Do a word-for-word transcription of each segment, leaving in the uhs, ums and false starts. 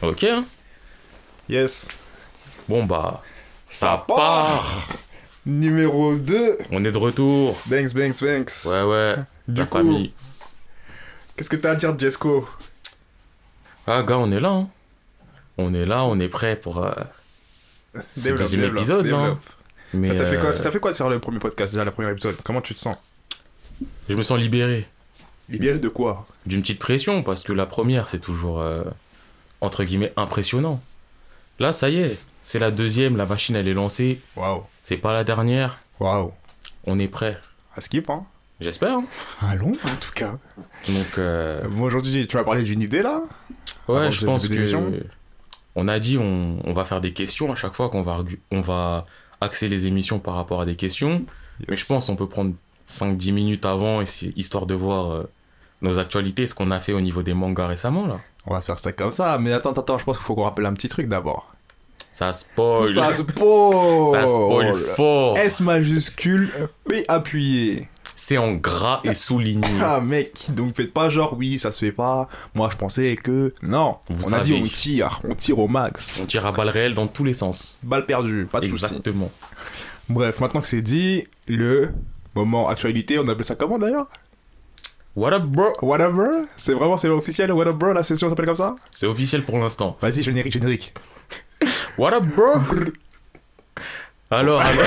Ok, hein. Yes. Bon bah, ça, Ça part. part. Numéro deux. On est de retour. Banks, banks, banks. Ouais, ouais. Du La coup, famille. qu'est-ce que t'as à dire, Jesco? Ah, gars, on est là. Hein. On est là, on est prêt pour euh, ce Développe, deuxième développe, épisode. Là. développe. Mais, Ça t'a fait quoi, euh, ça t'a fait quoi de faire le premier podcast, déjà, le premier épisode? Comment tu te sens? Je me sens libéré Libéré de quoi? d'une petite pression parce que la première, c'est toujours, euh, entre guillemets, impressionnant. Là, ça y est, c'est la deuxième, la machine, elle est lancée. Waouh. C'est pas la dernière. Waouh. On est prêt. À skip, hein? J'espère. Hein. Allons, en tout cas. Donc, euh, Bon, aujourd'hui, tu vas parler d'une idée, là? ouais, avant je le pense début que... d'émission. On a dit, on, on va faire des questions à chaque fois qu'on va, argu- on va axer les émissions par rapport à des questions. Yes. Mais je pense qu'on peut prendre cinq dix minutes avant, et c'est- histoire de voir euh, nos actualités, ce qu'on a fait au niveau des mangas récemment, là. On va faire ça comme ça. Mais attends, attends, je pense qu'il faut qu'on rappelle un petit truc d'abord. Ça spoil. Ça spoil. Ça spoil fort. S majuscule, P appuyé. C'est en gras et souligné. Ah mec, donc faites pas genre oui ça se fait pas, moi je pensais que... Non, Vous on a dit savez. on tire, on tire au max. On tire à balles réelles dans tous les sens. Balle perdue, pas de soucis. Exactement. Bref, maintenant que c'est dit, le moment actualité, on appelle ça comment d'ailleurs? What up, bro? Whatever. C'est vraiment, c'est officiel, whatever, la session s'appelle comme ça? C'est officiel pour l'instant. Vas-y, générique, générique. What up, bro? Alors, alors,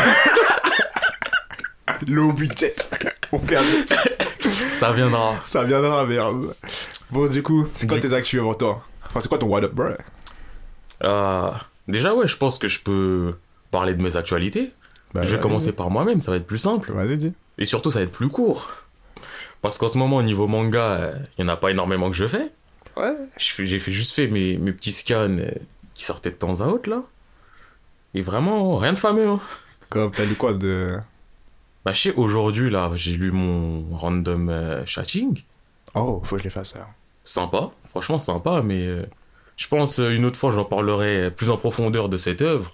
Low budget. On perd. ça viendra. Ça viendra, merde. Bon, du coup, c'est quoi Du- tes actus avant toi? Enfin, c'est quoi ton what up, bro? Euh, déjà, ouais, je pense que je peux parler de mes actualités. Bah, je vais vas-y. commencer par moi-même, ça va être plus simple. Vas-y, dis. Et surtout, ça va être plus court. Parce qu'en ce moment, au niveau manga, il n'y en a pas énormément que je fais. Ouais. Je fais- J'ai fait, juste fait mes, mes petits scans euh, qui sortaient de temps à autre, là. Et vraiment, rien de fameux. Hein. Comme, t'as lu quoi de... Bah, je sais, aujourd'hui, là, j'ai lu mon random euh, chatting. Oh, faut que je les fasse, ça. Sympa, franchement sympa, mais euh, je pense euh, une autre fois, j'en parlerai plus en profondeur de cette œuvre.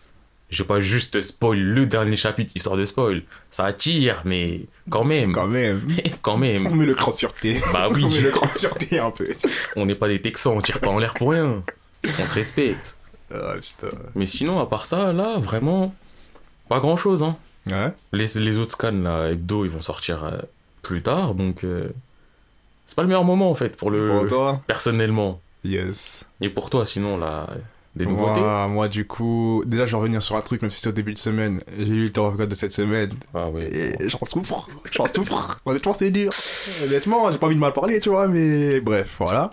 Je vais pas juste spoil le dernier chapitre, histoire de spoil. Ça attire, mais quand même. Quand même. Quand même. On met le cran sur T. Bah oui. On met le cran sur T un peu. On n'est pas des Texans, on tire pas en l'air pour rien. On se respecte. Ah, putain. Mais sinon, à part ça, là, vraiment, pas grand chose, hein. Ouais. Les, les autres scans, là, hebdo, ils vont sortir euh, plus tard, donc euh, c'est pas le meilleur moment, en fait, pour le... Pour toi? personnellement. Yes. Et pour toi, sinon, là, des nouveautés? Moi, moi, du coup, déjà, je vais revenir sur un truc, même si c'est au début de semaine. J'ai lu le Tower of God de cette semaine. Ah ouais. Et j'en souffre. J'en souffre. Honnêtement, c'est dur. Honnêtement, j'ai pas envie de mal parler, tu vois, mais bref, voilà.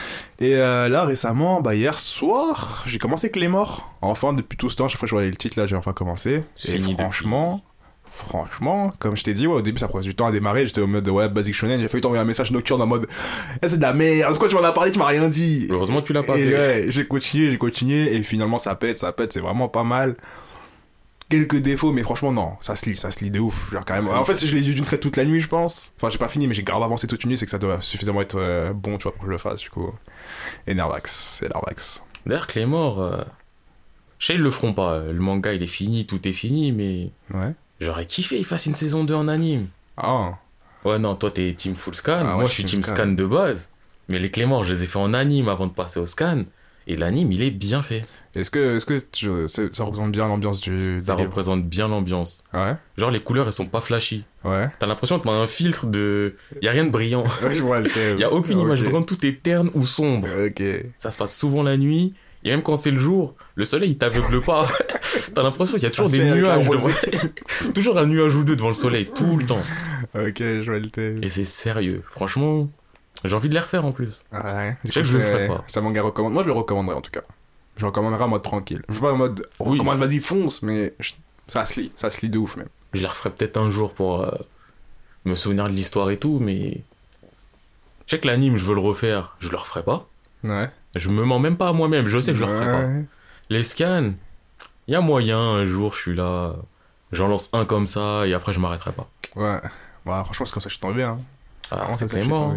Et euh, là, récemment, bah, hier soir, j'ai commencé Claymore. Enfin, depuis tout ce temps, chaque fois que je voyais le titre, là, j'ai enfin commencé. C'est Et fini franchement, franchement, comme je t'ai dit, ouais, au début, ça prenait du temps à démarrer. J'étais au mode, ouais, basic shonen. J'ai failli t'envoyer un message nocturne en mode, eh, c'est de la merde. Pourquoi tu m'en as parlé, tu m'as rien dit. Heureusement que tu l'as pas Et fait. ouais, j'ai continué, j'ai continué, et finalement, ça pète, ça pète, c'est vraiment pas mal. Quelques défauts, mais franchement, non, ça se lit, ça se lit de ouf. Genre, quand même. En fait, si je l'ai lu d'une traite toute la nuit, je pense. Enfin, j'ai pas fini, mais j'ai grave avancé toute une nuit, c'est que ça doit suffisamment être euh, bon, tu vois, pour que je le fasse, du coup. Et Nervax, c'est Nervax. D'ailleurs, Claymore, euh, je sais, ils le feront pas. Le manga, il est fini, tout est fini, mais Ouais. j'aurais kiffé qu'ils fassent une saison deux en anime. Ah, Ouais, non, toi, t'es team full scan. Ah, ouais, Moi, je je suis suis team team scan. scan. de base. Mais les Claymore, je les ai fait en anime avant de passer au scan. Et l'anime, il est bien fait. est-ce que, est-ce que tu, c'est- ça représente bien l'ambiance du. Ça du livre représente bien l'ambiance. Ouais, Genre, les couleurs, elles sont pas flashy. ouais. T'as l'impression que t'as un filtre de... Y a rien de brillant. Ouais, je vois le thème. Y a aucune image Ok. brillante, tout est terne ou sombre. Ok. Ça se passe souvent la nuit. Et même quand c'est le jour, le soleil, il t'aveugle pas. T'as l'impression qu'il y a toujours Ça se des fait avec la nuages rosée. devant... toujours un nuage ou deux devant le soleil, tout le temps. Ok, je vois le thème. Et c'est sérieux. Franchement, j'ai envie de les refaire en plus. Ouais. Du Je sais coup, que je le c'est- ferai pas. C'est un manga recommande. Moi, je le recommanderais en tout cas. Je recommanderais en mode tranquille. Je veux pas en mode, on Oui. recommande, vas-y, fonce, mais je- ça se lit. Ça se lit de ouf, même. Je les referai peut-être un jour pour euh, me souvenir de l'histoire et tout, mais... Je sais que l'anime, je veux le refaire, je le referai pas. Ouais. Je me mens même pas à moi-même, je sais que je le referai pas. Ouais. Les scans, il y a moyen, un jour, je suis là, j'en lance un comme ça, et après, je m'arrêterai pas. Ouais. Bah, franchement, c'est comme ça que je suis tombé, hein. Ah, Vraiment, c'est comme ça que je suis Claymore. tombé.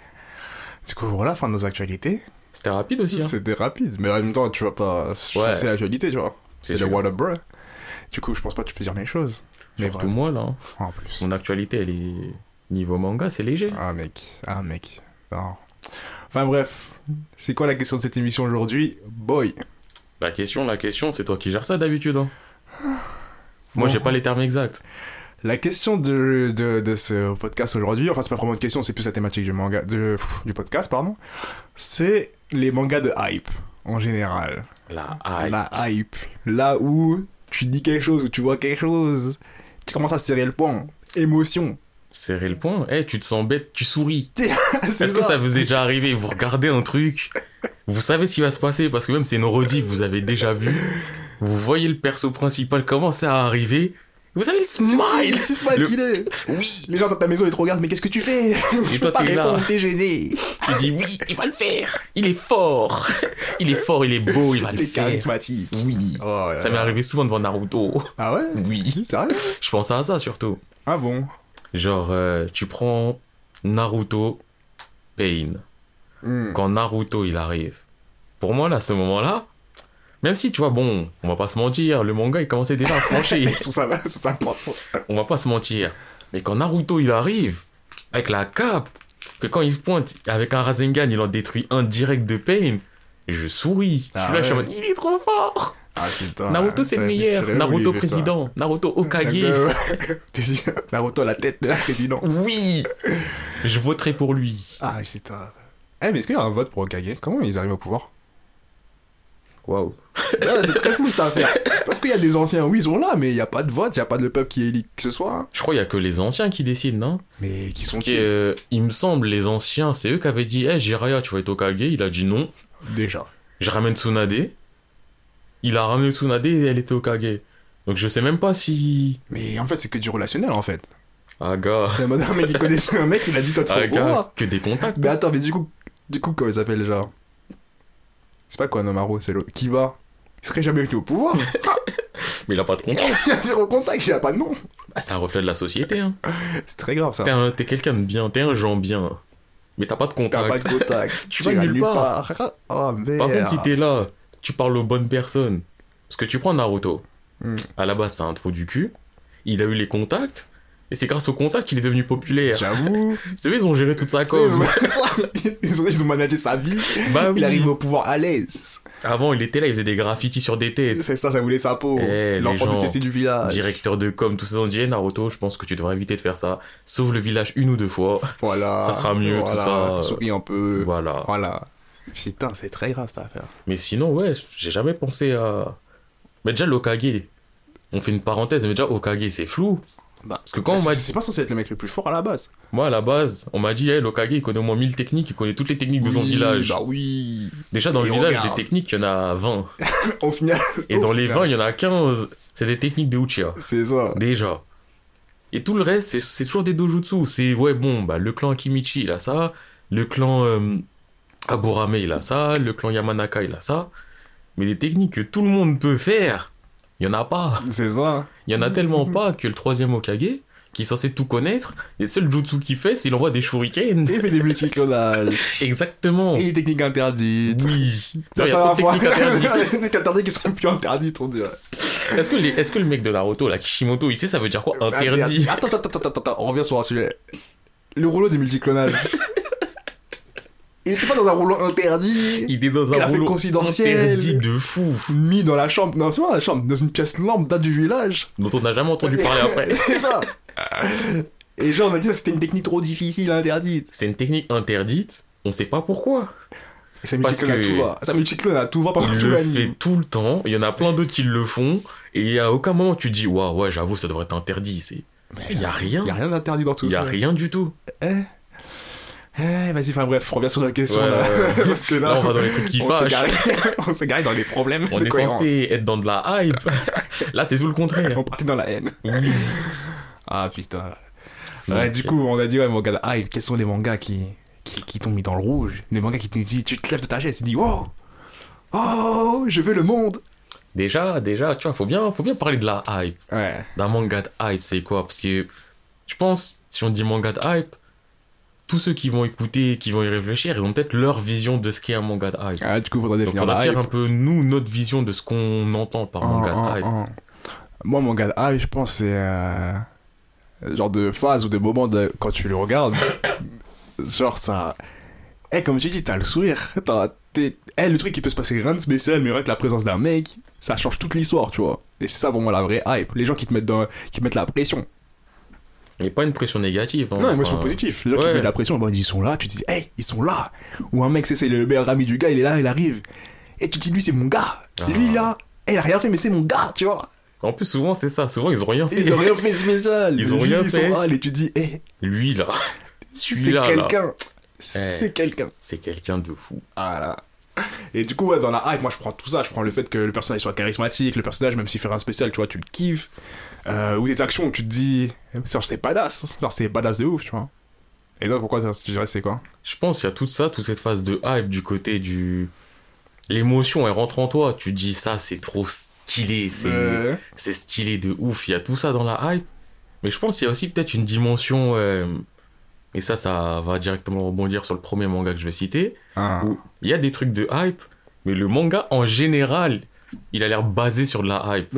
Du coup, voilà, fin de nos actualités. C'était rapide aussi, hein. C'était rapide, mais en même temps, tu vas pas chasser l'actualité, tu vois. C'est C'est le sûr. what up, bro. Du coup, je pense pas que tu peux dire les choses. Mais Surtout bref. moi, là. hein. En plus. Mon actualité, elle est... Niveau manga, c'est léger. Ah, mec. Ah, mec. Non. Enfin bref, c'est quoi la question de cette émission aujourd'hui? Boy. La question, la question, c'est toi qui gères ça d'habitude. Hein. Moi, Bon. j'ai pas les termes exacts. La question de, de, de ce podcast aujourd'hui, enfin c'est pas vraiment une question, c'est plus la thématique du manga, de, pff, du podcast, pardon, c'est les mangas de hype, en général. La hype. La hype. Là où tu dis quelque chose, où tu vois quelque chose, tu commences à serrer le poing. Émotion. Serrer le poing. Eh, tu te sens bête, tu souris. C'est Est-ce que ça vous est déjà arrivé? Vous regardez un truc, vous savez ce qui va se passer, parce que même c'est une rediff, vous avez déjà vu. Vous voyez le perso principal commencer à arriver. Vous avez le smile. Le petit smile Le- qu'il est. Oui. Les gens dans ta maison, ils te regardent, mais qu'est-ce que tu fais? Je toi, peux pas t'es là. répondre, t'es gêné. Tu dis oui, il va le faire. Il est fort. Il est fort, il est beau, il va le T'es faire. charismatique. Oui. Oh, là Ça m'est là. arrivé souvent devant Naruto. Ah ouais? Oui. Sérieux? Je pensais à ça surtout. Ah bon? Genre, euh, tu prends Naruto, Pain. Hmm. Quand Naruto il arrive. Pour moi, là, à ce moment-là, même si, tu vois, bon, on va pas se mentir, le manga il commençait déjà à franchir. Sous sa sous sa porte. On va pas se mentir. Mais quand Naruto il arrive, avec la cape, que quand il se pointe, avec un Rasengan, il en détruit un direct de Pain, je souris. Ah je suis là, je suis en ouais. mode, il est trop fort. Ah putain. Naruto c'est le Ouais, meilleur. j'aurais Naruto voulu faire ça. président. Naruto Hokage. Euh, Naruto à la tête de la présidence. Oui. Je voterai pour lui. Ah putain. Eh mais est-ce qu'il y a un vote pour Hokage? Comment ils arrivent au pouvoir? Waouh. Ouais, c'est très fou cette affaire. Parce qu'il y a des anciens, oui, ils sont là, mais il n'y a pas de vote, il n'y a pas de peuple qui élit que ce soit. hein. Je crois qu'il y a que les anciens qui décident, non? Mais qui Parce sont que, euh, il me semble, les anciens, c'est eux qui avaient dit, hey, Jiraiya, tu vas être Hokage. Il a dit non. déjà? Je ramène Tsunade. Il a ramené Tsunade et elle était Hokage. Donc je sais même pas si... Mais en fait, c'est que du relationnel en fait. Ah, gars. C'est un mec, un mec qui connaissait un mec, il a dit toi tu Ah, seras au gars. pouvoir. Que des contacts. Mais attends, mais du coup, du coup, comment il s'appelle genre? C'est pas quoi Nomaru, c'est l'autre. Kiba. Il serait jamais venu au pouvoir. Mais il a pas de contact. Il a zéro contact, il a pas de nom. Ah, c'est un reflet de la société, hein. C'est très grave ça. T'es, un- t'es quelqu'un de bien, t'es un gens bien. Mais t'as pas de T'as contact. pas de contact. Tu vas iras nulle part. Oh merde. Par contre, si t'es là, tu parles aux bonnes personnes. Parce que tu prends Naruto. Hmm. À la base, c'est un trou du cul. Il a eu les contacts. Et c'est grâce aux contacts qu'il est devenu populaire. J'avoue. C'est eux, ils ont géré toute sa Tu sais, Ils com. ont, ils, ont, ils ont managé sa vie. Bah oui. Il arrive au pouvoir à l'aise. Avant, il était là, il faisait des graffitis sur des têtes. C'est ça, ça voulait sa peau. Eh, les L'enfant gens- détesté du village. Directeur de com, tous ces ont dit, Eh, Naruto, je pense que tu devrais éviter de faire ça. Sauve le village une ou deux fois. Voilà. Ça sera mieux, tout Voilà. ça. Souris un peu. Voilà. Voilà. Putain, c'est très grave cette affaire. Mais sinon, ouais, j'ai jamais pensé à... Mais déjà, l'Okage. On fait une parenthèse, mais déjà, Okage, c'est flou. Bah, Parce que quand on m'a dit... C'est pas censé être le mec le plus fort à la base. Moi, à la base, on m'a dit, hey, l'Okage, il connaît au moins mille techniques, il connaît toutes les techniques de son Oui, village. Bah oui. Déjà, dans Et le village, regarde. des techniques, il y en a vingt. Au final. Et au dans les final, vingt, il y en a quinze. C'est des techniques de Uchiha. C'est ça. Déjà. Et tout le reste, c'est- c'est toujours des dojutsu. C'est, ouais, bon, bah, le clan Akimichi, il a ça. Le clan euh, Aburame, il a ça. Le clan Yamanaka, il a ça. Mais des techniques que tout le monde peut faire, il y en a pas. C'est ça. Il y en a tellement pas que le troisième Hokage, qui est censé tout connaître, les seuls jutsu qu'il fait, c'est il envoie des shurikens. Et il fait des multiclonages. Exactement. Et des techniques interdites. Oui. Ça, Non, il y a ça trop va de voir. techniques interdites. Les techniques interdites qui sont plus interdites, on dirait. Est-ce que, les- est-ce que le mec de Naruto, là, Kishimoto, il sait ça veut dire quoi interdit? Attends, attends, attends, attends, attends, on revient sur un sujet. Le rouleau des multiclonages. Il était pas dans un rouleau interdit. Il est dans Il a un fait rouleau confidentiel. interdit de fou, Mis dans la chambre. Non, c'est pas dans la chambre, dans une pièce lambda du village. dont on n'a jamais entendu parler après. C'est ça. Et genre, on a dit que c'était une technique trop difficile, interdite. C'est une technique interdite, on sait pas pourquoi. Et ça Parce multiclone à que- tout va. Ça multiclone à tout va pendant Il tout le l'anime. fait tout le temps, il y en a plein d'autres qui le font, et à aucun moment tu dis, waouh, ouais, j'avoue, ça devrait être interdit. C'est... Il y a rien. Il y a rien d'interdit dans tout Il y ça. a rien du tout. Eh, eh, vas-y, enfin bref, reviens sur la question Ouais, là. ouais, ouais. Parce que là, Là, on va dans les trucs qui on s'est fâchent. garé, on s'est garé dans les problèmes On de est cohérence. censé être dans de la hype. Là, c'est tout le contraire. On partait dans la haine. Oui. Ah putain. Donc, Ouais, du coup, on a dit, ouais, manga de hype. Quels sont les mangas qui, qui, qui t'ont mis dans le rouge? Les mangas qui te disent, tu te lèves de ta chaise, tu dis, oh, oh, je veux le monde. Déjà, déjà, tu vois, faut bien, faut bien parler de la hype. Ouais. D'un manga de hype, c'est quoi? Parce que je pense, si on dit manga de hype, tous ceux qui vont écouter, qui vont y réfléchir, ils ont peut-être leur vision de ce qu'est un manga de hype. Ah, du coup, faudra Donc, définir on va la dire hype. un peu, nous, notre vision de ce qu'on entend par manga Ah, de hype. ah, ah. Moi, manga de hype, je pense, c'est euh, genre de phase ou de moment de, quand tu le regardes. Genre, ça. Eh, comme tu dis, t'as le sourire. T'as, t'es... Eh, le truc qui peut se passer rien de spécial, mais avec la présence d'un mec, ça change toute l'histoire, tu vois. Et c'est ça pour moi la vraie hype. Les gens qui te mettent, dans... qui te mettent la pression. Et pas une pression négative. Hein. Non, émotion Enfin, positive. Les gens qui ouais. te mettent la pression, bon, ils sont là, tu te dis, hey, ils sont là. Ou un mec, c'est, c'est le meilleur ami du gars, il est là, il arrive. Et tu te dis, lui, c'est mon gars. Ah. Lui, là, eh, il a rien fait, mais c'est mon gars, tu vois. En plus, souvent, c'est ça. Souvent, ils ont rien fait. Ils ont rien fait de spécial. Ils ont Juste, rien ils fait. sont là, et tu te dis, eh, Lui, là. c'est Celui-là, là. quelqu'un. C'est quelqu'un. C'est quelqu'un de fou. Voilà. Et du coup, ouais, dans la hype, moi je prends tout ça. Je prends le fait que le personnage soit charismatique, le personnage, même s'il fait rien spécial, tu vois, tu le kiffes. Euh, ou des actions où tu te dis, genre, c'est badass. Genre, c'est badass de ouf, tu vois. Et toi, pourquoi tu dirais c'est quoi? Je pense qu'il y a tout ça, toute cette phase de hype du côté du... L'émotion, elle rentre en toi. Tu te dis, ça, c'est trop stylé. C'est, Euh... c'est stylé de ouf. Il y a tout ça dans la hype. Mais je pense qu'il y a aussi peut-être une dimension... euh, Et ça, ça va directement rebondir sur le premier manga que je vais citer. Ah. Où il y a des trucs de hype, mais le manga, en général, il a l'air basé sur de la hype.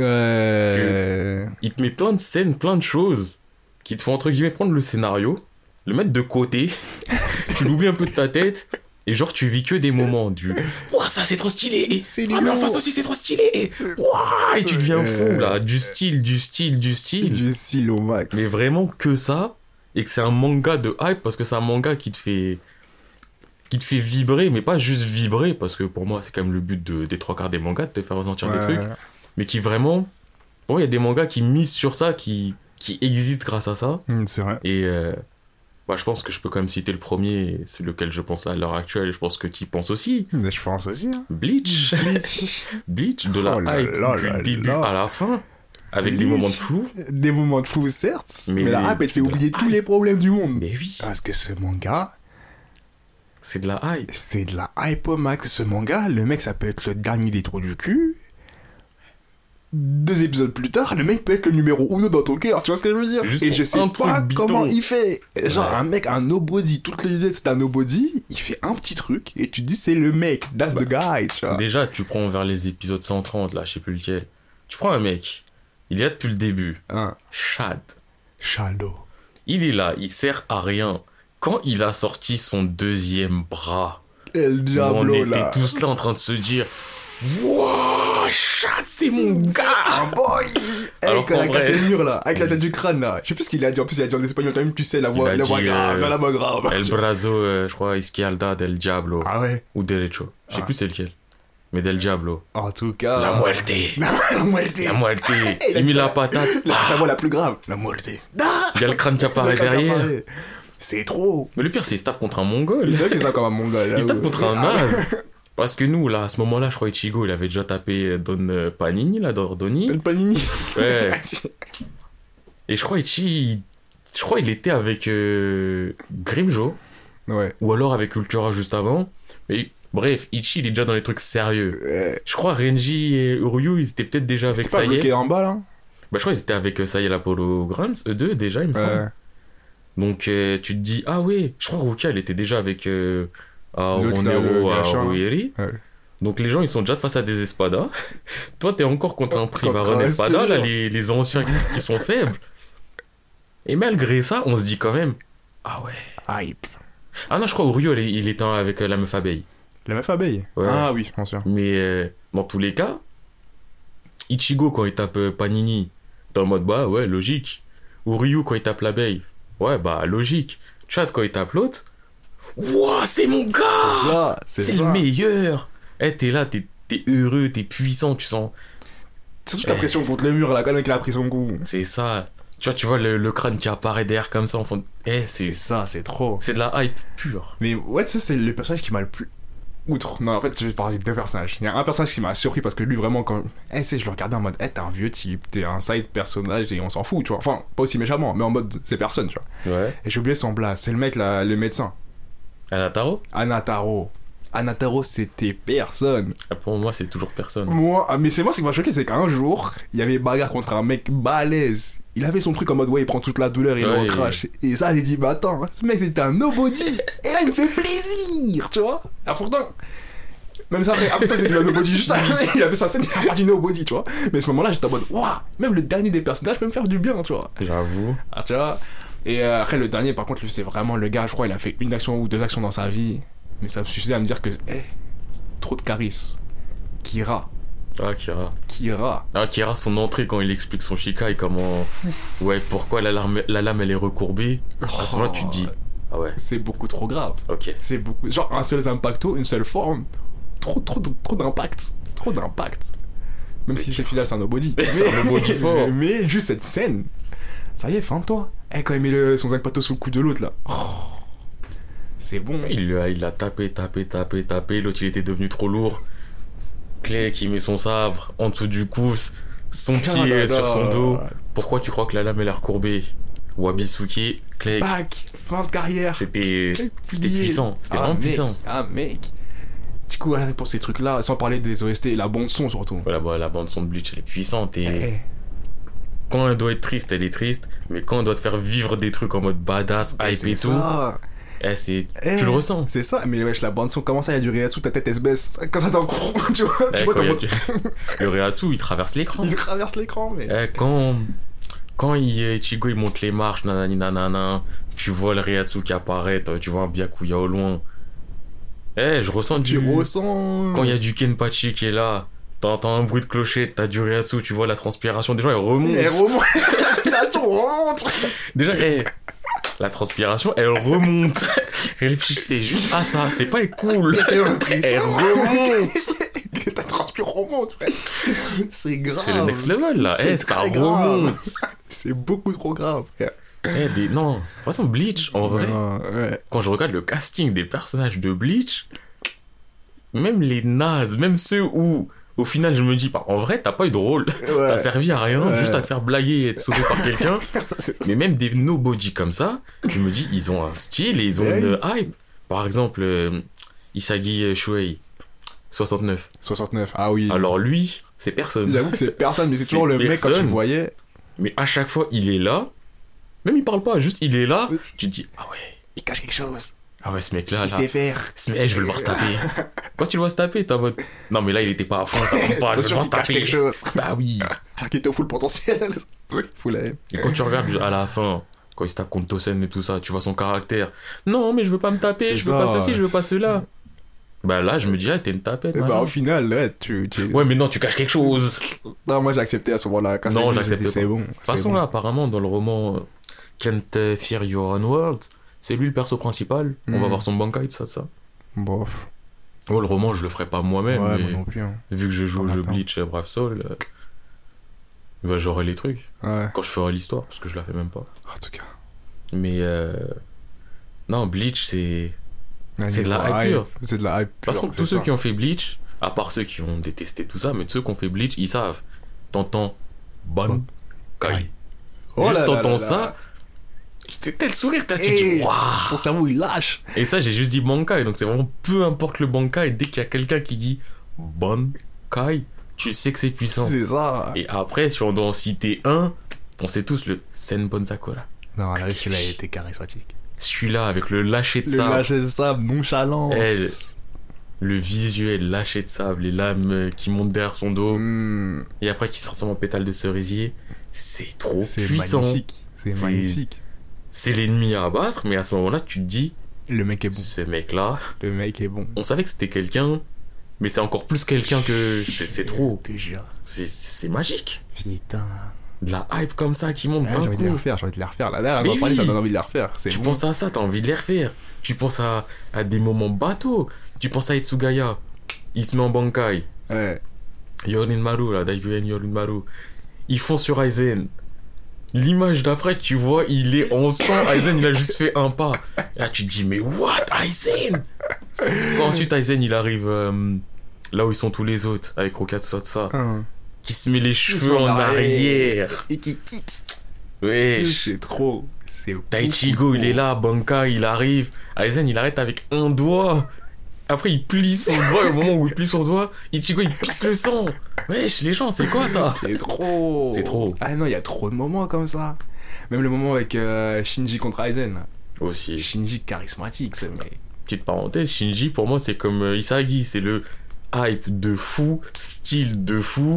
Euh... Il te met plein de scènes, plein de choses qui te font, entre guillemets, prendre le scénario, le mettre de côté, tu l'oublies un peu de ta tête, et genre, tu vis que des moments du « Ouah, ça, c'est trop stylé C'est Ah, mais en lourd. face aussi, c'est trop stylé Ouah !» Et tu deviens fou, là. Du style, du style, du style. Du style au max. Mais vraiment que ça, et que c'est un manga de hype, parce que c'est un manga qui te fait... qui te fait vibrer, mais pas juste vibrer, parce que pour moi, c'est quand même le but de, des trois quarts des mangas, de te faire ressentir Ouais. des trucs, mais qui vraiment... Bon, il y a des mangas qui misent sur ça, qui, qui existent grâce à ça, Hum, c'est vrai. et euh, bah, je pense que je peux quand même citer le premier, c'est lequel je pense à l'heure actuelle, et je pense que tu y penses aussi. Mais je pense aussi. Hein. Bleach Bleach, de la Oh là hype, là du là début là. à la fin, avec des Bleach. moments de flou, Des moments de flou, certes, mais, Mais la les- hype, elle te fait de la oublier tous hype. les problèmes du monde. mais oui, Parce que ce manga, c'est de la hype. c'est de la hype au max. Ce manga, le mec, ça peut être le dernier des trous du cul. Deux épisodes plus tard, le mec peut être le numéro uno dans ton cœur, tu vois ce que je veux dire? Juste Et pour je sais un pas truc bidon. comment il fait. Genre, Ouais. un mec, un nobody, toutes les idées, c'est un nobody, il fait un petit truc, et tu te dis, c'est le mec, that's the guy, tu vois. Déjà, tu prends vers les épisodes cent trente, là, je sais plus lequel. Tu prends un mec, il est là depuis le début, Hein, Chad. Shadow. Il est là, il sert à rien. Quand il a sorti son deuxième bras, El on Diablo, était là. tous là en train de se dire Wouah, Chad, c'est mon gars! Un boy! Eh, Alors quand il a qu'en cassé vrai- le mur, là, avec la tête du crâne, là. Je sais plus ce qu'il a dit, en plus, il a dit en espagnol, quand même, tu sais, la voix, a la voix dit, grave, euh, la voix grave. El Brazo, euh, je crois, Izquierda del Diablo. Ah ouais? Ou Derecho. Je sais Ah. plus c'est lequel. Mais del Diablo. En tout cas. La muerte. La muerte. La muerte. Il a Il met dit la ça. patate. La, sa voix la plus grave. La muerte. Il y a le crâne qui apparaît derrière. C'est trop. Mais le pire, c'est qu'il se tape contre un mongol. C'est vrai qu'il se tape comme un mongol. là, Il se tape ouais. contre un Ah, naze. Parce que nous, là, à ce moment-là, je crois Ichigo, il avait déjà tapé Don euh, Panini, là, Don Donnie. Donne Panini. Ouais. Et je crois Ichi, il- je crois il était avec euh, Grimjo, Ouais. ou alors avec Ultura juste avant. Mais bref, Ichi, il est déjà dans les trucs sérieux. Euh, Je crois Renji et Uryu, ils étaient peut-être déjà avec C'était pas bloqué Saye. en bas, là? Bah, je crois qu'ils étaient avec euh, Saye l'Apollo Grants, eux deux déjà, il me semble. Ouais. Donc euh, tu te dis, ah ouais, je crois Rukia, elle était déjà avec euh, L'autre, là, le Aoronero, gachin. Aorueri. Ouais. Donc les gens, ils sont déjà face à des espadas. Toi, t'es encore contre un Privaron un espada, là, Espada. les, les anciens qui, qui sont faibles. Et malgré ça, on se dit quand même, ah ouais. Hype. Ah non, je crois Uryu, elle est- il était avec euh, la meuf abeille. La meuf abeille. Ouais. Ah oui, bien sûr. Mais euh, dans tous les cas, Ichigo, quand il tape euh, Panini, t'es en mode, bah ouais, logique. Uryu, quand il tape l'abeille, ouais, bah logique. Chad, quand il tape l'autre, ouah, c'est mon gars! C'est ça. C'est C'est ça. le meilleur! Eh, t'es là, t'es, t'es heureux, t'es puissant, tu sens. C'est surtout la pression contre le mur, là, quand même, qu'il a pris son coup. C'est ça. Tu vois, tu vois le, le crâne qui apparaît derrière comme ça en fond. Eh, C'est c'est, ça, c'est trop. c'est de la hype pure. Mais ouais, ça, c'est le personnage qui m'a le plus. Outre. Non, en fait, je vais parler de deux personnages. Il y a un personnage qui m'a surpris parce que lui, vraiment, quand. Eh, c'est, je le regardais en mode, eh, t'es un vieux type, t'es un side personnage et on s'en fout, tu vois. Enfin, pas aussi méchamment, mais en mode, c'est personne, tu vois. Ouais. Et j'ai oublié son blase. C'est le mec, là, le médecin. Anataro? Anataro. Anataro, c'était personne. Ah, pour moi, c'est toujours personne. Moi, ah, mais c'est moi ce qui m'a choqué, c'est qu'un jour, il y avait bagarre contre un mec balèze. Il avait son truc en mode, ouais, il prend toute la douleur et il Ouais, en crache. Et ça, j'ai dit, bah attends, ce mec c'était un nobody. Et là, il me fait plaisir, tu vois. Ah, pourtant, même ça, après, après ça, c'est du nobody. Juste après, il a fait sa scène, il a pas du nobody, tu vois. Mais à ce moment-là, j'étais en mode, waouh, même le dernier des personnages peut me faire du bien, tu vois. J'avoue. Ah, tu vois. Et euh, après, le dernier, par contre, lui, c'est vraiment le gars, je crois, il a fait une action ou deux actions dans sa vie. mais ça me suffisait à me dire que, eh, trop de charisme. Kira. Ah, Kira. Kira. Ah, Kira, son entrée quand il explique son Shikai, comment. Ouais, pourquoi la lame, la lame elle est recourbée. À ce moment-là, tu te dis. Ah ouais. C'est beaucoup trop grave. Ok. C'est beaucoup. Genre, un seul impacto, une seule forme. Trop, trop, trop d'impact. Trop d'impact. Même si c'est final, c'est un nobody. Mais c'est un nobody fort. Mais, mais juste cette scène. Ça y est, fin de toi. Eh, quand il met le, son impacto sous le cou de l'autre, là. Oh, c'est bon. Il l'a il a tapé, tapé, tapé, tapé. L'autre, il était devenu trop lourd. Clay qui met son sabre en dessous du cou, son pied là là. sur son dos. Pourquoi tu crois que la lame elle est recourbée? Wabisuke, Clay. Back. Fin de carrière. C'était c'était Plié. puissant. C'était Ah, vraiment mec. puissant. Ah, mec. Du coup, rien que pour ces trucs-là, sans parler des O S T et la bande-son surtout. Voilà, bah, la bande son de Bleach elle est puissante et Eh. quand elle doit être triste, elle est triste, mais quand elle doit te faire vivre des trucs en mode badass, hype C'est et tout, ça. eh, c'est Eh, tu le ressens. C'est ça, mais wesh, la bande-son, comment ça, il y a du Réatsu, ta tête elle se baisse. Quand ça t'en tu vois, Eh, tu vois quand il y a comment du- le Reatsu, il traverse l'écran. il traverse l'écran, mais. Eh, quand quand il, Ichigo il monte les marches, nanani nanana, tu vois le Reatsu qui apparaît, toi, tu vois un Byakuya au loin. Eh, je ressens Tu du... ressens. Quand il y a du Kenpachi qui est là, t'entends un bruit de clocher, t'as du Reatsu, tu vois la transpiration, des gens, elle remonte. Elle remonte. La transpiration remonte. Déjà, eh, la transpiration, elle remonte. Réfléchissez juste à ça, c'est pas cool. T'as l'impression. Elle remonte. Que ta transpiration remonte, frère. C'est grave. C'est le next level là, C'est eh, ça très grave. remonte. C'est beaucoup trop grave, frère. Eh, des... Non, de toute façon, Bleach, en vrai, Non, ouais. quand je regarde le casting des personnages de Bleach, même les nazes, même ceux où, au final, je me dis, bah, en vrai, t'as pas eu de rôle. Ouais. T'as servi à rien, Ouais. juste à te faire blaguer et être sauvé par quelqu'un. Mais même des nobody comme ça, je me dis, ils ont un style et ils ont Ouais. une hype. Par exemple, euh, Isagi Shuei, soixante-neuf. soixante-neuf, ah oui. Alors lui, c'est personne. J'avoue que c'est personne, mais c'est C'est toujours le mec quand tu personne. le voyais. Mais à chaque fois, il est là. Même il parle pas, juste il est là. Tu te dis, ah ouais, Il cache quelque chose. ah ouais, ce mec-là, Il là. sait faire. Ce mec, eh, je veux le voir se taper. Quand tu le vois se taper, t'es en mode, non mais là, il était pas à fond, ça compte pas, je veux le Attention, voir il se cache quelque taper. chose. Bah oui. Alors qu'il était au full potentiel. Full A M. Et quand tu regardes à la fin, quand il se tape contre Tosen et tout ça, tu vois son caractère. Non, mais je veux pas me taper, C'est je veux ça, pas ceci, ouais. je veux pas cela. Bah là, je me dis, ah, t'es une tapette. Et bah machin. au final, ouais, tu. tu... Ouais, mais non, tu caches quelque chose. De Non, moi j'ai accepté à ce moment-là. Quand Non, j'ai vu, j'accepte j'ai dit, pas. C'est bon. toute façon, bon. là, apparemment, dans le roman euh, Can't Fear Your Own World, c'est lui le perso principal. On va Mhm. voir son bankai de ça, de ça. Bof. Oh, le roman, je le ferai pas moi-même, Ouais, mais moi non plus. Hein. vu que je joue au Pas jeu maintenant. Bleach et Brave Soul, euh, bah, j'aurai les trucs Ouais. quand je ferai l'histoire, parce que je la fais même pas. En tout cas. Mais euh... non, Bleach, c'est. Vas-y, C'est de la faut hype pure. C'est de la hype. De toute façon, tous ceux qui ont fait Bleach, à part ceux qui ont détesté tout ça, mais ceux qui ont fait Bleach, ils savent. T'entends Bon Kai. Oh Juste là là t'entends là ça, là. c'est tel sourire, t'as tu te Hey, dis waouh. Ton cerveau il lâche. Et ça, j'ai juste dit Bankai, donc c'est vraiment peu importe le Bankai, dès qu'il y a quelqu'un qui dit Bankai, tu sais que c'est puissant. C'est ça. Et après, si on doit en citer un, on sait tous le Senbon Sakura. Non, la riche, il a été charismatique. Celui-là, avec le lâcher de Le sable, lâcher de sable, nonchalance. Elle- le visuel lâcher de sable, les lames euh, qui montent derrière son dos, Hmm, et après qui se transforme en pétale de cerisier, c'est trop c'est puissant. magnifique. C'est C'est- magnifique. C'est l'ennemi à abattre, mais à ce moment-là, tu te dis, Le mec est bon. ce mec-là, Le mec est bon. on savait que c'était quelqu'un, mais c'est encore plus quelqu'un que... C'est c'est trop. Je te jure. C'est- C'est magique. Putain. De la hype comme ça qui monte Ouais, d'un j'ai envie de les coup. refaire, j'ai envie de les refaire. La dernière, Mais on en parlait, ça oui. donne envie de les refaire. C'est Tu bon. penses à ça, t'as envie de les refaire. Tu penses à, à des moments bateaux. Tu penses à Itsugaya. Il se met en Bankai. Ouais. Yorinmaru, là, Daikuyen Yorinmaru. Ils font sur Aizen. L'image d'après, tu vois, il est en sang. Aizen, il a juste fait un pas. Là, tu te dis, mais what, Aizen? Quand ensuite Aizen, il arrive euh, là où ils sont tous les autres, avec Roka, tout ça, tout ça. Un. Qui se met les se cheveux met en en arrière. arrière. Et qui quitte. Wesh. C'est trop. C'est Taichigo, beaucoup il est trop. là, Bankai, il arrive. Aizen, il arrête avec un doigt. Après, il plie son doigt. Et au moment où il plie son doigt, Ichigo, il pisse le sang. Wesh, les gens, c'est quoi ça? C'est trop. C'est trop. Ah non, il y a trop de moments comme ça. Même le moment avec euh, Shinji contre Aizen. là. Aussi. Shinji charismatique, ce mec. Petite parenthèse, Shinji, pour moi, c'est comme euh, Isagi. C'est le hype de fou, style de fou,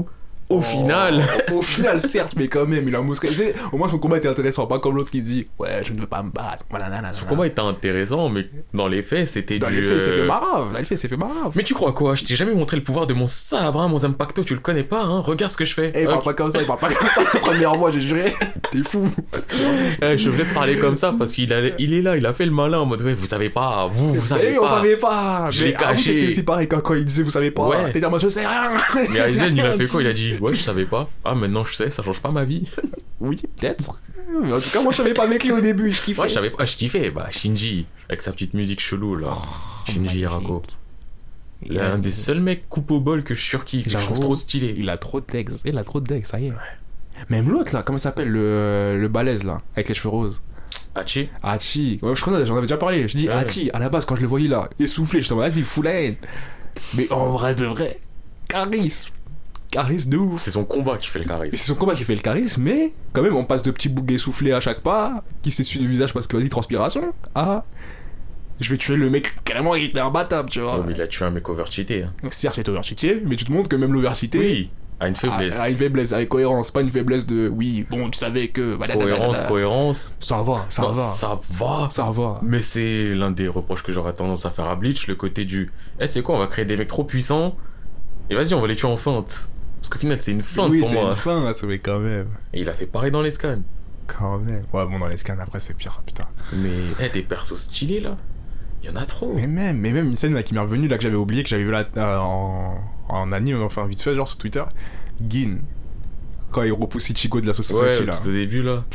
Au final. Au final, certes, mais quand même, il a montré. Tu sais, au moins son combat était intéressant, pas comme l'autre qui dit ouais, je ne veux pas me battre. Voilà, nanana. Son combat était intéressant, mais dans les faits, c'était Dans du. les faits, c'est euh, fait marrave. Dans les faits, c'est fait marave. Mais tu crois quoi? Je t'ai jamais montré le pouvoir de mon sabre, hein, mon Zampacto, tu le connais pas, hein? Regarde ce que je fais. Eh, il parle Ok. pas comme ça, il parle pas comme ça. La première fois, j'ai juré. T'es fou. Eh, je voulais te parler comme ça parce qu'il a- il est là, il a fait le malin en mode ouais, vous savez pas, vous, vous savez Eh, on pas. savait pas. Je Mais l'ai ah, vous, caché. t'étais aussi pareil quand, quand il disait vous savez pas. Ouais. T'étais en mode je sais rien. Mais Aizen, il a fait quoi? Il a dit ouais, je savais pas. Ah, maintenant je sais, ça change pas ma vie. Oui, peut-être. Mais en tout cas, moi, je savais pas avec lui au début. Je kiffais. Ouais, je savais pas, je kiffais. Bah, Shinji, avec sa petite musique chelou là. Shinji magnifique. Hirako. Il a- L'un des seuls mecs coupe au bol que je surkiffe, que je trouve J'avoue. trop stylé. Il a trop de decks. Il a trop de decks, ça y est. Même l'autre, là, comment il s'appelle le, le balèze, là, avec les cheveux roses. Hachi. Hachi. Ouais, je crois j'en avais déjà parlé. Je dis Ouais. Hachi, à la base, quand je le voyais là, essoufflé, je t'en vas-y, full haine. Mais en vrai de vrai, charisme. Charisme de ouf. C'est son combat qui fait le Et charisme. c'est son combat qui fait le charisme, mais quand même, on passe de petits boucs essoufflés à chaque pas, qui s'essuie le visage parce que vas-y, transpiration, à je vais tuer le mec carrément, il était imbattable, tu vois. Oh, mais il a tué un mec overcheaté. Hein. Certes, il est overcheaté, mais tu te montres que même l'overcheaté. Oui, a une faiblesse. A, a une faiblesse, avec cohérence, pas une faiblesse de oui, bon, tu savais que. Cohérence, cohérence. Ça va, ça Non, va. Ça va. Ça va. Mais c'est l'un des reproches que j'aurais tendance à faire à Bleach, le côté du eh, tu sais quoi, on va créer des mecs trop puissants et vas-y, on va les tuer en feinte. Parce qu'au final, c'est une feinte Oui, pour c'est moi. une feinte, mais quand même. Et il a fait pareil dans les scans. Quand même. Ouais, bon, dans les scans, après, c'est pire, putain. Mais eh, des persos stylés là, il y en a trop. Mais même, mais même une scène là, qui m'est revenue, là, que j'avais oublié, que j'avais vu là, euh, en, en anime, enfin, vite fait, genre sur Twitter. Gin. Quand il repousse Ichigo de la sauce Ouais, sushi, là. tout au début là.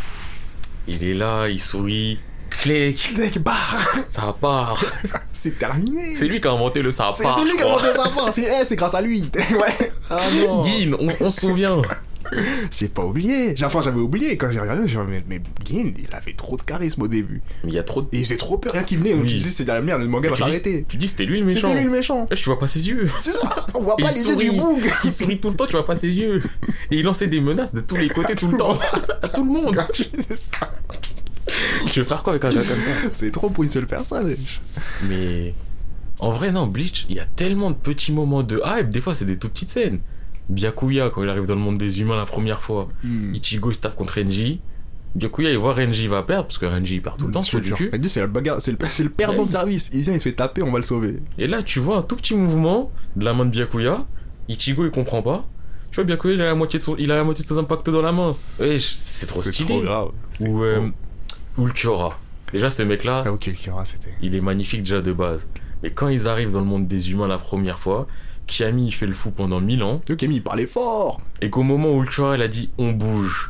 Il est là, il sourit. Clic, Mec, bah, ça part. c'est terminé. C'est lui qui a inventé le ça C'est part. c'est lui je qui a crois. inventé sa part. C'est eh, c'est grâce à lui. Ouais. Ah non. Gin, on, on se souvient. J'ai pas oublié. J'ai- Enfin, j'avais oublié. Quand j'ai regardé, j'ai dit, mais, mais Gin, il avait trop de charisme au début. Mais il y a trop de. Et il faisait trop peur. Rien qui venait. Oui. Tu disais, c'est de la merde, le manga va tu, dis, s'arrêter. tu dis c'était lui le méchant. C'était lui le méchant. Eh, tu vois pas ses yeux. C'est ça. On voit Et pas il les yeux du sourit. boug. Il sourit tout le temps, tu vois pas ses yeux. Et il lançait des menaces de tous les côtés tout le temps. À tout le monde. Quand tu disais ça. Je vais faire quoi avec un gars comme ça? C'est trop pour une seule personne. Mais en vrai, non, Bleach, il y a tellement de petits moments de hype. Des fois, c'est des tout petites scènes. Byakuya, quand il arrive dans le monde des humains la première fois, Hmm. Ichigo il se tape contre Renji. Byakuya, il voit Renji il va perdre parce que Renji il perd tout le temps, Je c'est te du jure. cul. Elle dit, c'est le bagarre, c'est le, c'est le perdant Ouais. de service. Il vient, il se fait taper, on va le sauver. Et là, tu vois un tout petit mouvement de la main de Byakuya. Ichigo il comprend pas. Tu vois, Byakuya il a la moitié de son, il a la moitié de son impact dans la main. Ouais, c'est trop stylé. grave. C'est Ou trop- euh, Ulquiorra. Déjà, ce mec-là, Ah, ok, Kira, c'était. il est magnifique déjà de base. Mais quand ils arrivent dans le monde des humains la première fois, Kiami il fait le fou pendant mille ans. Le Camille, il parlait fort. Et qu'au moment où Ulquiorra il a dit on bouge,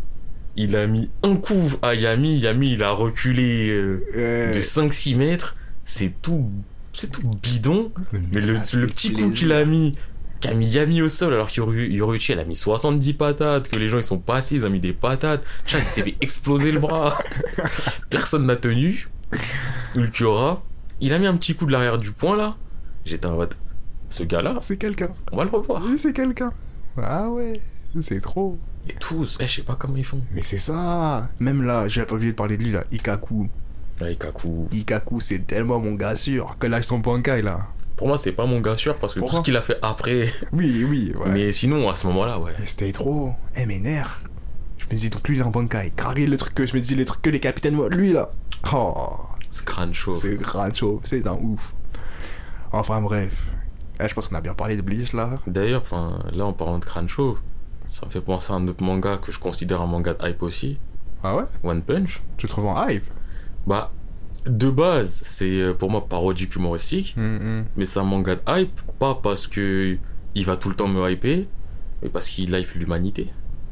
il a mis un coup à Yami. Yami il a reculé euh, Euh, de cinq six mètres. C'est tout, c'est tout bidon. Mais le, ça le fait petit coup plaisir. qu'il a mis, qui a mis Yami au sol, alors qu'Yoruichi elle a mis soixante-dix patates, que les gens ils sont passés, ils ont mis des patates. Chat il s'est fait exploser le bras. Personne n'a tenu. Ulquiorra, il a mis un petit coup de l'arrière du poing là. J'étais en mode, ce gars-là, C'est quelqu'un. on va le revoir. Oui, c'est quelqu'un. Ah ouais, c'est trop. Et tous, eh, je sais pas comment ils font. Mais c'est ça. Même là, j'ai pas oublié de parler de lui là. Ikaku. Là, Ikaku. Ikaku, c'est tellement mon gars sûr. Que lâche son bankai là. Pour moi, c'est pas mon gars sûr parce que Pourquoi tout ce qu'il a fait après. Oui, oui, ouais. Mais, Mais sinon, à ce moment-là, ouais. c'était trop. Eh, mes nerfs. Je me dis donc lui il est en bankai. Carré le truc que je me dis les trucs que les capitaines. Lui là. Oh. Ce crâne chaud. C'est grand chaud. C'est un ouf. Enfin bref. Eh, je pense qu'on a bien parlé de Bleach là. D'ailleurs, enfin, là, en parlant de crâne chaud, ça me fait penser à un autre manga que je considère un manga de hype aussi, Ah ouais? One Punch. Tu le trouves en hype? Bah, de base, c'est euh, pour moi parodique humoristique, Hum, hum. mais c'est un manga de hype, pas parce que il va tout le temps me hyper, mais parce qu'il hype l'humanité.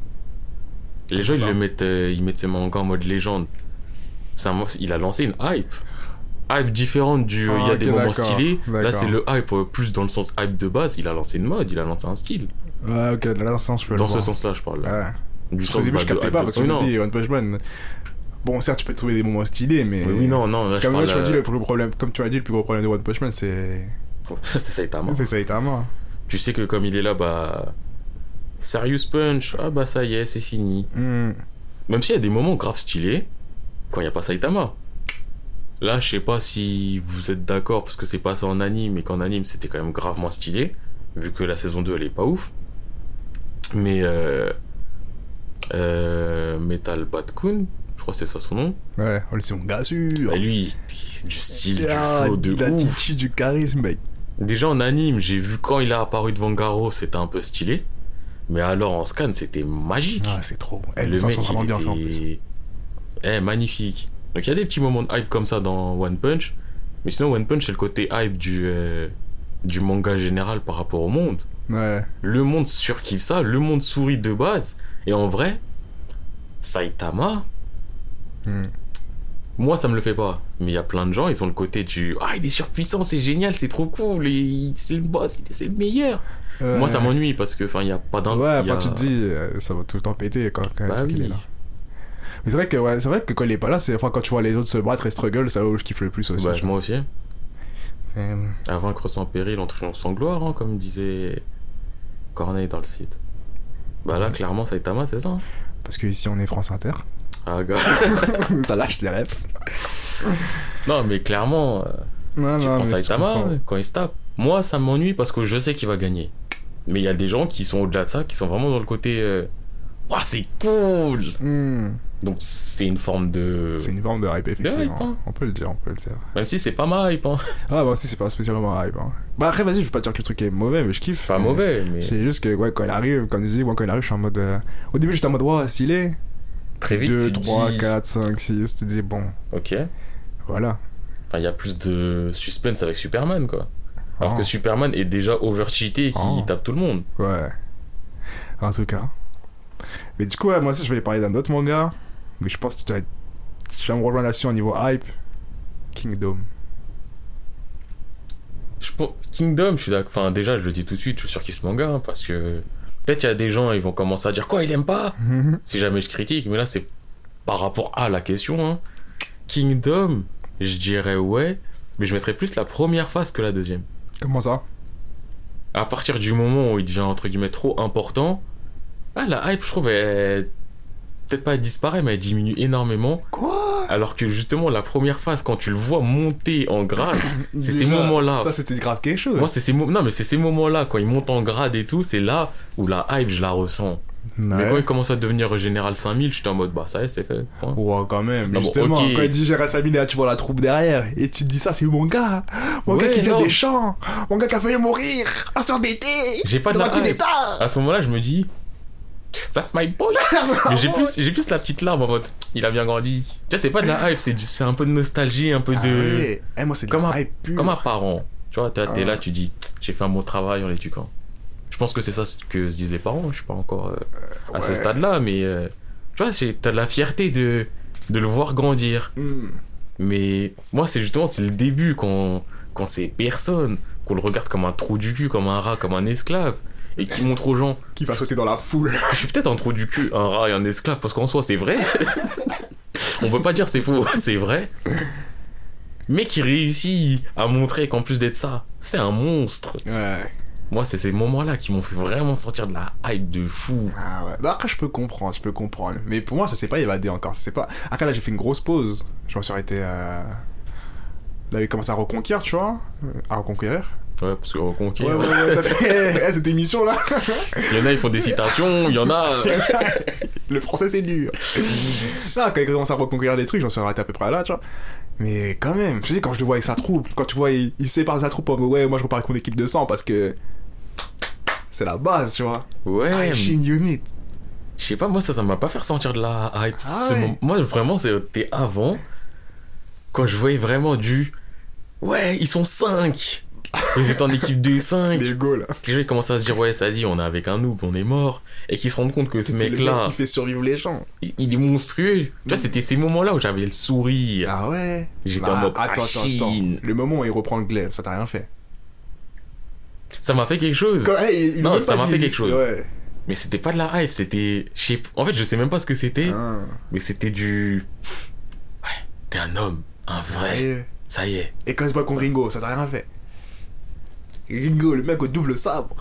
Les gens, ils ça. le mettent, euh, ils mettent ses mangas en mode légende. C'est un, il a lancé une hype. Hype différente du euh, il y Ah, a des ok, moments d'accord, stylés. Là, d'accord. c'est le hype euh, plus dans le sens hype de base. Il a lancé une mode, il a lancé un style. Ouais, ok, dans ce sens, je peux Dans le ce voir. sens-là, je parle. Ouais. Du Au sens début, bah, je de captais hype pas de- parce que Oui, je non. me dis, One Punch Man. Bon, certes, tu peux trouver des moments stylés, mais. Oui, oui, non, non. Là, je Comme, parle, moi, je te dis, euh, le plus gros problème, comme tu as dit, le plus gros problème de One Punch Man, c'est. c'est Saitama. C'est Saitama. Tu sais que comme il est là, bah. Serious Punch, ah bah ça y est, c'est fini. Hmm. Même s'il y a des moments grave stylés, quand il n'y a pas Saitama. Là, je sais pas si vous êtes d'accord, parce que c'est passé en anime, mais qu'en anime, c'était quand même gravement stylé, vu que la saison deux, elle est pas ouf. Mais euh, euh, Metal Batkun, je crois que c'est ça son nom. Ouais, on le sait, mon gars sûr. Bah, lui, du style, Ah, du flow, de ouf. l'attitude, du charisme, mec. Déjà en anime, j'ai vu quand il a apparu devant Garo, c'était un peu stylé. Mais alors en scan, c'était magique. Ah, c'est trop. Eh, Le les mec, sont vraiment il bien était... faits en plus. Eh, magnifique. Donc il y a des petits moments de hype comme ça dans One Punch. Mais sinon, One Punch, c'est le côté hype du, euh, du manga général par rapport au monde. Ouais. Le monde surkiffe ça, le monde sourit de base. Et en vrai, Saitama, Hmm. moi ça me le fait pas. Mais il y a plein de gens, ils ont le côté du ah, il est surpuissant, c'est génial, c'est trop cool, et c'est le boss, c'est le meilleur. Ouais. Moi ça m'ennuie parce que enfin il y a pas d'un. Ouais, y a... quand tu te dis, euh, ça va tout le temps péter quand, quand Bah le truc, il oui. est là. Mais c'est vrai que, ouais, c'est vrai que quand il est pas là, c'est, enfin, quand tu vois les autres se battre et struggle, c'est là où je kiffe le plus aussi. Bah, genre. moi aussi. Euh, À vaincre sans péril, on triomphe sans gloire, hein, comme disait Corneille dans le site. Bah là, clairement, Saitama, c'est ça. Hein. Parce que ici on est France Inter. Ah, gars. Ça lâche les refs. Non, mais clairement, euh, Non, tu non, prends mais je Saitama comprends. ouais, quand il se tape. Moi, ça m'ennuie parce que je sais qu'il va gagner. Mais il y a des gens qui sont au-delà de ça, qui sont vraiment dans le côté. Euh... Ouah, c'est cool! Hmm. Donc, c'est une forme de. C'est une forme de hype, effectivement. hype, hein. On peut le dire, on peut le dire. Même si c'est pas ma hype, hein. Ah, bah aussi, c'est pas spécialement hype. Hein. Bah, après, vas-y, je veux pas dire que le truc est mauvais, mais je kiffe. C'est pas mais mauvais, mais. C'est juste que, ouais, quand il arrive, comme tu dis, moi, quand il arrive, je suis en mode. euh, Au début, j'étais en mode, ouais, stylé. Très vite. deux, tu trois, dis- quatre, cinq, six. Tu te dis, bon, Ok. voilà. Enfin, il y a plus de suspense avec Superman, quoi. Alors Oh. que Superman est déjà over-cheaté et qui Oh. tape tout le monde. Ouais. En tout cas. Mais du coup, ouais, moi aussi, je voulais parler d'un autre manga. Mais je pense que tu vas, tu vas me rejoindre là-dessus au niveau hype. Kingdom. Je pense- Kingdom, je suis d'accord. Enfin, déjà, je le dis tout de suite, je suis sûr qu'il ce manga, hein, parce que peut-être il y a des gens, ils vont commencer à dire quoi, il aime pas si jamais je critique, mais là, c'est par rapport à la question. Hein. Kingdom, je dirais ouais, mais je mettrais plus la première phase que la deuxième. Comment ça? À partir du moment où il devient entre guillemets trop important, ah, la hype, je trouve, elle... peut-être pas elle disparaît, mais elle diminue énormément. Quoi? Alors que justement, la première phase, quand tu le vois monter en grade, c'est ces Déjà, moments-là. Ça, c'était grave quelque chose. Moi, c'est ces mo- non, mais c'est ces moments-là, quand il monte en grade et tout, c'est là où la hype, je la ressens. Mais Ouais. quand il commence à devenir Général cinq mille, j'étais en mode, bah ça y est, c'est fait. point. Ouais, quand même. Non, bon, Justement, ok. quand il dit Gérard Sabine, là, tu vois la troupe derrière. Et tu te dis ça, c'est mon gars. Mon gars Ouais, qui vient non. des champs. Mon gars qui a failli mourir. Un soir d'été. J'ai pas de Dans un la coup hype. d'état. À ce moment-là, je me dis, that's my boy. Mais j'ai plus, j'ai plus la petite larme en mode, il a bien grandi. Tu vois, c'est pas de la hype, c'est, du- c'est un peu de nostalgie, un peu Ah de. ouais. Eh, moi, c'est de Comme la un- hype pure. Comme un parent. Tu vois, t'es, t'es Ah. là, tu dis, j'ai fait un bon travail en l'éduquant. Je pense que c'est ça que se disent les parents. Je suis pas encore euh, à ce ouais. stade-là, mais euh, tu vois, c'est- t'as de la fierté de, de le voir grandir. Hmm. Mais moi, c'est justement, c'est le début quand, quand c'est personne, qu'on le regarde comme un trou du cul, comme un rat, comme un esclave, et qui montre aux gens, Qui va sauter dans la foule. je suis peut-être un trou du cul, un rat et un esclave, parce qu'en soi, c'est vrai. On peut pas dire c'est faux, c'est vrai. Mais qui réussit à montrer qu'en plus d'être ça, c'est un monstre. Ouais. Moi, c'est ces moments-là qui m'ont fait vraiment sentir de la hype de fou. Ah ouais. Bah, après, je peux comprendre, je peux comprendre. Mais pour moi, ça s'est pas évadé encore. Ça s'est pas. Après, là, j'ai fait une grosse pause. Je me suis arrêté. Euh... Là, il commence à reconquérir, tu vois. Euh, À reconquérir. Ouais, parce que reconquérir, Ouais, ouais, ouais, ça fait. Eh, cette émission là. il y en a, ils font des citations, il y en a. euh, Le français, c'est dur. Là, quand il commence à reconquérir des trucs, j'en suis arrêté à peu près là, tu vois. Mais quand même, je sais, quand je le vois avec sa troupe, quand tu vois, il, il sépare sa troupe en mode, ouais, moi je repars avec mon équipe de sang parce que. C'est la base, tu vois. Ouais, Ah, mais- Shin Unit. je sais pas, moi, ça, ça m'a pas fait ressentir de la hype. Ah Ce ouais. moment- Moi, vraiment, c'était avant, quand je voyais vraiment du. Ouais, ils sont cinq. Ils étaient en équipe de cinq. Les go là. Les gens ils commencent à se dire, ouais, ça dit, on est avec un noob, on est mort. Et qu'ils se rendent compte que ce C'est le mec mec-là, qui fait survivre les gens. il, il est monstrueux. Tu vois, c'était ces moments-là où j'avais le sourire. Ah ouais. J'étais Ah, en mode, attends, ah, attends, attends. Chine. Le moment où il reprend le glaive, ça t'a rien fait. Ça m'a fait quelque chose. Quand, hey, il- il Non, m'a ça pas m'a dit, fait quelque chose. Ouais. Mais c'était pas de la hype, c'était. je sais- En fait, je sais même pas ce que c'était, Ah. mais c'était du. Ouais, t'es un homme, un vrai. Ouais. Ça y est. Et quand il se bat contre Ringo, ça t'a rien fait. Ringo, le mec au double sabre.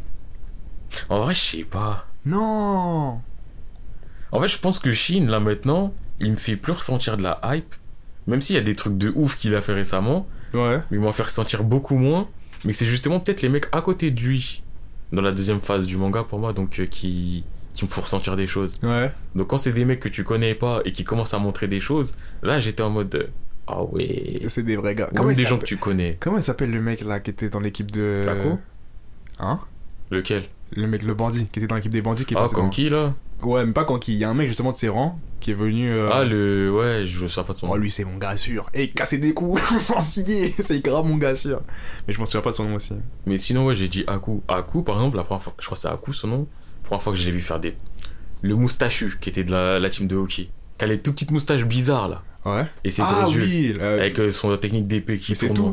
En vrai, je sais pas. Non. En fait, je pense que Shin, là maintenant, il me fait plus ressentir de la hype. Même s'il y a des trucs de ouf qu'il a fait récemment, Ouais. mais il m'a fait ressentir beaucoup moins. Mais c'est justement peut-être les mecs à côté de lui dans la deuxième phase du manga pour moi, donc euh, qui, qui me font ressentir des choses. Ouais. Donc quand c'est des mecs que tu connais pas et qui commencent à montrer des choses, là j'étais en mode euh, ah ouais. C'est des vrais gars. Comme Comment il des gens s'appelle- que tu connais. Comment il s'appelle le mec là qui était dans l'équipe de. Flaco Hein? Lequel? Le mec, le bandit, qui était dans l'équipe des bandits qui est Ah, passé comme dans- qui là? Ouais, mais pas Kanki. Il y a un mec justement de ses rangs qui est venu. euh, Ah, le. Ouais, je me souviens pas de son nom. Oh, lui, c'est mon gars sûr. Et il cassait des coups sans ciller. C'est grave mon gars sûr. Mais je m'en souviens pas de son nom aussi. Mais sinon, ouais, j'ai dit Aku. Aku, par exemple, la première fois, je crois que c'est Aku son nom. La première fois que je l'ai vu faire des. Le moustachu qui était de la, la team de hockey. Qui a les tout petites moustaches bizarres là. Ouais. Et ses Ah gros yeux. oui. euh, Avec euh, son technique d'épée qui Mais c'est tourne.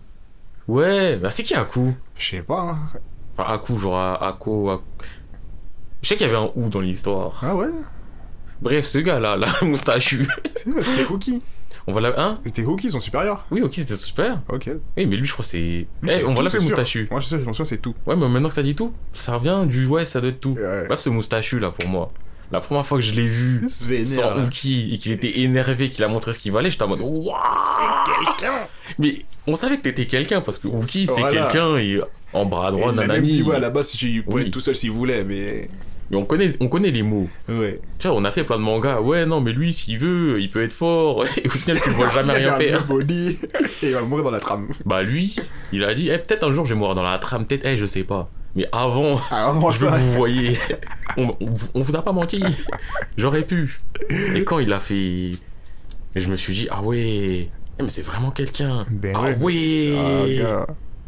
Ouais, bah c'est qui Aku? Je sais pas. hein. Enfin, Aku, genre Ako. Aku. Je sais qu'il y avait un ou dans l'histoire. Ah ouais. Bref, ce gars-là, là, moustachu. C'était Hookie. On va la. Hein? C'était Hookie, son supérieur. Oui, ok, c'était super. Ok. Oui, mais lui, je crois que c'est. Lui, Eh, c'est on va tout, l'appeler c'est sûr. moustachu. Moi, je sais, je m'en souviens, c'est tout. Ouais, mais maintenant que t'as dit tout, ça revient du ouais, ça doit être tout. Ouais. Bref, ce moustachu là pour moi. La première fois que je l'ai vu Il se vénère, sans là. Uki et qu'il était énervé, qu'il a montré ce qu'il valait, j'étais en mode waouh! Quelqu'un. Mais on savait que t'étais quelqu'un parce que Uki c'est Voilà. quelqu'un et en bras droit, Il a même nanani. dit, ouais, à la base, si tu pouvais Oui. être tout seul s'il voulait, mais. Mais on connaît, on connaît les mots. Ouais. Tu vois, on a fait plein de mangas. Ouais, non, mais lui, s'il veut, il peut être fort. Et au final, tu le vois jamais rien C'est un faire. body. Et il va mourir dans la trame. Bah lui, il a dit, eh, peut-être un jour je vais mourir dans la trame, peut-être, eh, je sais pas. Mais avant, Ah, vraiment, je veux ça. que vous voyez. On, on, vous- on vous a pas menti. J'aurais pu. Et quand il a fait. Je me suis dit, ah ouais. Eh, mais c'est vraiment quelqu'un. Ben ah ouais. ouais. Ah, gars.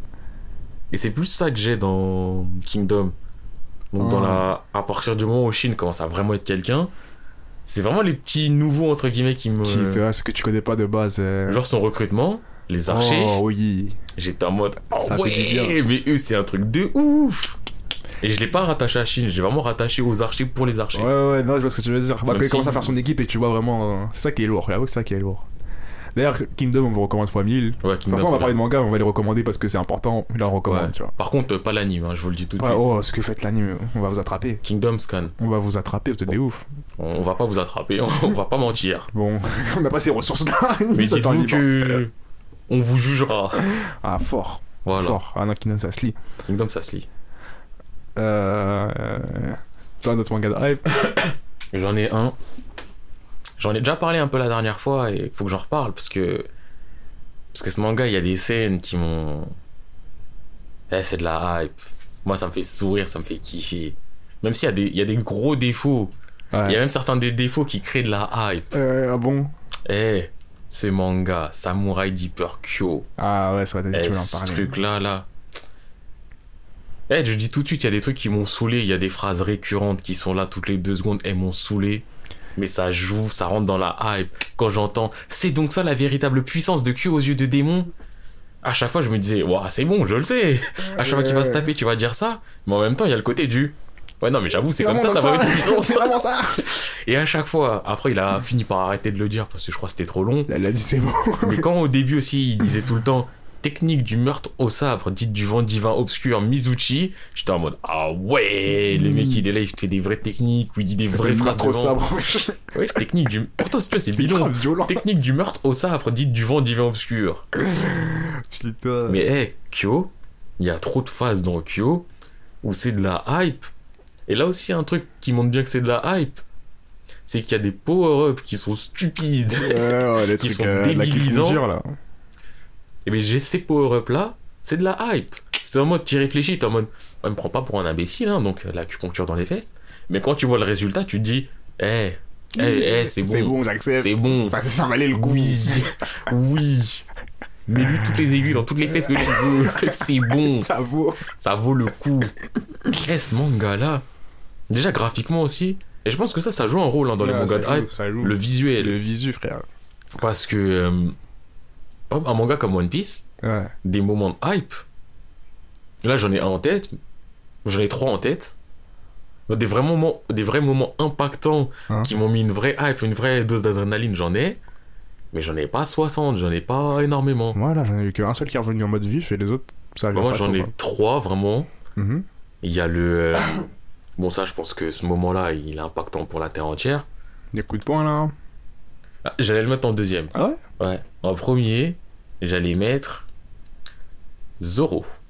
Et c'est plus ça que j'ai dans Kingdom. Donc, dans la... à partir du moment où Shin commence à vraiment être quelqu'un, c'est vraiment les petits nouveaux, entre guillemets, qui me. Qui, tu vois, ce que tu connais pas de base. euh, Genre son recrutement, les archers. Oh, oui. J'étais en mode, oh Ça fait ouais, du bien. mais eux, c'est un truc de ouf. Et je l'ai pas rattaché à Shin, j'ai vraiment rattaché aux archers pour les archers. Ouais, ouais, ouais, non, je vois ce que tu veux dire. Bah, Même quand il si- commence à faire son équipe et tu vois vraiment. euh, C'est ça qui est lourd. J'avoue que c'est ça qui est lourd. D'ailleurs, Kingdom, on vous recommande fois mille. Ouais, Kingdom, Parfois, on va c'est parler de bien. manga, on va les recommander parce que c'est important. Là, on recommande, Ouais. tu vois. Par contre, euh, pas l'anime, hein, je vous le dis tout de Ouais, suite. oh, ce que faites l'anime, on va vous attraper. Kingdom Scan, On va vous attraper, vous êtes des ouf. on, on va pas vous attraper, on va pas mentir. Bon, on n'a pas ces ressources-là. Mais Ça t'en dites-vous libre. que on vous jugera. Ah, fort. Voilà, Fort. Ah non, Kingdom, ça se lit. Kingdom ça se lit. Euh. euh, Toi, notre manga de hype. J'en ai un. J'en ai déjà parlé un peu la dernière fois et faut que j'en reparle parce que parce que ce manga, il y a des scènes qui m'ont. Eh, c'est de la hype. Moi, ça me fait sourire, ça me fait kiffer. Même s'il y a des, il y a des gros défauts. Il y a Ouais. même certains des défauts qui créent de la hype. Euh, ah bon. Eh, ce manga, Samurai Deeper Kyo. Ah ouais, ça va, t'as dit que Eh, tu voulais en ce parler. truc-là, là. Eh, je dis tout de suite, il y a des trucs qui m'ont saoulé. Il y a des phrases récurrentes qui sont là toutes les deux secondes. Elles m'ont saoulé. Mais ça joue, ça rentre dans la hype. Quand j'entends, c'est donc ça la véritable puissance de Kyo aux yeux de démon. À chaque fois, je me disais, waouh, c'est bon, je le sais. À chaque fois qu'il va se taper, tu vas dire ça. Mais en même temps, il y a le côté du. Ouais, non, mais j'avoue, c'est comme ça, ça va être puissant. C'est vraiment ça. Et à chaque fois, après, il a fini par arrêter de le dire parce que je crois que c'était trop long. Elle a dit c'est bon. Mais quand au début aussi, il disait tout le temps technique du meurtre au sabre, dite du vent divin obscur, Mizuchi, j'étais en mode ah ouais, le mec il est là, il fait des vraies techniques, ou il dit des vraies phrases trop devant. sabre. Ouais, technique du. Pourtant, c'est c'est C'est bidon. grave violent. Technique du meurtre au sabre, dite du vent divin obscur. Putain. Mais hé, Kyo, il y a trop de phases dans Kyo où c'est de la hype. Et là aussi, un truc qui montre bien que c'est de la hype, c'est qu'il y a des power-ups qui sont stupides. Ouais, ouais, les Qui trucs sont euh, de la débilisants. culture, là. Et bien j'ai ces power-up là, c'est de la hype. C'est en mode, tu réfléchis, t'es en mode, on me prend pas pour un imbécile, hein, donc euh, l'acupuncture dans les fesses. Mais quand tu vois le résultat, tu te dis, eh, eh, eh, c'est bon. C'est bon, j'accepte. C'est bon. Ça, ça valait le coup. Oui, oui. Mets-lui toutes les aiguilles dans toutes les fesses que tu veux. C'est bon. Ça vaut. Ça vaut le coup. Eh, ce manga là, déjà graphiquement aussi, et je pense que ça, ça joue un rôle hein, dans les Ouais, mangas ça de joue, hype, ça joue. le visuel. Le visu, frère. Parce que, euh, par exemple, un manga comme One Piece, Ouais. des moments de hype. Là, j'en ai un en tête. J'en ai trois en tête. Des vrais moments, des vrais moments impactants Hein qui m'ont mis une vraie hype, une vraie dose d'adrénaline, j'en ai. Mais j'en ai pas soixante, j'en ai pas énormément. Moi, là, j'en ai eu qu'un seul qui est revenu en mode vif et les autres, ça vient Moi, pas j'en trop, ai quoi. trois, vraiment. Mhm. Il y a le... euh, Bon, ça, je pense que ce moment-là, il est impactant pour la Terre entière. Des coups de poing, là. Ah, j'allais le mettre en deuxième. Ah ouais? Ouais. En premier, j'allais mettre... Zoro.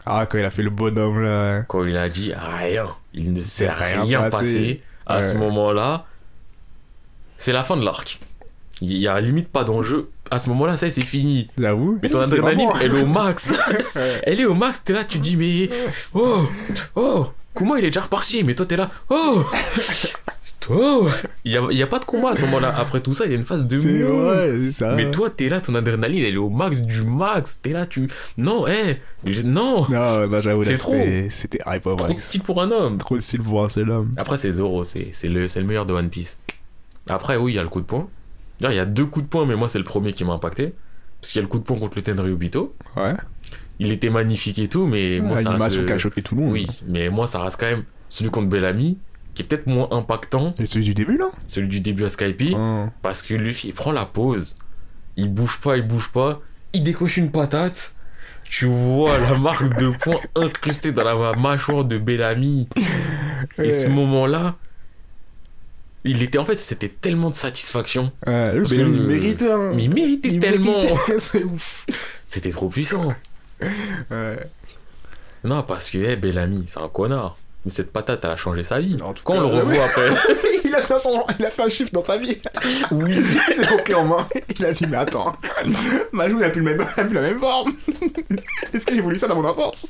Ah, quand il a fait le bonhomme, là. Quand il a dit rien, il ne s'est rien rien, passé. passé. À Ouais. ce moment-là, c'est la fin de l'arc. Il y a limite pas d'enjeu. À ce moment-là, ça y est, c'est fini. J'avoue. Mais ton C'est adrénaline, vraiment- elle est au max. Ouais. Elle est au max, t'es là, tu dis, mais. Oh Oh Kuma, il est déjà reparti, mais toi, t'es là. Oh Oh Il y a, il y a pas de combat à ce moment-là. Après tout ça, il y a une phase de C'est mou. vrai, c'est ça. Mais toi, t'es là, ton adrénaline, elle est au max du max. T'es là, tu. Non, hé Non Non, bah j'avoue, là, C'est trop. c'était c'était hype au Trop de max. style pour un homme. Trop de style pour un seul homme. Après, c'est Zoro, c'est c'est le, c'est le meilleur de One Piece. Après, oui, il y a le coup de poing. D'ailleurs, il y a deux coups de poing, mais moi, c'est le premier qui m'a impacté. Parce qu'il y a le coup de poing contre le Tenryubito. Ouais. Il était magnifique et tout, mais moi, ça L'animation reste. qui a choqué tout le monde. Oui, mais moi, ça reste quand même celui contre Bellamy, qui est peut-être moins impactant, Et celui du début, là celui du début à Skype, Hein. parce que Luffy, il prend la pause, il bouge pas, il bouge pas, il décoche une patate, tu vois la marque de poing incrustée dans la mâchoire de Bellamy. Et ce Ouais. moment-là, il était, en fait, c'était tellement de satisfaction. Ouais, le Parce Bellamy, que- il méritait, hein. Mais il méritait Il tellement. méritait, c'est ouf. C'était trop puissant. Ouais. Non, parce que, hey, Bellamy, c'est un connard. Mais cette patate, elle a changé sa vie. En tout Quand cas, on le revoit ouais. après. il, a fait un changement, il a fait un chiffre dans sa vie. Oui. Il s'est repris en main. Il a dit, mais attends, ma joue n'a plus, le même, elle a plus la même forme. Est-ce que j'ai voulu ça dans mon enfance?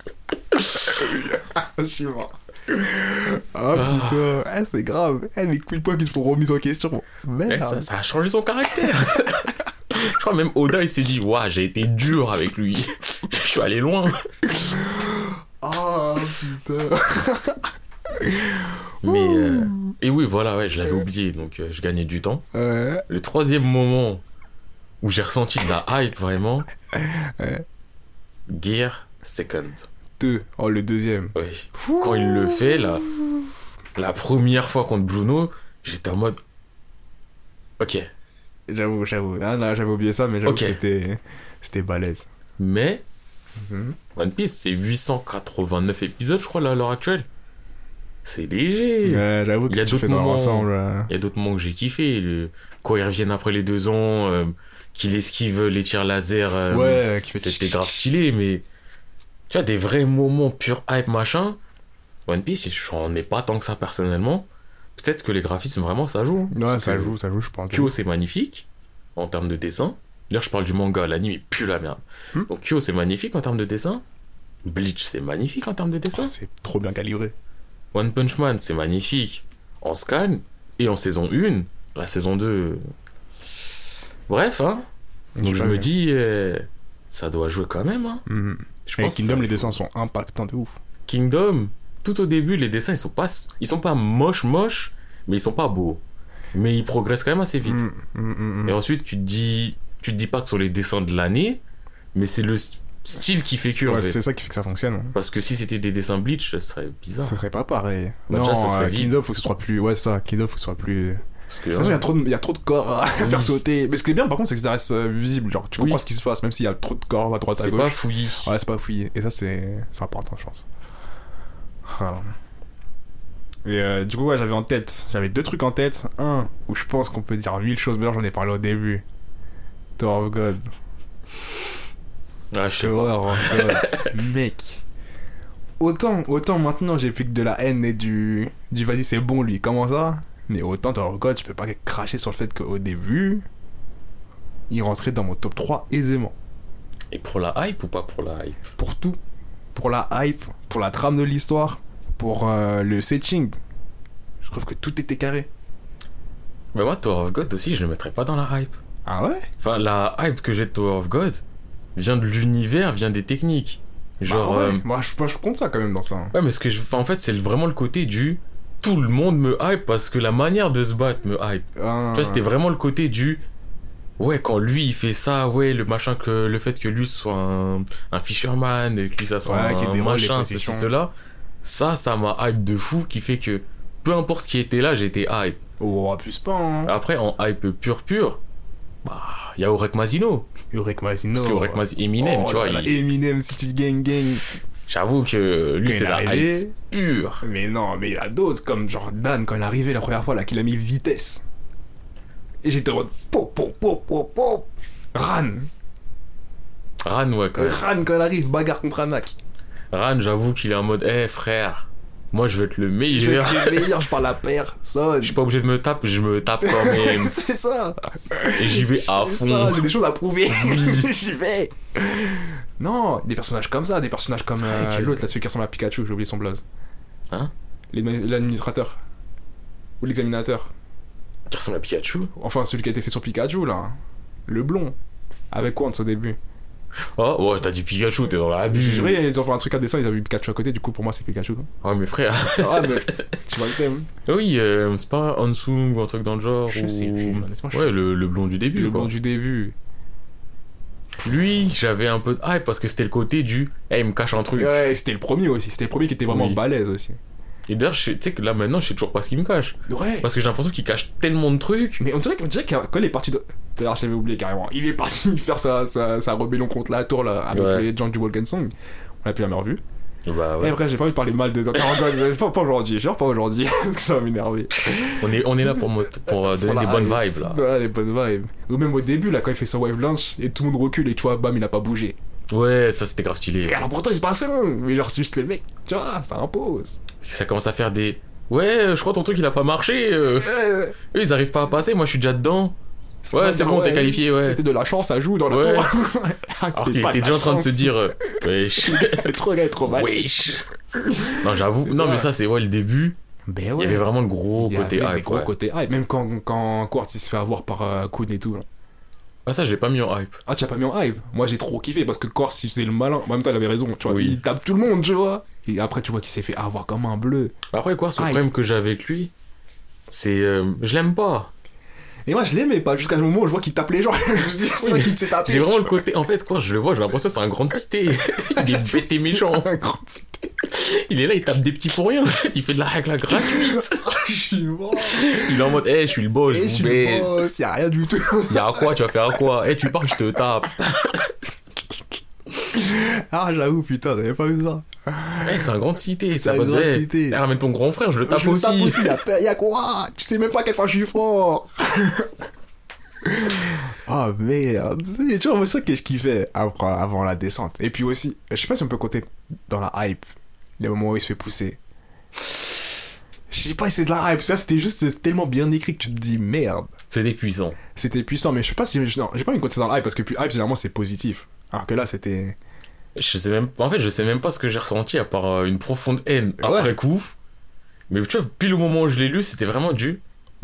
Je suis mort. Ah putain, eh, c'est grave. Eh, les coups de poing qui se font remise en question. Eh, Merde. ça, ça a changé son caractère. Je crois même Oda, il s'est dit, waouh, j'ai été dur avec lui. Je suis allé loin. Ah putain. Mais, euh, et oui, voilà, ouais, je l'avais oublié, donc euh, je gagnais du temps. Ouais. Le troisième moment où j'ai ressenti de la hype vraiment, Gear Second. Deux. Oh, le deuxième. Oui. Quand il le fait, là, la première fois contre Bruno, j'étais en mode, ok. J'avoue, j'avoue. Ah, non, j'avais oublié ça, mais j'avoue Ok. que c'était, c'était balèze. Mais Mhm. One Piece, c'est huit cent quatre-vingt-neuf épisodes, je crois, là, à l'heure actuelle. C'est léger. Ouais, j'avoue que Il y a si tu d'autres fais dans moments- l'ensemble. euh, Il y a d'autres moments que j'ai kiffé. Le... Quand ils reviennent après les deux ans, euh, qu'il esquive les tirs laser. euh, Ouais, qui fait C'était grave stylé, mais. Tu vois, des vrais moments pur hype machin. One Piece, j'en ai pas tant que ça personnellement. Peut-être que les graphismes, vraiment, ça joue. Ouais, Parce ça que joue, ça joue, je pense. Kyo, c'est magnifique en termes de dessin. D'ailleurs, je parle du manga, l'anime, il pue la merde. Hmm. Donc, Kyo, c'est magnifique en termes de dessin. Bleach, c'est magnifique en termes de dessin. Oh, c'est trop bien calibré. One Punch Man, c'est magnifique en scan et en saison un. La saison deux. Bref, hein. Donc, J'ai je pas me vu. dis, euh, ça doit jouer quand même, hein. Mhm. Je Et pense Kingdom, que ça- les dessins sont impactants de ouf. Kingdom, tout au début, les dessins, ils sont pas, ils sont pas moches, moches, mais ils sont pas beaux. Mais ils progressent quand même assez vite. Mhm, mhm, mhm. Et ensuite, tu te dis, tu te dis pas que ce sont les dessins de l'année, mais c'est le s- style qui fait que, en Ouais, fait. c'est ça qui fait que ça fonctionne. Parce que si c'était des dessins Bleach, ça serait bizarre. Ça serait pas pareil. Bah, non, déjà, ça serait euh, vite. Kingdom, faut que ce soit plus. Ouais, ça, Kingdom, faut que ce soit plus. Parce que, De toute façon, il y hein, a trop de, il y a trop de corps à faire sauter. Mais ce qui est bien, par contre, c'est que ça reste euh, visible. Genre, tu Oui. comprends ce qui se passe, même s'il y a trop de corps à droite, à c'est gauche. pas fouillis. Ouais, c'est pas fouillé. Et ça, c'est c'est important, je pense. Voilà. Et euh, du coup, ouais, j'avais en tête, j'avais deux trucs en tête. Un, où je pense qu'on peut dire mille choses, mais là, j'en ai parlé au début. Tower of God. Ah, je sais pas. Tower of God. Mec. Autant, autant maintenant, j'ai plus que de la haine et du. Du vas-y, c'est bon, lui. Comment ça? Mais autant Tower of God, je peux pas cracher sur le fait qu'au début, il rentrait dans mon top trois aisément. Et pour la hype ou pas pour la hype? Pour tout. Pour la hype, pour la trame de l'histoire, pour euh, le setting. Je trouve que tout était carré. Mais moi, Tower of God aussi, je le mettrais pas dans la hype. Ah ouais? Enfin, la hype que j'ai de Tower of God vient de l'univers, vient des techniques. Genre. Bah ouais. euh, Moi, je, moi, je compte ça quand même dans ça. Ouais, mais ce que je. Enfin, en fait, c'est vraiment le côté du. Tout le monde me hype parce que la manière de se battre me hype. Ah. Tu vois, c'était vraiment le côté du. Ouais, quand lui il fait ça, ouais, le machin que. Le fait que lui soit un, un fisherman, et que lui ça soit Ouais, qu'il y ait un des rôles, des machin, ceci, positions. cela. Ça, ça m'a hype de fou qui fait que. Peu importe qui était là, j'étais hype. Oh, plus pas, hein. Après, en hype pur pur, bah. Il y a Orek Mazino. Urek Mazino. Parce que Orek Mazino. Eminem, Oh tu vois. là là, il- Eminem, City Gang Gang. J'avoue que lui, Quand c'est il est la hype arrivé. pure. Mais non, mais il y a d'autres, comme genre Dan, quand il est arrivé la première fois, là, qu'il a mis vitesse. Et j'étais en mode pop, pop, pop, pop, pop. Ran. Ran, ouais, quand même. Ran, quand il arrive, bagarre contre Anak. Ran, j'avoue qu'il est en mode, eh frère, moi je veux être le Je veux meilleur. être le meilleur, je parle à personne. Je suis pas obligé de me taper, je me tape quand même. C'est ça. Et j'y vais à C'est fond. ça, j'ai des choses à prouver. J'y vais. Non, des personnages comme ça, des personnages comme C'est vrai euh, que- l'autre, là, celui qui ressemble à Pikachu, j'ai oublié son blaze. Hein? L'admi- L'administrateur. Ou l'examinateur. Qui ressemble à Pikachu. Enfin, celui qui a été fait sur Pikachu, là. Le blond. Avec Quant au début. Oh, ouais, t'as dit Pikachu, t'es dans la J'ai buse. juré, ils ont fait un truc à dessin, ils avaient vu Pikachu à côté, du coup, pour moi, c'est Pikachu. Quoi. Ouais, mais frère. Ah, mais tu vois le thème. Oui, euh, c'est pas Hansung ou un truc dans le genre. Je ou... sais plus, honnêtement, je Ouais, sais le, le blond du début. Le quoi. blond du début. Lui, j'avais un peu de hype parce que c'était le côté du. Eh, il me cache un truc. Ouais, c'était le premier aussi, c'était le premier qui était vraiment Oui. balèze aussi. Et d'ailleurs, je sais- tu sais que là maintenant, je sais toujours pas ce qu'il me cache. Ouais. Parce que j'ai l'impression qu'il cache tellement de trucs. Mais on dirait, on dirait que quand il est parti de... D'ailleurs, je l'avais oublié carrément. Il est parti faire sa, sa, sa rébellion contre la tour là, avec Ouais. les gens du Wolkensong. On a plus jamais revu. Bah Et ouais. après, j'ai pas envie de parler mal de. Attends, pas, pas aujourd'hui, genre pas aujourd'hui, parce que ça va m'énerver. On est, on est là pour, mo- pour euh, donner Pour la des bonnes hype. vibes là. Ouais, les bonnes vibes. Ou même au début, là, quand il fait son wave launch et tout le monde recule et tu vois, bam, il a pas bougé. Ouais, ça c'était grave stylé. Et alors pourtant, il se passe rien. Mais genre, juste le mec, tu vois, ça impose. Ça commence à faire des. Ouais, je crois ton truc il a pas marché. euh. Euh, Eux ils arrivent pas à passer, moi je suis déjà dedans. Ouais, c'est bon, t'es qualifié, ouais. C'était de la chance, ça joue dans la Ouais. tour. Alors qu'il était déjà en train de se dire. euh, Wesh. Le trop gars est trop mal. Wesh. Non, j'avoue. Non, mais ça c'est ouais le début. Ben Il ouais. y avait vraiment le gros Il y côté avait des hype. gros Ouais. côté hype. Même quand, quand Quartz il se fait avoir par euh, Kun et tout. Là. Ah, ça je l'ai pas mis en hype. Ah, tu as pas mis en hype. Moi j'ai trop kiffé parce que Quartz il faisait le malin. En même temps, il avait raison. Tu vois, Oui. il tape tout le monde, tu vois. Et après, tu vois qu'il s'est fait avoir comme un bleu. Après, quoi, ce Hype. problème que j'ai avec lui, c'est. euh, je l'aime pas. Et moi je l'aimais pas jusqu'à ce moment où je vois qu'il tape les gens. je me dis, c'est Oui, vrai mais qu'il s'est tapé. J'ai vraiment tu le côté. En fait, quand je le vois, j'ai l'impression que c'est un grand cité. Il est bête et vois. méchant. C'est un grand- Il est là, il tape des petits pour rien. Il fait de la règle gratuite. Je suis mort. Il est en mode, hé, je suis le boss, Et je je vous suis le baisse. boss, y a rien du tout. Y'a quoi, tu vas faire quoi? Eh, tu parles, je te tape. Ah, j'avoue, putain, j'avais pas vu ça. Eh, c'est un grand cité. Ça C'est passe. une grande Eh, cité. eh, ramène ton grand frère, je le tape je le aussi. tape aussi, y'a, y a quoi? Tu sais même pas à quel point je suis fort. Ah merde. Et tu vois, moi, c'est ça que je kiffais après, avant la descente. Et puis aussi, je sais pas si on peut compter dans la hype, les moments où il se fait pousser. Je sais pas si c'est de la hype, ça c'était juste c'est tellement bien écrit que tu te dis merde. C'était puissant. C'était puissant, mais je sais pas si. Non, j'ai pas envie de compter dans la hype parce que puis hype, généralement c'est positif. Alors que là c'était. Je sais même. En fait, je sais même pas ce que j'ai ressenti à part euh, une profonde haine Ouais. après coup. Mais tu vois, pile au moment où je l'ai lu, c'était vraiment du.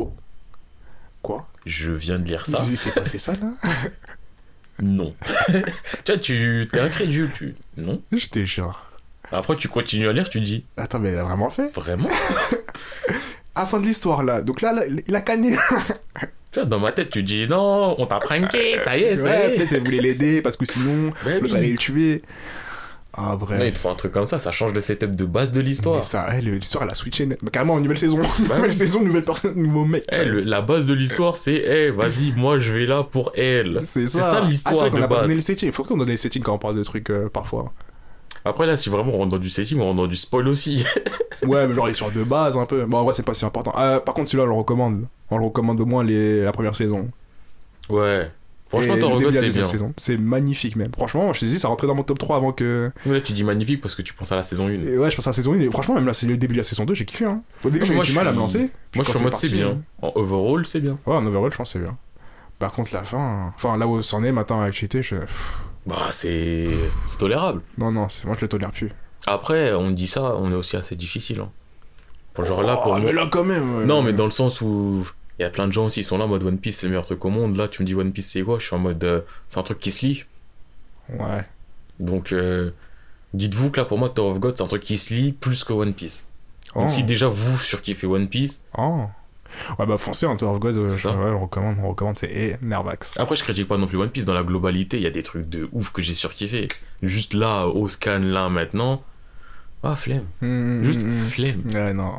Quoi? Je viens de lire Je ça. me dis, c'est passé ça là? Non. Tu vois, tu t'es incrédule, tu. Non. J'étais genre. Après, tu continues à lire, tu dis. Attends, mais il a vraiment fait? Vraiment? À la fin de l'histoire là. Donc là, là, il a canné. Tu vois, dans ma tête, tu dis non, on t'a pranké, ça y est, ça Ouais, y est. peut-être elle voulait l'aider parce que sinon, Ben l'autre oui. allait le tuer. Ah, Ouais, bref. il te faut un truc comme ça, ça change le setup de base de Mais l'histoire. ça, elle, l'histoire, elle a switché net. Mais carrément, nouvelle saison. Bah nouvelle oui. saison, nouvelle personne, nouveau mec. Eh, le- la base de l'histoire, c'est, eh, vas-y, moi je vais là pour elle. C'est ça. C'est ça Ah, c'est l'histoire vrai qu'on de a pas donné base. le setting. Il faudrait qu'on donne les settings quand on parle de trucs euh, parfois. Après, là, si vraiment on rentre dans du setting, on rentre dans du spoil aussi. Ouais, mais genre l'histoire de base un peu. Bon, en vrai, c'est pas si important. Ah, par contre, celui-là, on le recommande. On le recommande au moins les... la première saison. Ouais. Franchement, Et ton le début regard, de la c'est deuxième bien. saison. C'est magnifique même. Franchement, je te dis, ça rentrait dans mon top trois avant que. Mais là, tu dis magnifique parce que tu penses à la saison un. Et ouais, je pense à la saison un. Et franchement, même là, c'est le début de la saison deux, j'ai kiffé. Hein. Au début, Ah, j'ai eu moi, du je mal à suis- me lancer. Moi, je quand suis en c'est mode parti, c'est bien. En overall, c'est bien. Ouais, en overall, je pense que c'est bien. Par contre, la fin. Enfin, là où c'en est maintenant avec Cheaté, je. Bah, c'est. C'est tolérable. Non, non, c'est... moi, je le tolère plus. Après, on dit ça, on est aussi assez difficile. Hein. Pour genre là, Oh, pour mais moi. là, quand même. euh, Non, mais dans le sens où. Il y a plein de gens aussi, ils sont là en mode One Piece, c'est le meilleur truc au monde. Là, tu me dis One Piece, c'est quoi? Je suis en mode. euh, c'est un truc qui se lit. Ouais. Donc, euh, dites-vous que là, pour moi, Tower of God, c'est un truc qui se lit plus que One Piece. Donc, Oh. si déjà vous surkiffez One Piece. Oh. Ouais, bah, foncez, un Tower of God, euh, C'est je, ça. ouais, on recommande, on recommande, c'est Nervax. Après, je critique pas non plus One Piece. Dans la globalité, il y a des trucs de ouf que j'ai surkiffé. Juste là, au scan, là, maintenant. Ah, flemme. Mmh, Juste mmh, mmh. flemme. Ouais, non.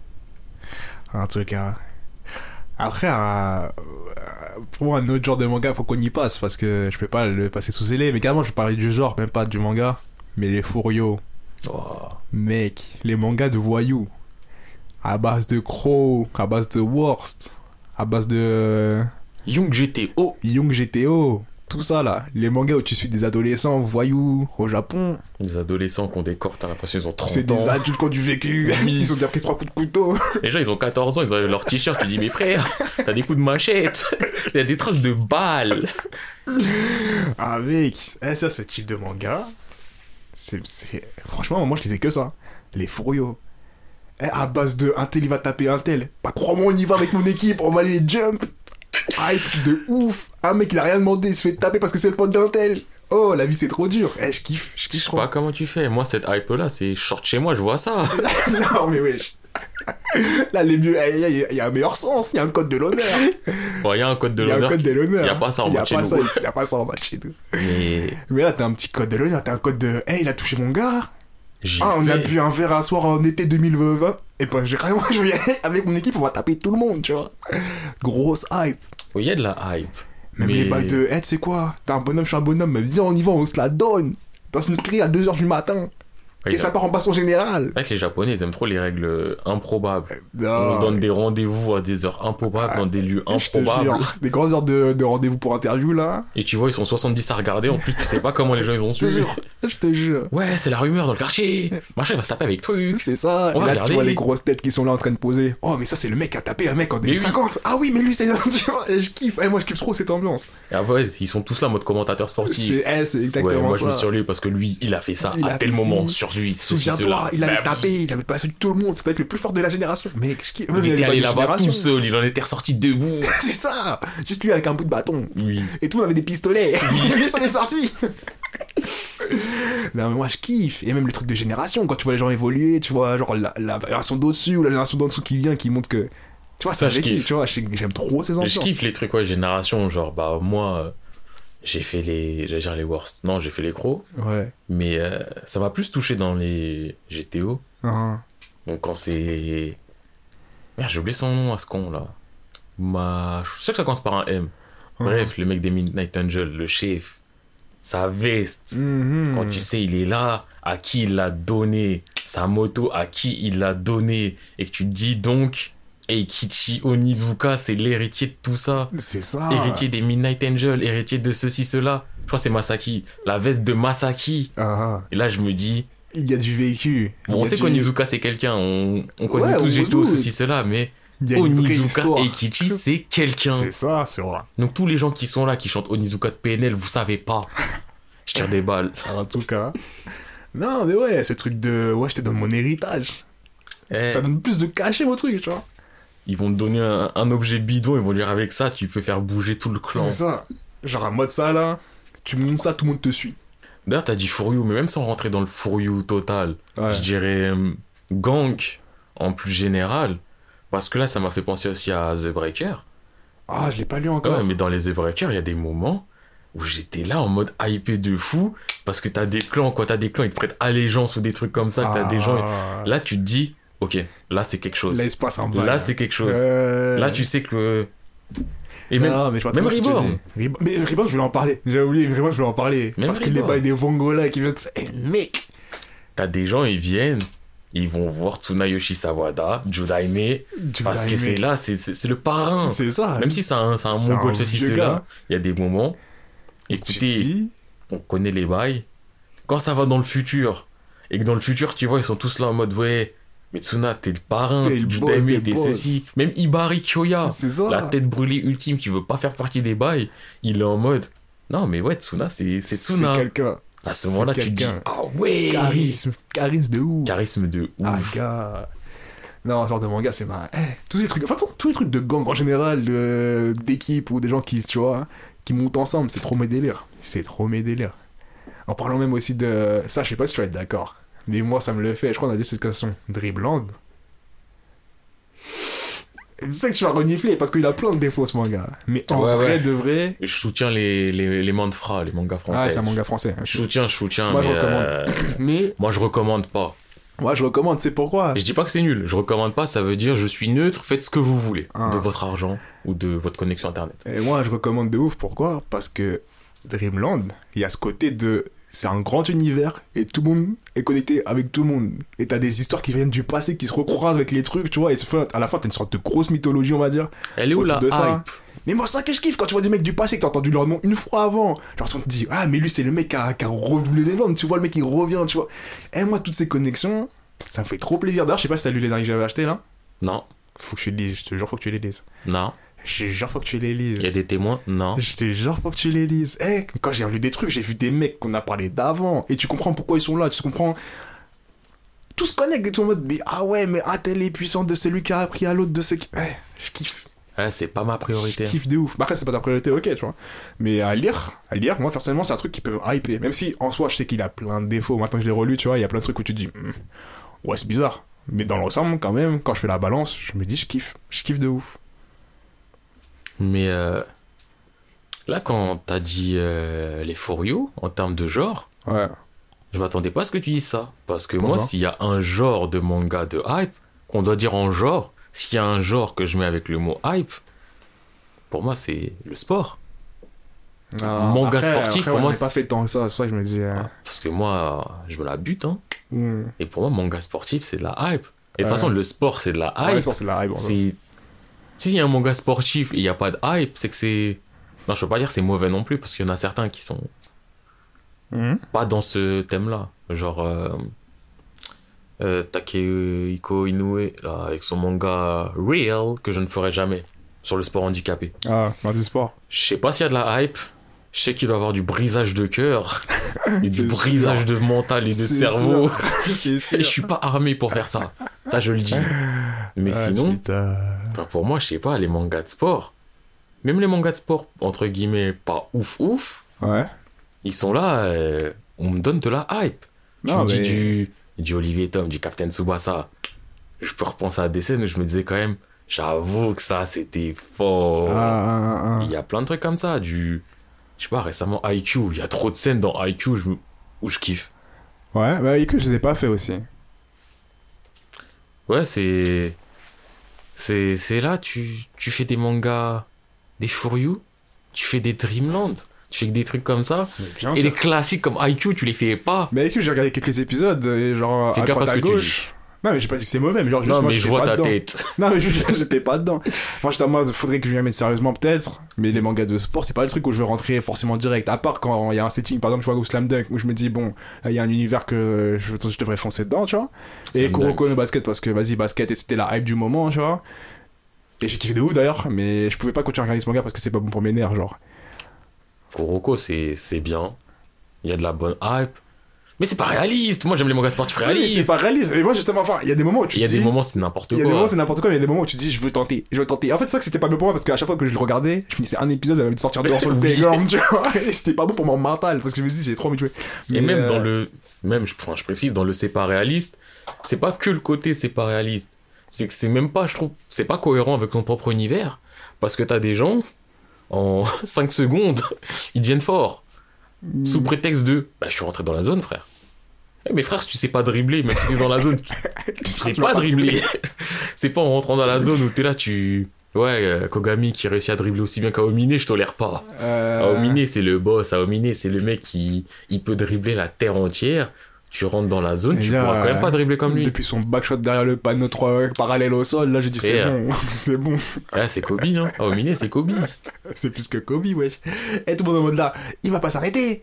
Un truc à. Après, un- pour moi, un autre genre de manga, faut qu'on y passe parce que je peux pas le passer sous zélé. Mais carrément, je parlais du genre, même pas du manga. Mais les Furio. Oh. Mec, les mangas de voyous. À base de Crow, à base de Worst, à base de Young G T O. Young G T O. Tout ça là, les mangas où tu suis des adolescents voyous au Japon. Les adolescents qui ont des corps, t'as l'impression qu'ils ont trente ans. C'est des adultes qui ont du vécu. Ils ont bien pris trois coups de couteau. Les gens, ils ont quatorze ans, ils ont leur t-shirt. Tu dis, mais frère, t'as des coups de machette. Il y a des traces de balles. Ah, mec, eh, ça, ce type de manga. C'est, c'est... Franchement, moi, je lisais que ça. Les furios. Eh, à base de un tel, il va taper un tel. Bah, crois-moi, on y va avec mon équipe, on va aller les jump. Hype de ouf. Un mec, il a rien demandé, il se fait taper parce que c'est le pote d'un tel. Oh, la vie, c'est trop dur. Eh, je kiffe, je Je kiffe sais trop. pas comment tu fais. Moi, cette hype-là, c'est je sors de chez moi, je vois ça. Non, mais wesh. Là, les mieux, il y, a- il y a un meilleur sens, il y a un code de l'honneur. Bon, il y a un code de Il y a un l'honneur. code de l'honneur. Il y a pas ça en Il y a match chez pas nous. ça ici, il y a pas ça en match chez nous. Mais Mais là, t'as un petit code de l'honneur, t'as un code de. Hey, il a touché mon gars. j'ai Ah, on a fait- bu un verre à soir en été deux mille vingt. Et ben, j'ai carrément, je vais y aller avec mon équipe, on va taper tout le monde, tu vois. Grosse hype. Il y a de la hype. Même Mais- les bails de. Hey, tu sais quoi? T'es un bonhomme, je suis un bonhomme, mais viens, on y va, on se la donne. Dans une prairie à deux heures du matin. Ouais, Et ils ça aiment- part en baston générale. C'est vrai que les Japonais, ils aiment trop les règles improbables. On Non. se donne des rendez-vous à des heures improbables, dans des lieux Je te improbables. jure, des grandes heures de, de rendez-vous pour interview là. Et tu vois, ils sont soixante-dix à regarder. En plus, tu sais pas comment les gens ils vont Je te suivre. jure, je te jure. Ouais, c'est la rumeur dans le quartier. Machin, il va se taper avec truc. C'est ça. On Et va là, regarder. tu vois les grosses têtes qui sont là en train de poser. Oh, mais ça, c'est le mec qui a tapé un mec en deux mille oui. cinquante. Ah oui, mais lui, c'est. Tu vois, et je kiffe. Eh, moi, je kiffe trop cette ambiance. Et après, ils sont tous là en mode commentateur sportif. C'est, eh, c'est Ouais, exactement moi ça. je me suis sur lui parce que lui, il a fait ça Il à a tel fait moment ci. sur lui. ceci, Souviens-toi, cela. il avait Bah, tapé, il avait passé tout le monde. C'était être le plus fort de la génération. Mec, je kiffe. Même Il les était allé bails de là-bas tout génération. seul, il en était ressorti debout. C'est ça. Juste lui avec un bout de bâton. Oui. Et tout le monde avait des pistolets. Il s'en est sorti. Non, mais moi, je kiffe. Et même le truc de génération, quand tu vois les gens évoluer, tu vois, genre la, la génération d'au-dessus ou la génération d'en dessous qui vient, qui montre que. Tu vois, Ça, ça, je vécu, kiffe. tu vois, je- j'aime trop ces Je ambiances. kiffe les trucs, ouais, génération. Genre, bah, moi, euh, j'ai fait les. J'allais dire les worst. Non, j'ai fait les crocs. Ouais. Mais euh, ça m'a plus touché dans les G T O. Hein. Donc, quand c'est. Merde, j'ai oublié son nom à ce con là. Ma... Je sais que ça commence par un M. Bref, le mec des Midnight Angel, le chef, sa veste. Mhm. Quand tu sais, il est là, à qui il l'a donné, sa moto, à qui il l'a donné, et que tu te dis donc, Eikichi Onizuka, c'est l'héritier de tout ça. C'est ça. Héritier des Midnight Angel, héritier de ceci, cela. Je crois que c'est Masaki. La veste de Masaki. Ah, Et là, je me dis, il y a du vécu. bon, Il y on a sait du- qu'Onizuka, c'est quelqu'un. On, on connaît Ouais, tous on G T O, doute. ceci, cela, mais il y a une vraie Onizuka histoire. Eikichi, c'est quelqu'un. C'est ça, c'est vrai. Donc, tous les gens qui sont là, qui chantent Onizuka de P N L, vous savez pas. Je tire des balles. En tout cas. Non, mais ouais, ce truc de. Ouais, je te donne mon héritage. Eh, Ça donne plus de cachet au truc, tu vois. Ils vont te donner un, un objet bidon, ils vont dire avec ça, tu peux faire bouger tout le clan. C'est ça. Genre, un mode ça, là. Tu montes ça, tout le monde te suit. D'ailleurs, t'as dit Furyu, mais même sans rentrer dans le Furyu total, Ouais. je dirais euh, gang en plus général. Parce que là, ça m'a fait penser aussi à The Breaker. Ah, je l'ai pas lu encore. Ouais, mais dans les The Breaker, il y a des moments où j'étais là en mode hypé de fou. Parce que t'as des clans, quand t'as des clans, ils te prêtent allégeance ou des trucs comme ça. Que t'as des gens. Ah. Là, tu te dis, ok, là, c'est quelque chose. Là, il se passe un bail. Là, c'est quelque chose. Euh... Là, tu sais que. Et même. Non, mais je vois même très bien ce que tu Reborn. dis. Reborn. Mais Reborn, je voulais en parler. J'ai oublié, Reborn, je voulais en parler. Même Parce que les Reborn. bails des Vongola qui viennent. Eh, mec. T'as des gens, ils viennent, ils vont voir Tsunayoshi Sawada, Judaime, Tu parce vas que c'est aimer. là, c'est, c'est, c'est le parrain. C'est ça. Même si c'est un, c'est un C'est mongol, un ceci, vieux cela, gars. il y a des moments, Tu te écoutez, dis, on connaît les bails. Quand ça va dans le futur, et que dans le futur, tu vois, ils sont tous là en mode, ouais, mais Tsuna, t'es le parrain, T'es le boss Judaime, des t'es boss. ceci. Même Ibari Kyoya, C'est ça. la tête brûlée ultime qui veut pas faire partie des bails, il est en mode, non, mais ouais, Tsuna, c'est, c'est Tsuna. C'est quelqu'un. À ce C'est moment-là, tu te dis, quelqu'un. ah ouais, Charisme. Charisme de ouf. Charisme de ouf. Ah, gars. Non, ce genre de manga, c'est ma. Eh, tous les trucs. Enfin, tous les trucs de gang en général, de- d'équipe ou des gens qui, tu vois, hein, qui montent ensemble, c'est trop mes délires. C'est trop mes délires. En parlant même aussi de. Ça, je sais pas si tu vas être d'accord. Mais moi, ça me le fait. Je crois qu'on a dit cette question. Dreamland. Je sais que tu vas renifler parce qu'il a plein de défauts ce manga. Mais en Ouais, vrai ouais. de vrai. Je soutiens les, les, les manfras, les mangas français. Ah, c'est un manga français. hein. Je soutiens, je soutiens. Moi, je mais, recommande. euh, Mais moi, je recommande pas. moi, je recommande. C'est pourquoi. Et je dis pas que c'est nul. Je recommande pas, ça veut dire je suis neutre, faites ce que vous voulez. Ah. De votre argent ou de votre connexion internet. Et moi, je recommande de ouf. Pourquoi? Parce que Dreamland, il y a ce côté de. c'est un grand univers et tout le monde est connecté avec tout le monde. Et t'as des histoires qui viennent du passé, qui se recroisent avec les trucs, tu vois. Et à la fin, t'as une sorte de grosse mythologie, on va dire. Elle est où la de ça. hype? Mais moi, ça que je kiffe quand tu vois des mecs du passé que t'as entendu leur nom une fois avant. Genre, tu te dis, ah, mais lui, c'est le mec qui a, qui a redoublé les ventes. Tu vois, le mec, il revient, tu vois. Et moi, toutes ces connexions, ça me fait trop plaisir. D'ailleurs, je sais pas si t'as lu les derniers que j'avais achetés là. Non. Faut que tu les lises, je te jure, faut que tu les lises. Non. Je te jure, faut que tu les lises. Il y a des témoins? Non. Je te jure, faut que tu les lises. Eh, quand j'ai lu des trucs, j'ai vu des mecs qu'on a parlé d'avant. Et tu comprends pourquoi ils sont là, tu comprends. Tout se connecte et tout en mode, mais ah ouais, mais un tel est puissant de celui qui a appris à l'autre de ce qui. Eh, je kiffe. Ouais, c'est pas ma priorité. Je kiffe de ouf. Bah après, c'est pas ta priorité, ok, tu vois. Mais à lire, à lire, moi, personnellement, c'est un truc qui peut me hyper. Même si, en soi, je sais qu'il a plein de défauts. Maintenant que je l'ai relu, tu vois, il y a plein de trucs où tu te dis, hm, ouais, c'est bizarre. Mais dans l'ensemble, quand même, quand je fais la balance, je me dis, je kiffe. Je kiffe de ouf. Mais euh, là, quand t'as dit euh, les For You, en termes de genre, Ouais. je m'attendais pas à ce que tu dises ça. Parce que Pourquoi moi, s'il y a un genre de manga de hype, qu'on doit dire en genre, s'il y a un genre que je mets avec le mot hype, pour moi, c'est le sport. Non, Manga après, sportif, après, pour ouais, moi, j'en ai pas c'est- fait tant que ça, c'est pour ça que je me dis. euh, Parce que moi, je me la bute, hein. hmm. Et pour moi, manga sportif, c'est de la hype. Et de toute Ouais. façon, le sport, c'est de la Ouais, hype. je pense que c'est la hype. en fait. c'est... S'il y a un manga sportif et il n'y a pas de hype, c'est que c'est... Non, je peux pas dire que c'est mauvais non plus, parce qu'il y en a certains qui sont Mhm. pas dans ce thème-là. Genre... Euh... Euh, Takehiko Inoue, là, avec son manga Real, que je ne ferai jamais, sur le sport handicapé. Ah, dans du sport. Je sais pas s'il y a de la hype, je sais qu'il doit y avoir du brisage de cœur, et du C'est brisage sûr. de mental et de C'est cerveau. C'est Et sûr. je suis pas armé pour faire ça, ça je le dis. Mais Ah, sinon, putain. enfin, pour moi, je sais pas, les mangas de sport, même les mangas de sport, entre guillemets, pas ouf ouf, Ouais. ils sont là, euh, on me donne de la hype. Tu Non, me dis mais- du, du Olivier Tom, du Captain Tsubasa. Je peux repenser à des scènes où je me disais quand même, j'avoue que ça c'était fort. Ah, ah, Il y a plein de trucs comme ça, du. Je sais pas, récemment I Q, il y a trop de scènes dans I Q je me- où je kiffe. ah. Ouais, bah écoute, je les ai pas fait aussi. Ouais, c'est. C'est c'est là, tu, tu fais des mangas, des For You, tu fais des Dreamland, tu fais que des trucs comme ça. Mais bien Et les classiques comme I Q, tu les fais pas. Mais écoute, j'ai regardé quelques épisodes et genre Fais à gaffe à droite ce à que tu gauche. Non, mais j'ai pas dit que c'était mauvais, mais genre juste Non, moi mais je j'étais vois pas ta dedans. tête. Non, mais juste, j'étais pas dedans. Enfin, j'étais en mode, faudrait que je m'y mette sérieusement peut-être, mais les mangas de sport, c'est pas le truc où je veux rentrer forcément direct. À part quand il y a un setting, par exemple, tu vois, au Slam Dunk, où je me dis, bon, là, il y a un univers que je, je devrais foncer dedans, tu vois. Et Slam Kuroko no Basket, parce que vas-y, basket, et c'était la hype du moment, tu vois. Et j'ai kiffé de ouf d'ailleurs, mais je pouvais pas continuer à regarder ce manga parce que c'était pas bon pour mes nerfs, genre. Kuroko, c'est c'est bien. Il y a de la bonne hype. Mais c'est pas réaliste. Moi, j'aime les mangas sportifs Mais réalistes. c'est pas réaliste. Et moi, justement, enfin, il y a des moments où tu Il y a te des dis- moments, c'est n'importe Il y a des moments quoi. c'est n'importe quoi, mais il y a des moments où tu te dis je veux tenter, je veux tenter. En fait, c'est ça que c'était pas bon pour moi parce qu'à chaque fois que je le regardais, je finissais un épisode avec de sortir dehors sur le Oui. playground, tu vois. Et c'était pas bon pour mon mental parce que je me dis j'ai trop envie de jouer. Et Mais, même euh, dans le. Même, je, enfin, je précise, dans le c'est pas réaliste, c'est pas que le côté c'est pas réaliste. C'est que c'est même pas, je trouve, c'est pas cohérent avec son propre univers. Parce que t'as des gens, en cinq secondes, ils deviennent forts. Mm. Sous prétexte de. Bah, je suis rentré dans la zone, frère. Eh, mais frère, si tu sais pas dribbler, même si t'es dans la zone, tu, tu sais Tu pas vas pas dribbler. C'est pas en rentrant dans la zone où t'es là, tu. Ouais, euh, Kogami qui réussit à dribbler aussi bien qu'Aomine, je tolère pas. euh, Aomine, c'est le boss. Aomine, c'est le mec qui il peut dribbler la terre entière. Tu rentres dans la zone, Et tu là, pourras quand même pas dribbler comme lui. Depuis son backshot derrière le panneau trois parallèle au sol, là j'ai dit c'est Frère. bon, c'est bon. Ah, c'est Kobe, hein. Aomine, c'est Kobe. C'est plus que Kobe, wesh. Et tout le monde en mode là, il va pas s'arrêter.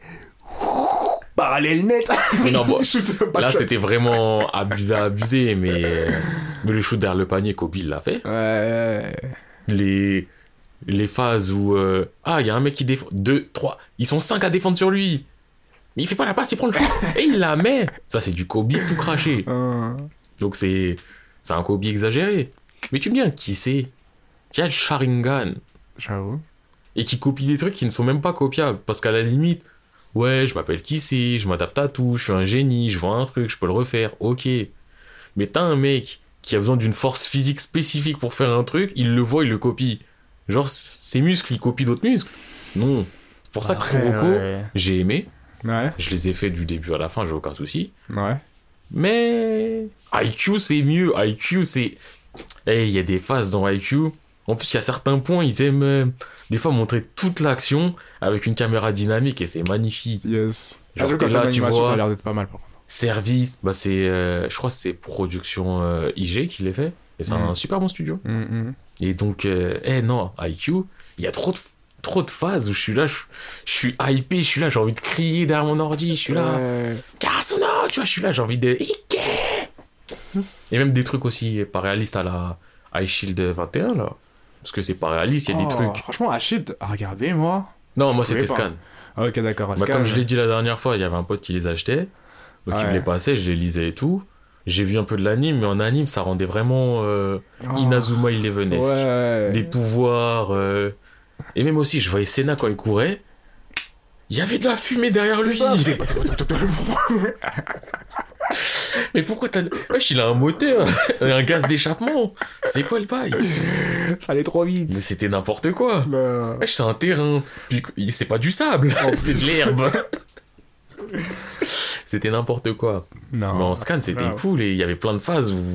Parallèle net. Mais non, bon, Shoot, Là, backshot. c'était vraiment abusé, abusé, mais, euh, mais le shoot derrière le panier, Kobe il l'a fait. Ouais. Les, les phases où, euh, ah, il y a un mec qui défend, deux, trois, ils sont cinq à défendre sur lui. Mais il fait pas la passe, il prend le shoot, et il la met. Ça, c'est du Kobe tout craché. Euh, Donc, c'est, c'est un Kobe exagéré. Mais tu me dis, qui c'est? Qui a le Sharingan? J'avoue. Et qui copie des trucs qui ne sont même pas copiables. Parce qu'à la limite, ouais, je m'appelle qui c'est, je m'adapte à tout, je suis un génie, je vois un truc, je peux le refaire, ok. Mais t'as un mec qui a besoin d'une force physique spécifique pour faire un truc, il le voit, il le copie. Genre, ses muscles, il copie d'autres muscles. Non. C'est pour ça que Après, Kuroko, ouais. j'ai aimé. Ouais. Je les ai fait du début à la fin, j'ai aucun souci. Ouais. Mais I Q, c'est mieux. I Q, c'est... Eh, il y a des phases dans I Q, En plus, il y a certains points, ils aiment euh, des fois montrer toute l'action avec une caméra dynamique et c'est magnifique. Yes. Genre, Ah, je t'es vois, quand là, tu l'animation, vois- ça a l'air d'être pas mal, par contre. Service, bah c'est, euh, je crois que c'est Production euh, I G qui les fait. Et c'est Mm. un super bon studio. Mm, mm. Et donc, euh, eh non, I Q, il y a trop de, trop de phases où je suis là, je, je suis hypé, je suis là, j'ai envie de crier derrière mon ordi, je suis là, Ouais. Karasuno, tu vois, je suis là, j'ai envie de Ike. Et même des trucs aussi pas réalistes à la High Shield vingt et un, là. Parce que c'est pas réaliste, il y a Oh, des trucs. Franchement, Achid, ah, regardez, moi. Non, moi je c'était pouvais pas. Scan. Ah, ok, d'accord. Bah, Scan. comme je l'ai dit la dernière fois, il y avait un pote qui les achetait. Donc il Ouais. me les passait, je les lisais et tout. J'ai vu un peu de l'anime, mais en anime, ça rendait vraiment euh, Oh. Inazuma Eleven-esque. Ouais. Des pouvoirs. euh, Et même aussi, je voyais Senna quand il courait. Il y avait de la fumée derrière C'est lui. ça. Mais pourquoi t'as. Wesh, il a un moteur, un gaz d'échappement. C'est quoi le bail? Ça allait trop vite. Mais c'était n'importe quoi. Là. Wesh, c'est un terrain. Puis c'est pas du sable, c'est de l'herbe. C'était n'importe quoi. Non. Mais en scan, c'était grave. cool et il y avait plein de phases où,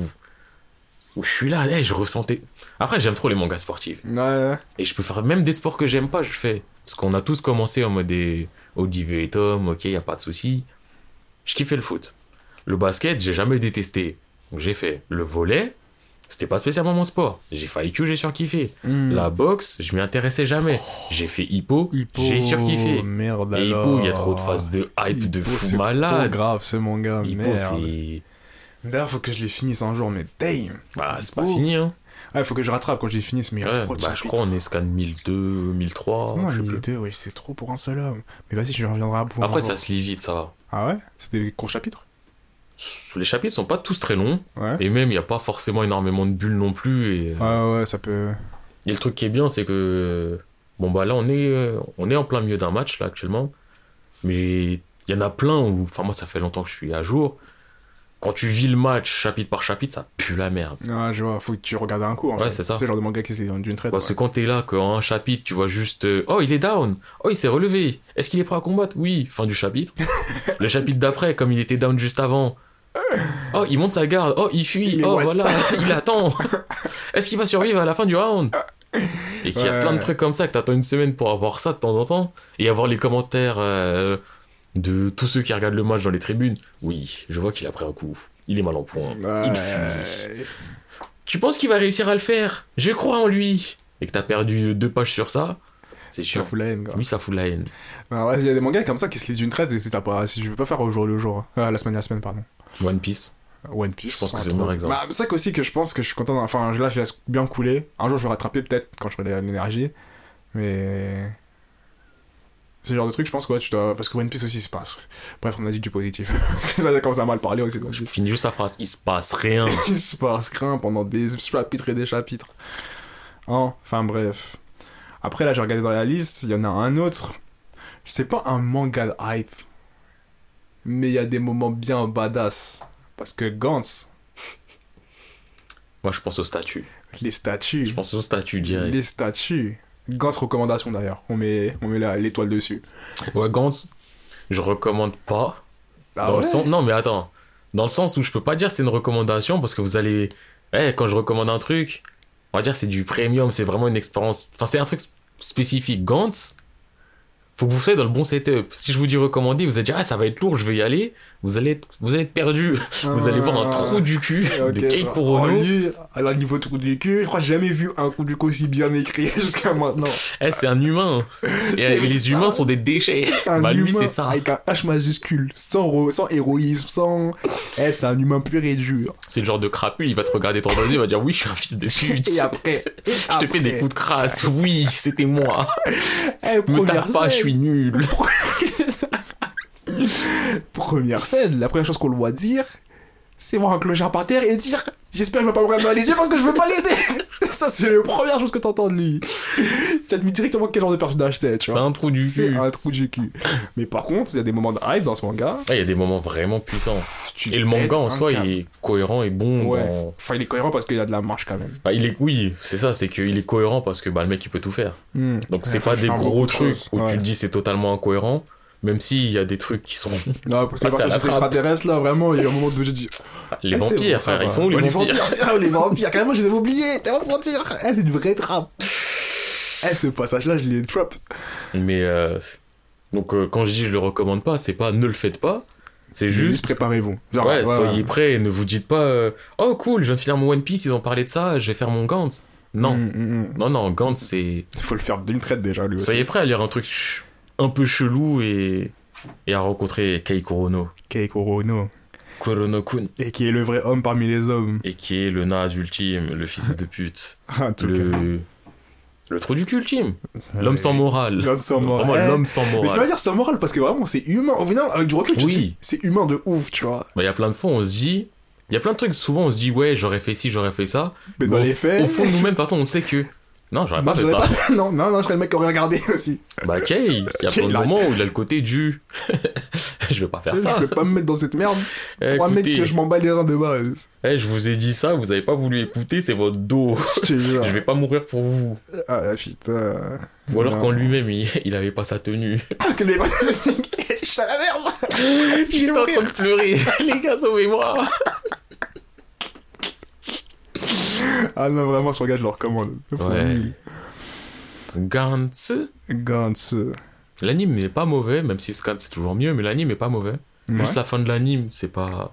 où je suis là, hey, je ressentais. Après, j'aime trop les mangas sportifs. Ouais. Et je peux faire même des sports que j'aime pas, je fais. Parce qu'on a tous commencé en mode des Olivier et Tom, ok, y a pas de souci. Je kiffais le foot. Le basket, j'ai jamais détesté. Donc j'ai fait le volley, c'était pas spécialement mon sport. J'ai fait I Q, j'ai surkiffé. Mm. La boxe, je m'y intéressais jamais. J'ai fait hippo, Hippo, j'ai surkiffé. Merde Et alors. hippo, il y a trop de phases de hype de Hippo, fou c'est malade. trop grave ce manga, Hippo, merde. c'est. D'ailleurs, faut que je les finisse un jour, mais damn. Bah, c'est pas Hippo. fini, hein. Ouais, faut que je rattrape quand je les finisse, mais il y a Ouais, trop de bah, je chapitres. crois on est scan mille deux, mille trois. Comment je sais mille plus. deux, ouais, c'est trop pour un seul homme. Mais vas-y, je reviendrai à bout. Après, un ça jour. se lit vite, ça va. Ah ouais? C'est des courts chapitres? Les chapitres sont pas tous très longs. Ouais. Et même, il n'y a pas forcément énormément de bulles non plus. Et, Ouais, ouais, ça peut. et le truc qui est bien, c'est que. Bon, bah là, on est, euh, on est en plein milieu d'un match, là, actuellement. Mais il y en a plein où. Enfin, moi, ça fait longtemps que je suis à jour. Quand tu vis le match chapitre par chapitre, ça pue la merde. Ah, je vois, faut que tu regardes un coup. En Ouais, fait. c'est ça. C'est le genre de manga qui se lit d'une traite. Parce ouais. que quand t'es là, qu'en un chapitre, tu vois juste. euh, oh, il est down. Oh, il s'est relevé. Est-ce qu'il est prêt à combattre? Oui. Fin du chapitre. Le chapitre d'après, comme il était down juste avant. Oh, il monte sa garde. Oh, il fuit. Il est oh, West voilà. Side. Il attend. Est-ce qu'il va survivre à la fin du round? Et qu'il y a Ouais. plein de trucs comme ça que t'attends une semaine pour avoir ça de temps en temps. Et avoir les commentaires euh, de tous ceux qui regardent le match dans les tribunes. Oui, je vois qu'il a pris un coup. Il est mal en point. Il fuit. Ouais. Tu penses qu'il va réussir à le faire? Je crois en lui. Et que t'as perdu deux pages sur ça, c'est Ça sûr. fout la haine, quoi. Oui, ça fout la haine. Ah ouais, il y a des mangas comme ça qui se lisent d'une traite et c'est t'as pas. Si je veux pas faire au jour le jour. Ah, la semaine, la semaine, pardon. One Piece. One Piece. Je pense que ah, c'est le trop- meilleur exemple. Bah, c'est ça qu'aussi que je pense que je suis content. d'en- Enfin, là, je laisse bien couler. Un jour, je vais rattraper peut-être quand j'aurai l'énergie. Mais. C'est le genre de truc, je pense que ouais, tu dois. Parce que One Piece aussi, c'est pas. Bref, on a dit du positif. Parce que là, ça commence à mal parler aussi. de One Je Piece. finis juste sa phrase. Il se passe rien. Il se passe rien pendant des chapitres et des chapitres. Hein, enfin, bref. Après, là, j'ai regardé dans la liste, il y en a un autre. C'est pas un manga de hype. Mais il y a des moments bien badass. Parce que Gantz, Moi, je pense au statut. les statues. Je pense au statut direct. Les statues. Gantz recommandation d'ailleurs. On met, on met la- l'étoile dessus. Ouais, Gantz, je recommande pas. Ah Dans ouais le sens... Non, mais attends. Dans le sens où je peux pas dire c'est une recommandation parce que vous allez. Eh, quand je recommande un truc, on va dire c'est du premium, c'est vraiment une expérience. Enfin, c'est un truc spécifique. Gantz, faut que vous soyez dans le bon setup. Si je vous dis recommander, vous allez dire ah, ça va être lourd, je vais y aller. Vous allez être, vous allez être perdu. Vous allez voir un trou du cul Ok. de Kei Oh, Kurono. lui, alors niveau trou du cul, je crois que j'ai jamais vu un trou du cul aussi bien écrit jusqu'à maintenant. Eh, c'est un humain. Et C'est les ça. humains sont des déchets. Un Bah, lui, humain c'est ça. avec un H majuscule, sans, ro- sans héroïsme, sans. Eh, c'est un humain pur et dur. C'est le genre de crapule, il va te regarder droit dans les yeux, il va dire oui, je suis un fils de pute. Et après. et Je te fais des coups de crasse. Oui, c'était moi. Eh, Me première tape pas, je scène. suis nul. Première scène, la première chose qu'on le voit dire, c'est voir un clochard par terre et dire j'espère qu'il va pas me regarder dans les yeux parce que je veux pas l'aider. Ça, c'est la première chose que t'entends de lui. Ça te dit directement quel genre de personnage c'est, tu C'est vois. un trou du C'est cul. un trou du cul. Mais par contre, il y a des moments de hype dans ce manga. Ah, il y a des moments vraiment puissants. Tu Et le pètes manga en un soi, câble. il est cohérent et bon. Ouais. dans- Enfin, il est cohérent parce qu'il a de la marche quand même. Bah, il est... Oui, c'est ça, c'est qu'il est cohérent parce que bah, le mec il peut tout faire. Hmm. Donc Ouais, c'est faut pas des faire gros beaucoup de trucs choses. où Ouais. tu te dis c'est totalement incohérent. Même s'il y a des trucs qui sont... Non, parce que Passer à parce la que ces trappe. extraterrestres, là, vraiment, il y a un moment où j'ai dit... Les Eh, c'est vampires, bon, ça frère, va. ils sont où les Ouais, vampires c'est ça, les vampires, carrément, je les avais oubliés, t'es en mentir. Eh, c'est une vraie trappe. Eh, ce passage-là, je l'ai trap. Mais euh, donc euh, quand je dis je le recommande pas, c'est pas ne le faites pas, c'est Juste juste préparez-vous. Genre, ouais, ouais, soyez ouais. prêts, et ne vous dites pas euh, oh cool, je viens de finir mon One Piece, ils ont parlé de ça, je vais faire mon Gantz. Non, Mm, mm, mm. non non, Gantz c'est Il faut le faire d'une traite déjà, lui aussi. soyez prêts à lire un truc ch- un peu chelou et et à rencontrer Kei Kurono, Keiko no. Kurono-kun, Et qui est le vrai homme parmi les hommes. et qui est le naze ultime, le fils de pute, En tout cas. le le trou du cul ultime, l'homme sans morale, L'homme sans morale. vraiment Eh, l'homme sans Mais je peux morale. pas dire sans morale parce que vraiment c'est humain. Au final, avec du recul, tu Oui. sais, c'est humain de ouf, tu vois. Bah, il y a plein de fois, on se dit. Il y a plein de trucs, souvent on se dit, ouais, j'aurais fait ci, j'aurais fait ça. Mais dans au, les faits. Au fond de nous-mêmes, de toute façon, on sait que. Non, j'aurais Non, pas fait j'aurais ça. pas- non, non, non, je serais le mec qui aurait regardé aussi. Bah, Kay, il y a Kay, plein de là. moments où il a le côté du. Je vais pas faire ça. Je vais pas me mettre dans cette merde. Eh, Pour un mec écoutez, que je m'en bats les reins de base. eh, je vous ai dit ça, vous avez pas voulu écouter, c'est votre dos. Je te jure. Je vais pas mourir pour vous. Ah putain. Ou alors Non. quand lui-même, il, il avait pas sa tenue. Ah, que les je suis à la merde. J'étais en train de pleurer. Les gars, sauvez-moi. Ah non, vraiment, ce regard, je le recommande. Ouais. Gantz. Gantz. L'anime n'est pas mauvais, même si Scan c'est toujours mieux, mais l'anime est pas mauvais. Juste la fin de l'anime, c'est pas.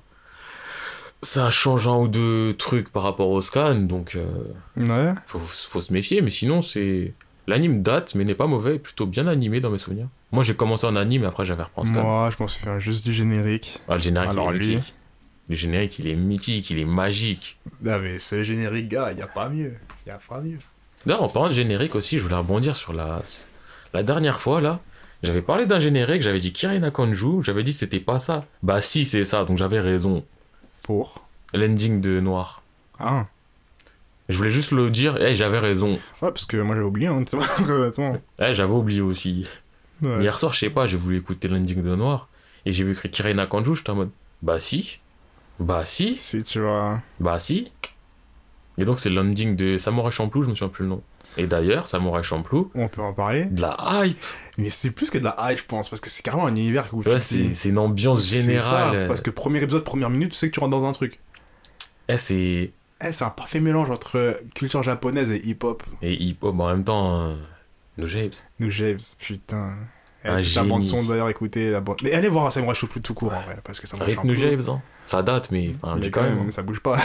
Ça change un ou deux trucs par rapport au scan, donc euh, Ouais. faut, faut se méfier, mais sinon c'est. L'anime date, mais n'est pas mauvais, plutôt bien animé dans mes souvenirs. Moi j'ai commencé en anime et après j'avais repris en scan. Moi, je m'en suis fait juste du générique. Ah, le générique Alors, il est lui- mythique. Le générique il est mythique, il est magique. Non, mais ce générique, gars, y a pas mieux. Y a pas mieux. D'ailleurs, en parlant de générique aussi, je voulais rebondir sur la. La dernière fois là, j'avais parlé d'un générique, j'avais dit Kirai Nakanju, j'avais dit c'était pas ça. Bah si, c'est ça, donc j'avais raison. Pour. L'ending de Noir. Ah. Je voulais juste le dire, eh, j'avais raison. Ouais, parce que moi, j'avais oublié, hein, honnêtement. Eh, j'avais oublié aussi. Ouais. Hier soir, je sais pas, j'ai voulu écouter l'ending de Noir, et j'ai vu écrit Kirai Nakanju, j'étais en mode, bah si, bah si, Si tu vois. bah si. Et donc c'est l'ending de Samurai Champloo, je me souviens plus le nom. Et d'ailleurs, Samurai Champloo, On peut en parler. de la hype. Mais c'est plus que de la hype, je pense, parce que c'est carrément un univers où Tu vois, tu c'est dis- c'est une ambiance c'est générale. ça, parce que premier épisode, première minute, tu sais que tu rentres dans un truc. Eh, c'est. Eh, c'est un parfait mélange entre culture japonaise et hip-hop. Et hip-hop en même temps, euh... No Japes. Nous, James, putain. Eh, Un toute la génie. bande son d'ailleurs, écoutez la bande. Mais allez voir Samurai Champloo tout court en vrai, parce que ça Avec No Japes, hein. Ça date, mais enfin, Mais j'ai quand quand même, même. ça bouge pas.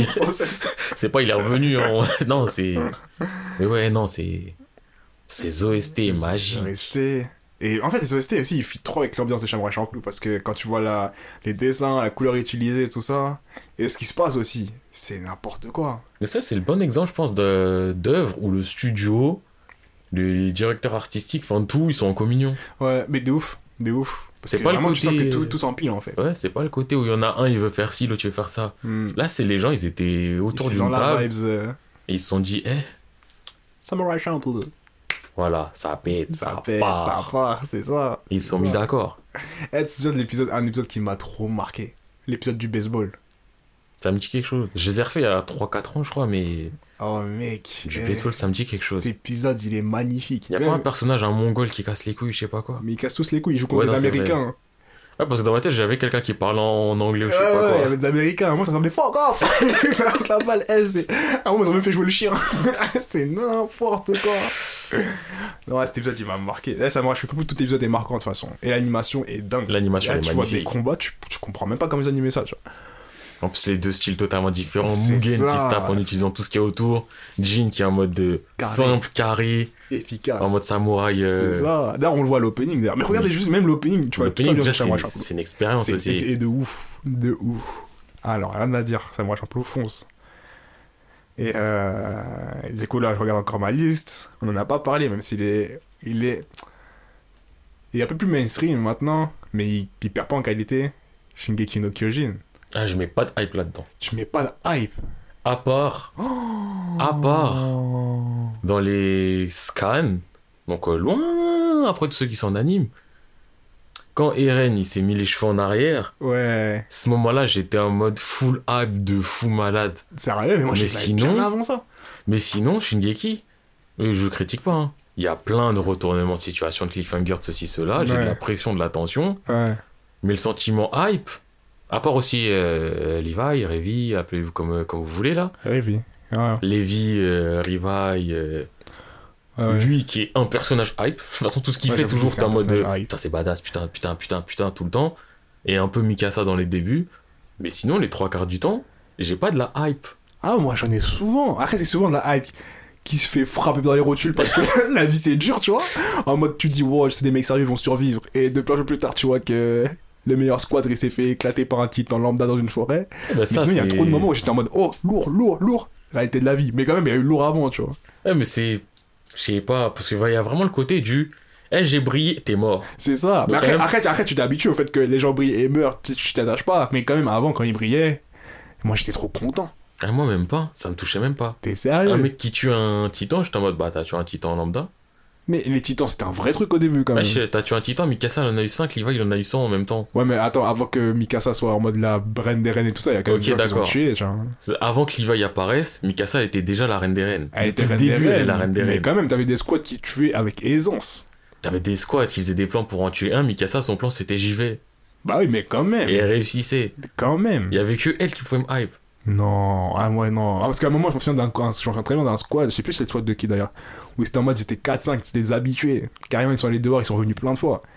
C'est pas il est revenu, hein. Non, c'est. Mais ouais, non, c'est. Ces O S T magiques. Resté. Et en fait, les O S T aussi, ils fit trop avec l'ambiance de Samurai Champloo, parce que quand tu vois la... les dessins, la couleur utilisée, tout ça, et ce qui se passe aussi, c'est n'importe quoi. Mais ça, c'est le bon exemple, je pense, de- d'œuvre où le studio, les directeurs artistiques, enfin tout, ils sont en communion. Ouais, mais de ouf, de ouf. Parce C'est que pas le vraiment, tu sens côté- que tout, tout s'empile en fait. Ouais, c'est pas le côté où il y en a un, il veut faire ci, l'autre, il veut faire ça. Hmm. Là, c'est les gens, ils étaient autour C'est d'une dans la table, vibes. euh, et ils se sont dit, eh, Samurai Champloo. voilà, ça pète, ça, Ça pète, part. ça part, c'est ça. Ils se sont c'est mis ça. d'accord. Eh, tu te souviens de l'épisode, un épisode qui m'a trop marqué. L'épisode du baseball. Ça me dit quelque chose. Je les ai refait il y a trois quatre ans, je crois, mais Oh mec. du eh, baseball, ça me dit quelque chose. Cet épisode, il est magnifique. Il y a Même- pas un personnage, un mongol qui casse les couilles, je sais pas quoi. Mais ils cassent tous les couilles, ils jouent contre Ouais, des non, c'est Américains. Ouais, parce que dans ma tête, j'avais quelqu'un qui parlait en anglais ou je sais Ouais, pas ouais, il y quoi. avait des Américains. Moi, ça semblait fuck off. Ça lance la balle. Eh, c'est... Ah, moi, ils ont même fait jouer le chien. C'est n'importe quoi. Non, ouais, cet épisode, il m'a marqué. Eh, ça me je trouve tout épisode est marquant de toute façon. Et l'animation est dingue. L'animation Là, est tu vois magnifique. des combats, tu, tu comprends même pas comment ils animaient ça, tu vois. En plus, les deux styles totalement différents. C'est Mugen qui ça. se tape en utilisant tout ce qui est autour. Jin qui est en mode de Carré. simple, carré, Efficace. en mode samouraï. euh, C'est ça. D'ailleurs, on le voit à l'opening. D'ailleurs. Mais regardez juste même l'opening, tu vois, tout l'opening, bien déjà, Samurai c'est Champloo. c'est une expérience C'est aussi. et, et de ouf. De ouf. Alors, rien à dire. Samurai Champloo fonce. Et euh, du coup, là, je regarde encore ma liste. On en a pas parlé, même s'il est. Il est. Il est un peu plus mainstream maintenant, mais il, il perd pas en qualité. Shingeki no Kyojin. Ah, je mets pas de hype là-dedans. Tu mets pas de hype. À part, à part, dans les scans, donc euh, loin après tous ceux qui sont en anime, quand Eren il s'est mis les cheveux en arrière, Ouais. ce moment-là j'étais en mode full hype de fou malade. Sérieux, mais moi Mais j'ai sinon- bien avant ça. Mais sinon, Shingeki, euh, je critique pas. Hein. il y a plein de retournements de situation, de cliffhanger, de ceci, cela. J'ai Ouais. de la pression, de la tension. Ouais. Mais le sentiment hype, à part aussi euh, Levi, Revi, appelez-vous comme, comme vous voulez là. Rêvé. Ouais. Levi, euh, Levi, euh, Ouais, ouais. lui qui est un personnage hype. De toute façon, tout ce qu'il Ouais, fait j'avoue toujours, que c'est c'est en un mode de, personnage hype. putain, c'est badass, putain, putain, putain, putain, tout le temps. Et un peu Mikasa dans les débuts. Mais sinon, les trois quarts du temps, j'ai pas de la hype. Ah, moi j'en ai souvent. Après, c'est souvent de la hype qui se fait frapper dans les rotules parce que la vie c'est dur, tu vois. En mode, tu te dis, wow, c'est des mecs sérieux, ils vont survivre. Et deux jours plus tard, tu vois que le meilleur squad il s'est fait éclater par un titan lambda dans une forêt. Eh ben, Mais ça, sinon, il y a c'est- trop de moments où j'étais en mode, oh, lourd, lourd, lourd. Réalité de la vie. Mais quand même, il y a eu lourd avant, tu vois. Ouais, mais c'est. Je sais pas, parce qu'il y a vraiment le côté du. Eh, j'ai brillé, t'es mort. C'est ça. Donc, Mais après, quand même- après, après, tu t'es habitué au fait que les gens brillent et meurent, tu tu t'attaches pas. Mais quand même, avant, quand ils brillaient, moi j'étais trop content. Ah, moi, même pas. Ça me touchait même pas. T'es sérieux? Un mec qui tue un titan, j'étais en mode, bah, t'as tué un titan lambda. Mais les titans, c'était un vrai truc au début quand Ouais, même. je- t'as tué un titan, Mikasa, il en a eu cinq, Levi, il en a eu cent en même temps. Ouais, mais attends, avant que Mikasa soit en mode la reine des reines et tout ça, il y a quand même Ok, des gens qui ont d'accord. tué, genre. C'est- Avant que Levi apparaisse, Mikasa était déjà la reine des reines. Elle était Depuis reine le des début, elle est reines. la reine des Mais reines. quand même, t'avais des squads qui tuaient avec aisance. T'avais des squads qui faisaient des plans pour en tuer un, Mikasa, son plan c'était j'y vais. Bah oui, mais quand même. Et elle réussissait. Quand même. Il y avait que elle qui pouvait me hype. Non, ah ouais, non. Ah, parce qu'à un moment, je me souviens d'un un- je suis en train de travailler dans un squad, je sais plus c'est le squad de qui d'ailleurs, où c'était en mode, c'était quatre cinq, c'était des habitués. Carrément, ils sont allés dehors, ils sont revenus plein de fois.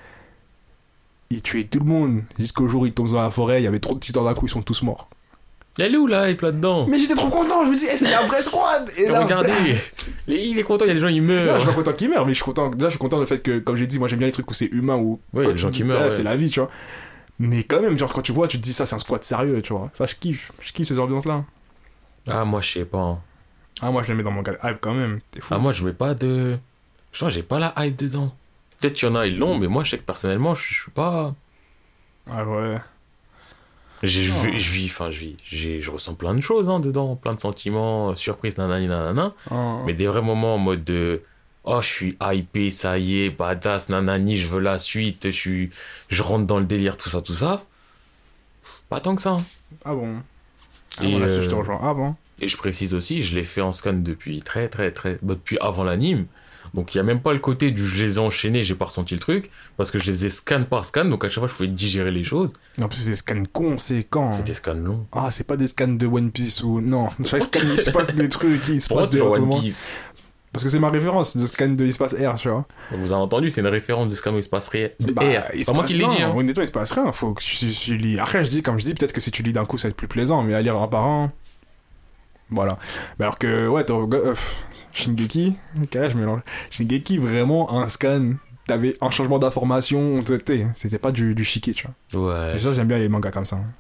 Ils tuaient tout le monde, jusqu'au jour où ils tombent dans la forêt, il y avait trop de titans d'un coup, ils sont tous morts. Elle est où la hype là-dedans? Mais j'étais trop content, je me dis, hey, c'est un vrai squad! Et là, Regardez, les- il est content, il y a des gens, ils non, meurent. je suis pas content qu'ils meurent, mais je suis content, déjà, je suis content du fait que, comme j'ai dit, moi j'aime bien les trucs où c'est humain, où. Ouais, quand les tu gens te qui dis, meurent, ah, ouais. c'est la vie, tu vois. Mais quand même, genre, quand tu vois, tu te dis, ça, c'est un squad sérieux, tu vois. Ça, je kiffe, je kiffe ces ambiances-là. Ah, moi, je sais pas. hein. Ah, moi, je les mets dans mon gars hype quand même, t'es fou. Ah, moi, je mets pas de. Je crois que j'ai pas la hype dedans. Peut-être qu'il y en a, ils l'ont, mais moi, je sais que personnellement, je je suis pas. Ah ouais. J'ai- Je Oh. vis, je vis, enfin, je vis. J'ai- Je ressens plein de choses hein, dedans, plein de sentiments, euh, surprise, nanani, nanana. Oh. Mais des vrais moments en mode de. Oh, je suis hypé, ça y est, badass, nanani, je veux la suite, je suis. Je rentre dans le délire, tout ça, tout ça. Pas tant que ça. hein. Ah bon. Ah, Et, bon, là, euh, je te rejoins. Ah bon. Et je précise aussi, je l'ai fait en scan depuis très, très, très. Bah, depuis avant l'anime. Donc, il n'y a même pas le côté du je les ai enchaînés, j'ai pas ressenti le truc. Parce que je les faisais scan par scan, donc à chaque fois, je pouvais digérer les choses. En plus, c'est des scans conséquents. C'était scan long. Ah, c'est pas des scans de One Piece ou. Non, chaque scan, il se passe des trucs, il se Pour moi, passe des toujours One retournements. Piece. Parce que c'est ma référence de scan de Espace Air, tu vois. Vous avez entendu, c'est une référence de scan où il se passe rien. De Bah, R. il C'est se pas moi passe- qui l'ai non, dit. Hein. Honnêtement, il se passe rien. Faut que tu, tu- tu lis. Après, je dis, comme je dis, peut-être que si tu lis d'un coup, ça va être plus plaisant, mais à lire un par un. Voilà. Mais alors que, ouais, t'as. euh, Shingeki, ok, je mélange. Shingeki, vraiment, un scan. T'avais un changement d'information, t'étais- c'était pas du, du chiquet, tu vois. Ouais. Et ça, j'aime bien les mangas comme ça.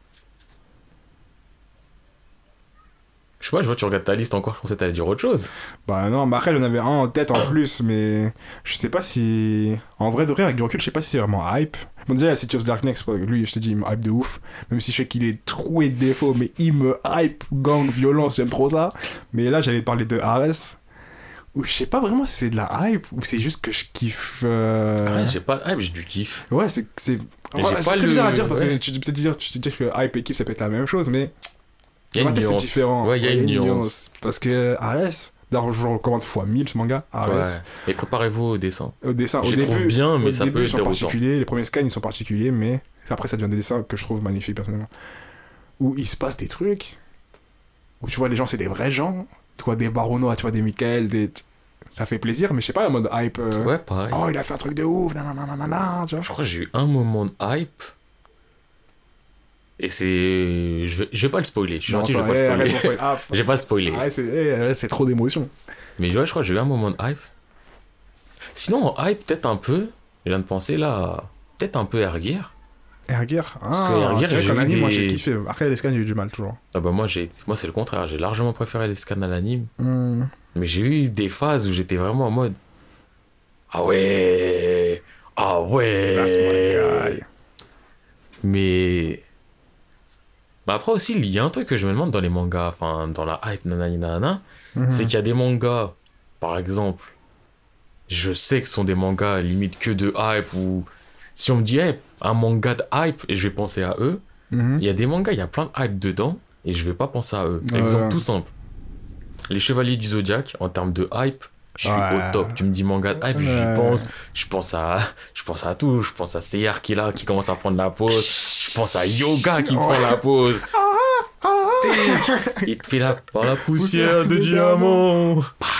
Je sais pas, je vois, tu regardes ta liste encore, je pensais que t'allais dire autre chose. Bah non, bah après j'en avais un en tête en plus, mais je sais pas si... En vrai de vrai, avec du recul, je sais pas si c'est vraiment hype. Bon déjà, il y a City of Darkness, lui, je te dis, il me hype de ouf. Même si je sais qu'il est troué de défauts, mais il me hype, gang, violence, j'aime trop ça. Mais là, j'allais parler de Ares, où je sais pas vraiment si c'est de la hype, ou c'est juste que je kiffe... euh, Ouais, j'ai pas de hype, j'ai du kiff. Ouais, c'est... c'est... Mais Ouais, j'ai c'est pas très le- bizarre à dire, parce ouais. que tu peux peut-être dire, tu te dis que hype et kiff, ça peut être la même chose, mais... Il y a Dans une ma tête, nuance. c'est différent. Ouais, il y a une nuance. Parce que Ares, d'ailleurs, je le recommande fois mille ce manga, Ares. Ouais. Et préparez-vous au dessin. Au dessin, Je au les début, trouve bien, mais au ça début, peut ils sont être déroutant. particuliers, les premiers scans ils sont particuliers, mais après ça devient des dessins que je trouve magnifiques personnellement. Où il se passe des trucs, où tu vois les gens c'est des vrais gens, tu vois des Baronois, tu vois des Michael, des... ça fait plaisir, mais je sais pas, en mode hype. euh, Ouais, pareil. Oh, il a fait un truc de ouf, nanana, nanana, tu vois. Je crois que j'ai eu un moment de hype. Et c'est. Je vais, je vais pas le spoiler. Je suis Non, gentil, je ça, vais pas eh, le arrête spoiler. son spoil. Ah, Je vais pas le spoiler. ah, c'est eh, c'est trop d'émotions. Mais ouais, je crois que j'ai eu un moment de hype. Sinon, en hype, peut-être un peu. Je viens de penser là. Peut-être un peu Ergear. Ergear, que ah, Ergear, c'est vrai j'ai qu'en eu anime, moi des- j'ai kiffé. Après les scans j'ai eu du mal toujours. Ah bah moi, j'ai... moi c'est le contraire. J'ai largement préféré les scans à l'anime. Hmm. Mais j'ai eu des phases où j'étais vraiment en mode. Ah ouais. Ah ouais. That's my guy. Mais. Bah après aussi, il y a un truc que je me demande dans les mangas, enfin dans la hype, nanani nanana, Mhm. c'est qu'il y a des mangas, par exemple, je sais que ce sont des mangas limite que de hype, ou si on me dit hey, un manga de hype, et je vais penser à eux, Mhm. il y a des mangas, il y a plein de hype dedans, et je vais pas penser à eux. Ouais. Exemple tout simple. Les Chevaliers du Zodiaque, en termes de hype, je suis Ouais. au top. Tu me dis manga de hype, Ouais. j'y pense. Je pense à, je pense à tout. Je pense à Seyar qui est là, qui commence à prendre la pause. Je pense à Yoga qui prend la pause. Il te fait la, par la poussière de diamant.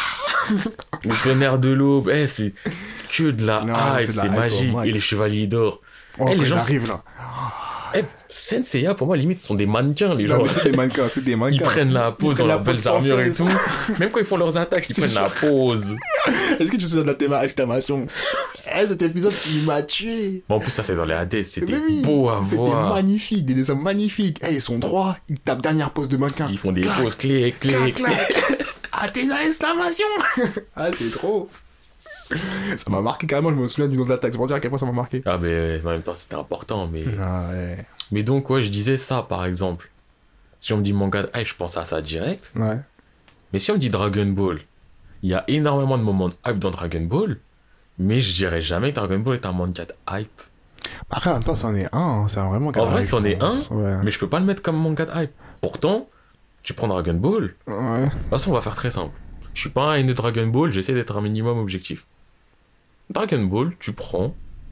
Le tonnerre de l'aube. Eh, c'est que de la Non, hype, c'est de la c'est hype au magique. max. Et les chevaliers d'or. Oh, Eh, les quand gens- j'arrive là. Eh, Senseiya, pour moi, limite, ce sont des mannequins, les Non, gens. mais c'est des mannequins, c'est des mannequins. Ils prennent la pose prennent dans la leurs belles pose sans armures et cesse. tout. Même quand ils font leurs attaques, ils prennent la pose. Est-ce que tu te souviens de la thème exclamation? Eh, cet épisode, il m'a tué. Bon, en plus, ça, c'est dans les Hades. C'était Mais oui, beau à C'était voir. magnifique, des dessins magnifiques. Eh, ils sont trois, ils tapent dernière pose de mannequin. Ils font des Clac, poses clés, clés, clac, clés. clac. Athéna, exclamation. Ah, c'est trop. Ça m'a marqué carrément, je me souviens du nom de l'attaque. C'est pour dire à quel point ça m'a marqué. Ah, mais en même temps, c'était important. Mais... Ah, ouais. mais donc, ouais, je disais ça, par exemple. Si on me dit manga de hype, je pense à ça direct. Ouais. Mais si on me dit Dragon Ball, il y a énormément de moments de hype dans Dragon Ball. Mais je dirais jamais que Dragon Ball est un manga de hype. Après, en même temps, c'en est un. hein, C'est vraiment En vrai, c'en est un, Ouais. mais je peux pas le mettre comme manga de hype. Pourtant, tu prends Dragon Ball. Ouais. De toute façon, on va faire très simple. Je suis pas un haineux de Dragon Ball, j'essaie d'être un minimum objectif. Dragon Ball, tu prends.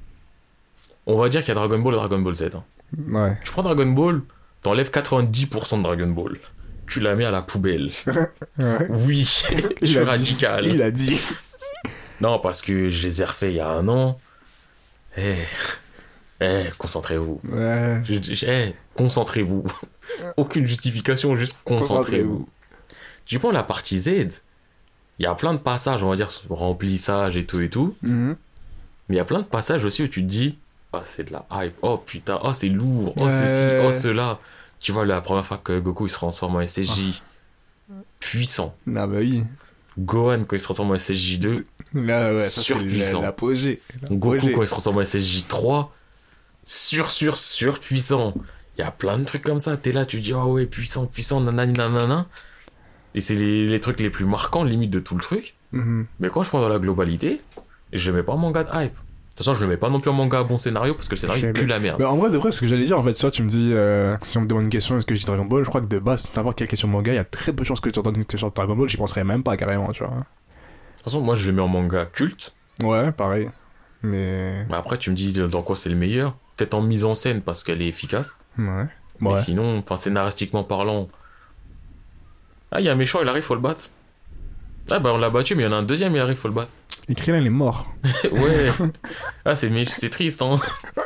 On va dire qu'il y a Dragon Ball et Dragon Ball Z. hein. Ouais. Tu prends Dragon Ball, t'enlèves quatre-vingt-dix pour cent de Dragon Ball. Tu la mets à la poubelle. Ouais. Oui, je Il suis a dit. radical. Il a dit. Non, parce que je les ai refaits il y a un an. Eh, eh, concentrez-vous. Ouais. Je- je- Eh, concentrez-vous. Aucune justification, juste concentrez-vous. Tu prends la partie Z, il y a plein de passages, on va dire, sur remplissage et tout et tout. Mhm. Mais il y a plein de passages aussi où tu te dis, ah, c'est de la hype, oh putain, oh, c'est lourd, oh, Ouais. ceci, oh, cela. Tu vois, la première fois que Goku il se transforme en S S J, puissant. Ah, bah oui. Gohan, quand il se transforme en S S J deux, Là, ouais, ça, c'est Surpuissant. la- l'apogée. Goku, L'apogée. quand il se transforme en S S J trois, sur, sur, surpuissant. Il y a plein de trucs comme ça. T'es là, tu dis, oh ouais, puissant, puissant, nanani, nanana. Et c'est les, les trucs les plus marquants, limite, de tout le truc. Mhm. Mais quand je prends dans la globalité, je mets pas en manga de hype. De toute façon, je le mets pas non plus en manga à bon scénario parce que le scénario Je il pue mets- la merde. Mais en vrai, de vrai, ce que j'allais dire, en fait, soit tu me dis, euh, si on me demande une question, est-ce que je dis Dragon Ball, je crois que de base, n'importe quelle question manga, il y a très peu de chances que tu entends une question de Dragon Ball, j'y penserais même pas carrément, tu vois. De toute façon, moi, je le mets en manga culte. Ouais, pareil. Mais. Mais après, tu me dis dans quoi c'est le meilleur. Peut-être en mise en scène parce qu'elle est efficace. Ouais. Mais Ouais. sinon, enfin, scénaristiquement parlant. Ah, il y a un méchant, il arrive, faut le battre. Ah, bah, on l'a battu, mais il y en a un deuxième, il arrive, faut le battre. Et Krillin, il est mort. Ouais. Ah, c'est mé- c'est triste, hein.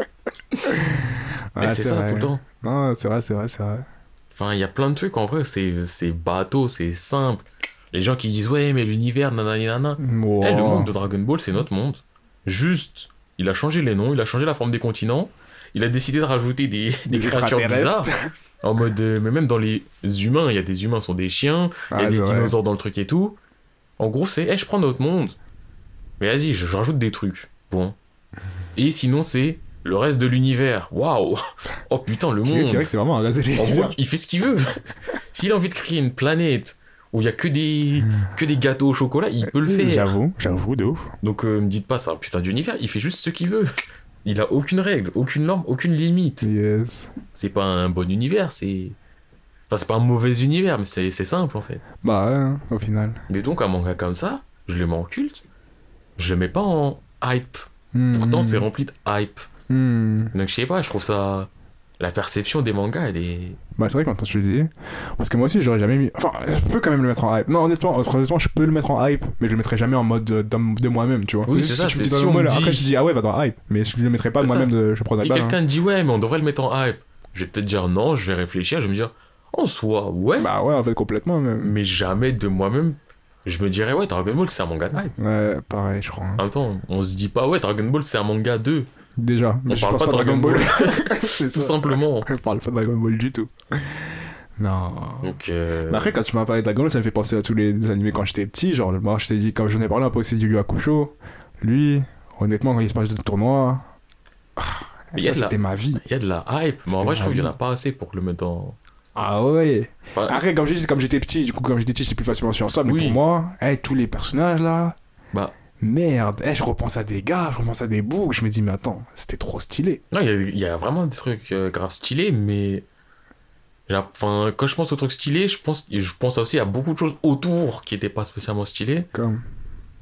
Mais Ouais, c'est ça, vrai. tout le temps. Non, c'est vrai, c'est vrai, c'est vrai. Enfin, il y a plein de trucs, en vrai, c'est c'est bateau, c'est simple. Les gens qui disent, ouais, mais l'univers, nanani, nanana. Wow. Eh, le monde de Dragon Ball, c'est notre monde. Juste, il a changé les noms, il a changé la forme des continents, il a décidé de rajouter des, des Des créatures extraterrestres. bizarres. En mode, euh, mais même dans les humains, il y a des humains qui sont des chiens, il y a Ah, des c'est vrai. dinosaures dans le truc et tout. En gros, c'est, eh, je prends notre monde, mais vas-y, je, je rajoute des trucs. Bon. Et sinon, c'est le reste de l'univers. Waouh! Oh putain, le Oui, monde! c'est vrai que c'est vraiment un gaz En gros, il fait ce qu'il veut. S'il a envie de créer une planète où il y a que des, que des gâteaux au chocolat, il peut le faire. J'avoue, j'avoue, de ouf. Donc euh, me dites pas c'est un putain d'univers, il fait juste ce qu'il veut. Il a aucune règle, aucune norme, aucune limite. Yes. C'est pas un bon univers, c'est... Enfin, c'est pas un mauvais univers, mais c'est c'est simple en fait. Bah ouais, hein, au final. Mais donc un manga comme ça, je le mets en culte, je le mets pas en hype. Hmm. Pourtant c'est rempli de hype. Hmm. Donc je sais pas, je trouve ça... La perception des mangas, elle est... Bah c'est vrai quand tu le dis. Parce que moi aussi j'aurais jamais mis. Enfin, je peux quand même le mettre en hype. Non, honnêtement, honnêtement je peux le mettre en hype, mais je le mettrai jamais en mode de, de- de moi-même, tu vois. Oui, Si c'est ça, tu me c'est dis dans si le on mot, me après dit- je dis ah ouais, va dans hype. Mais je le mettrai pas C'est moi-même ça. de. Je prends Si la balle. quelqu'un dit ouais, mais on devrait le mettre en hype, je vais peut-être dire non, je vais réfléchir, je vais me dire, en soi, ouais, Bah ouais, en fait, complètement même. mais jamais de moi-même, je me dirais ouais, Dragon Ball c'est un manga de hype. Ouais, pareil, je crois. hein. En même temps, on se dit pas ouais, Dragon Ball c'est un manga deux, Déjà. Mais on je parle pense pas de Dragon Ball, C'est tout ça. simplement. On parle pas de Dragon Ball du tout. Non. Donc, euh... Mais après, quand tu m'as parlé de Dragon Ball, ça me fait penser à tous les animés quand j'étais petit. Genre, moi, je t'ai dit, quand j'en ai parlé un peu aussi du Yu Hakusho, lui, honnêtement, quand il se passe de tournoi, ah, Il y a ça de la- c'était ma vie. il y a de la hype, mais en C'était vrai je ma trouve qu'il y en a vie. pas assez pour le mettre dans... Ah ouais. Enfin, Après, comme je dis, c'est comme j'étais petit, du coup, comme j'étais petit, j'étais plus facilement sur ça. Mais Oui. pour moi, eh, tous les personnages là, bah, merde, eh, je repense à des gars, je repense à des boucs, je me dis, mais attends, c'était trop stylé. non, il y a, il y a vraiment des trucs euh, grave stylés, mais... j'ai- Enfin, quand je pense aux trucs stylés, je pense, je pense aussi à beaucoup de choses autour qui étaient pas spécialement stylées. Comme.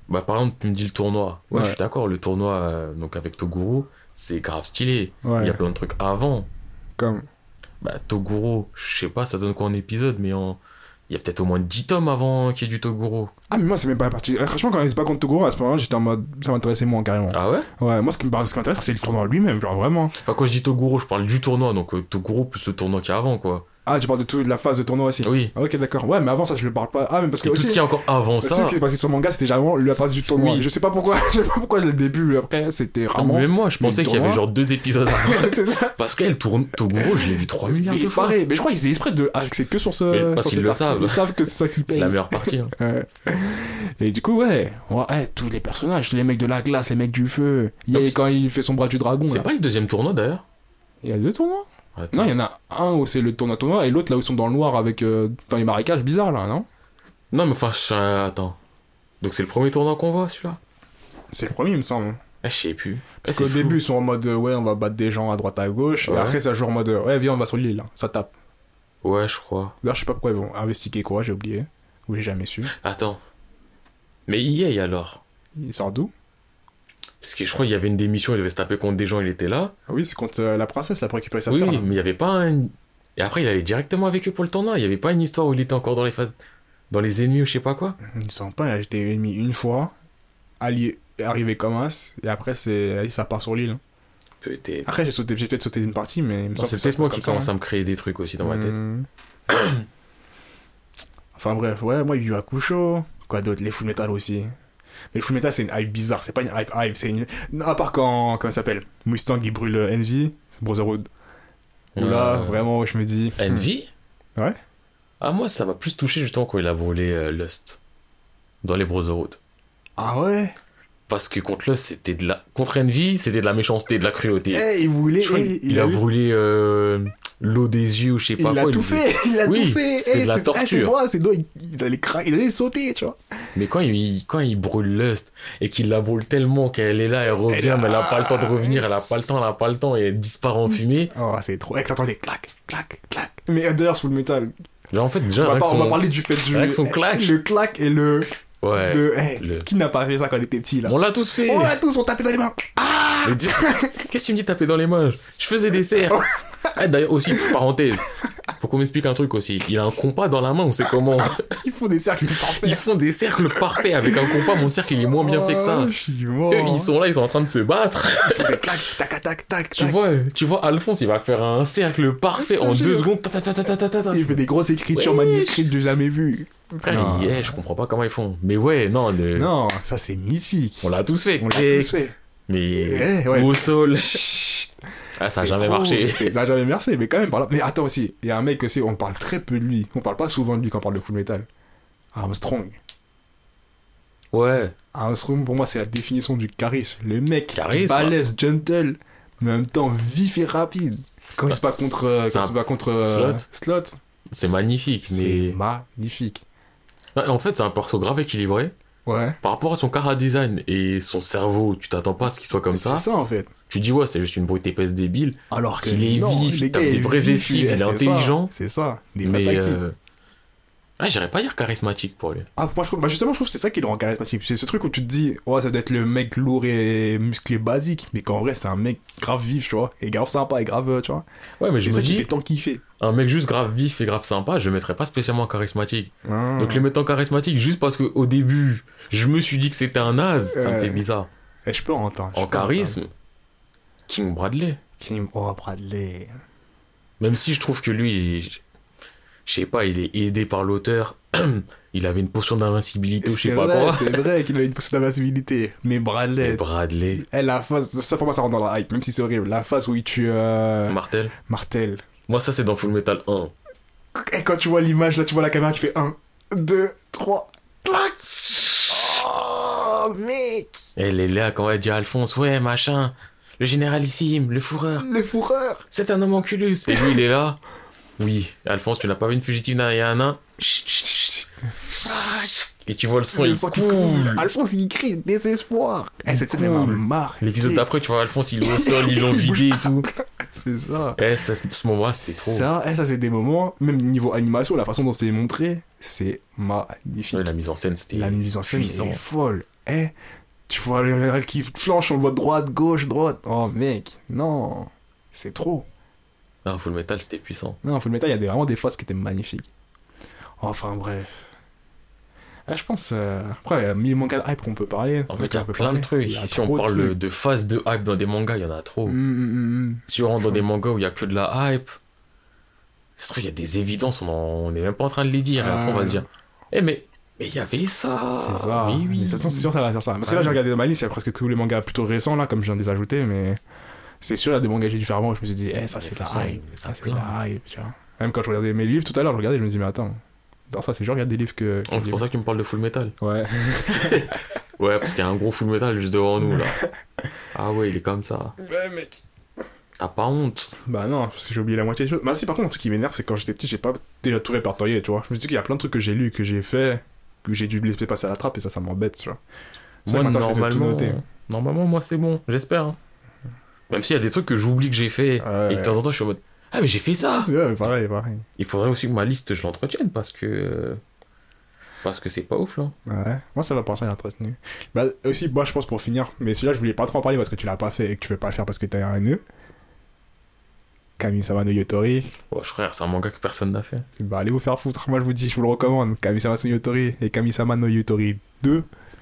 Bah, par exemple, tu me dis le tournoi. Ouais, Ouais. je suis d'accord, le tournoi euh, donc avec Toguro, c'est grave stylé. Ouais. Il y a plein de trucs avant. Comme. Bah, Toguro, je sais pas, ça donne quoi en épisode, mais en... il y a peut-être au moins dix tomes avant qu'il y ait du Toguro. Ah, mais moi, c'est même pas parti. Euh, Franchement, quand il se bat contre Toguro, à ce moment-là, j'étais en mode. Ça m'intéressait moins carrément. Ah ouais? Ouais, moi, ce qui me ce qui m'intéresse, c'est le tournoi lui-même, genre vraiment. Enfin, quand je dis Toguro, je parle du tournoi, donc euh, Toguro plus le tournoi qu'il y a avant, quoi. Ah, tu parles de toute la phase de tournoi aussi. Oui. Ah, ok, d'accord. Ouais, mais avant ça, je le parle pas. Ah, mais parce que Et tout aussi. ce qu'il y a encore avant Tu sais ça. ce qui s'est passé sur le manga, c'était vraiment la phase du tournoi. Oui. Je sais pas pourquoi, je sais pas pourquoi le début, après, c'était Ah, vraiment. même moi, je mais pensais le qu'il y avait tournoi- genre deux épisodes avant. c'est ça. Parce qu'elle tourne Toguro, je l'ai vu trois milliards de Il fois. paraît, mais je crois qu'ils faisaient exprès de axer que sur ce. Mais parce sur qu'ils cet le arc. savent. Ils savent que c'est ça qui paye. C'est la meilleure partie. Hein. Ouais. Et du coup, ouais. ouais, ouais, tous les personnages, tous les mecs de la glace, les mecs du feu. Il y a Donc, quand il fait son bras du dragon. C'est Là. pas le deuxième tournoi d'ailleurs? Il y a deux tournois. Attends. Non, il y en a un où c'est le tournoi tournoi et l'autre là où ils sont dans le noir avec euh, dans les marécages bizarres là, non? Non, mais enfin, je- euh, attends. Donc c'est le premier tournoi qu'on voit celui-là? C'est le premier, il me semble. Ah, je sais plus. Ah, Parce c'est qu'au fou. début, ils sont en mode euh, ouais, on va battre des gens à droite à gauche. Ouais. Et après, ça joue en mode euh, ouais, viens, on va sur l'île là. Ça tape. Ouais, je crois. D'ailleurs, je sais pas pourquoi ils vont investiguer quoi, j'ai oublié. Ou j'ai jamais su. Attends. Mais E A alors? Il sort d'où? Parce que je crois qu'il y avait une démission, il devait se taper contre des gens, il était là. Ah oui, c'est contre euh, la princesse là pour récupérer sa Oui, sœur. oui, là. mais il y avait pas un... Et après, il allait directement avec eux pour le tournoi. Il y avait pas une histoire où il était encore dans les phases... Dans les ennemis ou je sais pas quoi. Il sent pas, il a été ennemi une fois, allié, arrivé comme as, et après c'est ça part sur l'île. Peut-être. Après j'ai sauté, j'ai peut-être sauté une partie, mais il me Non, semble c'est que ça peut-être se moi passe qui comme commence ça, à me créer des trucs aussi dans ma tête. Hmm. Enfin bref, ouais, moi Yu Yu Hakusho, quoi d'autre, les Full Metal aussi. Mais le Full Metal c'est une hype bizarre, c'est pas une hype hype, c'est une... Non, à part quand, comment ça s'appelle, Mustang il brûle Envy, c'est Brotherhood. Où là, Euh, vraiment, je me dis... hmm. Envy? Ouais. Ah, moi, ça m'a plus touché justement quand il a brûlé euh, Lust. Dans les Brotherhood. Ah ouais. Parce que contre Lust, c'était de la... Contre Envy, c'était de la méchanceté, de la cruauté. Eh, il voulait... Je crois eh, qu'il- il, a eu- brûlé euh, l'eau des yeux ou je sais pas Il quoi. a il tout le faisait. fait, il a Oui, tout fait. c'était Eh, de la c'est- eh, torture. c'est moi, c'est doigts, il, il allait cra... il allait sauter, tu vois. Mais quand il, quand il brûle Lust et qu'il la brûle tellement qu'elle est là, elle revient, Elle- mais elle a pas le temps de Ah, revenir, elle a pas le temps, elle a pas le temps et elle disparaît en fumée. Oh, c'est trop. Eh, t'entends les clac, clac, clac. Mais euh, d'ailleurs, sur le métal, Genre, en fait, déjà, on va, avec pas- on va son... parler du fait du. avec son eh, clac. Le clac et le. Ouais. de, eh, le- Qui n'a pas fait ça quand il était petit, là? On l'a tous fait. On l'a tous, on tapait dans les mains. Ah. Mais dis- Qu'est-ce que tu me dis taper dans les mains? Je faisais des cercles. Ah, d'ailleurs, aussi, parenthèse, faut qu'on m'explique un truc aussi. Il a un compas dans la main, on sait comment. Ils font des cercles parfaits. Ils font des cercles parfaits avec un compas, mon cercle il est moins bien fait que ça. Oh, je suis mort. Eux, ils sont là, ils sont en train de se battre. Ils font des clacs, tac, tac, tac, Tu tac. vois, tu vois, Alphonse, il va faire un cercle parfait Je te en deux jure. secondes. Ta, ta, ta, ta, ta, ta, ta, ta. Il fait des grosses écritures Ouais. manuscrites que j'ai jamais vues. Frère, Non. il- eh, je comprends pas comment ils font. Mais ouais, non, le- Non, ça c'est mythique. on l'a tous fait. On l'a Et- tous fait. Mais Eh, ouais. au sol, Chut. ah, ça a C'est jamais trop- marché. c'est- Ça a jamais marché, mais quand même, par là. Mais attends aussi, il y a un mec aussi, on parle très peu de lui. On parle pas souvent de lui quand on parle de Full Metal. Armstrong. Ouais, Armstrong, pour moi, c'est la définition du charisme. Le mec, Charisme. balèze, gentle, mais en même temps vif et rapide. Quand il se bat contre, euh, C'est quand il un se bat contre euh, slot. Slot, c'est magnifique. c'est Mais magnifique. Ouais, en fait, c'est un perso grave équilibré. Ouais. Par rapport à son cara design et son cerveau, tu t'attends pas à ce qu'il soit comme C'est ça. ça en fait. Tu dis, ouais, c'est juste une brute épaisse débile. Alors que Il est non, vif, les il tape gars, des il est vrais vif, esquives, il est c'est ça, intelligent. C'est ça, des vrais Mais. tactiques. Euh... Ah, j'irais pas dire charismatique pour lui. Ah, moi, je trouve, bah justement, je trouve que c'est ça qui le rend charismatique. C'est ce truc où tu te dis, oh, ça doit être le mec lourd et musclé basique, mais qu'en vrai, c'est un mec grave vif, tu vois, et grave sympa et grave, euh, tu vois. Ouais, mais je C'est me ça qui dis, fait tant kiffer. un mec juste grave vif et grave sympa, je le mettrais pas spécialement charismatique. Ah. Donc, le mettant charismatique juste parce qu'au début, je me suis dit que c'était un naze, ça me Ouais. fait bizarre. Et je peux entendre. je En peux charisme, King Bradley. entendre. Kim, oh, Bradley. Même si je trouve que lui, il- je sais pas, il est aidé par l'auteur. Il avait une potion d'invincibilité ou je sais C'est pas vrai, quoi. c'est vrai qu'il a une poussée d'invincibilité. Mais Bradley, Et Bradley, elle, la phase, ça pour moi, ça rentre dans la hype, même si c'est horrible. La phase où il tue euh, Martel. Martel. Moi, ça, c'est dans Full Metal un. Et quand tu vois l'image, là, tu vois la caméra qui fait un, deux, trois, clac. Oh, mec. Elle est là quand elle dit à Alphonse, ouais, machin, le généralissime, le fourreur, Le fourreur. c'est un homunculus. Et lui, il est là. Oui, Alphonse, tu n'as pas vu une fugitive derrière un nain. Chut, chut, chut. Et tu vois le son, Le il sang qui coule. coule. Alphonse, il crie désespoir. Eh, cette scène, elle m'a Cool. marqué. L'épisode d'après, tu vois Alphonse, il est au sol, ils l'ont vidé et tout. C'est ça. Eh, ça, ce moment-là, c'était trop. Ça, eh, ça c'est des moments, même niveau animation, la façon dont c'est montré, c'est magnifique. Ouais, la mise en scène, c'était. La mise en scène puissant. est folle. Eh, tu vois le général qui flanche, on le voit droite, gauche, droite. Oh mec, non, c'est trop. Non, Full Metal, c'était puissant. Non, Full Metal, il y a des, vraiment des phases qui étaient magnifiques. Enfin bref. Ah, je pense. Euh... Après, il y a mille mangas de hype qu'on peut parler. En fait, il y a on peut plein parler. de trucs. Il y a Si on trop de parle trucs. de phases de hype dans des mangas, il y en a trop. Mm, mm, mm, mm. Si on rentre dans des mangas où il y a que de la hype, ça se trouve, il y a des évidences, on en- on n'est même pas en train de les dire. Et après, on va se dire, eh, mais mais il y avait ça. C'est ça. Oui, oui. Mais de toute façon, c'est sûr que ça va faire ça. Parce que Ouais. là, j'ai regardé dans ma liste, il y a presque tous les mangas plutôt récents, là, comme je viens de les ajouter, mais c'est sûr, il y a des mangas que j'ai dû faire avant où je me suis dit, eh, ça, c'est de de toute la façon, hype. Ça, c'est de plein. la hype, tu vois. Même quand je regardais mes livres tout à l'heure, je regardais, je me dis, mais attends, dans ça, c'est genre, il y a des livres que. Oh, c'est pour ça que tu me parles de Full Metal. Ouais. Ouais, parce qu'il y a un gros Full Metal juste devant nous, là. Ah ouais, il est comme ça. Ouais, mec. T'as pas honte. Bah non, parce que j'ai oublié la moitié des choses. Bah si, par contre, un truc qui m'énerve, c'est que quand j'étais petit, j'ai pas déjà tout répertorié, tu vois. Je me dis qu'il y a plein de trucs que j'ai lus, que j'ai fait, que j'ai dû laisser passer à la trappe, et ça, ça m'embête, tu vois. C'est Moi, vrai que maintenant, j'ai tout normalement, noté. normalement, moi, c'est bon. J'espère. hein. Même s'il y a des trucs que j'oublie que j'ai fait. Ouais. Et de temps en temps, je suis en mode, ah, mais j'ai fait ça. Ouais, pareil, pareil. Il faudrait aussi que ma liste, je l'entretienne parce que. Parce que c'est pas ouf, là. Ouais, moi ça va penser à l'entretenu. Bah aussi, moi je pense pour finir, mais celui-là je voulais pas trop en parler parce que tu l'as pas fait et que tu veux pas le faire parce que t'as un nœud. Kami-sama no Yotori, Ouais, frère, c'est un manga que personne n'a fait. bah allez vous faire foutre, moi je vous dis, je vous le recommande. Kami-sama no Yotori et Kami-sama no Yotori deux,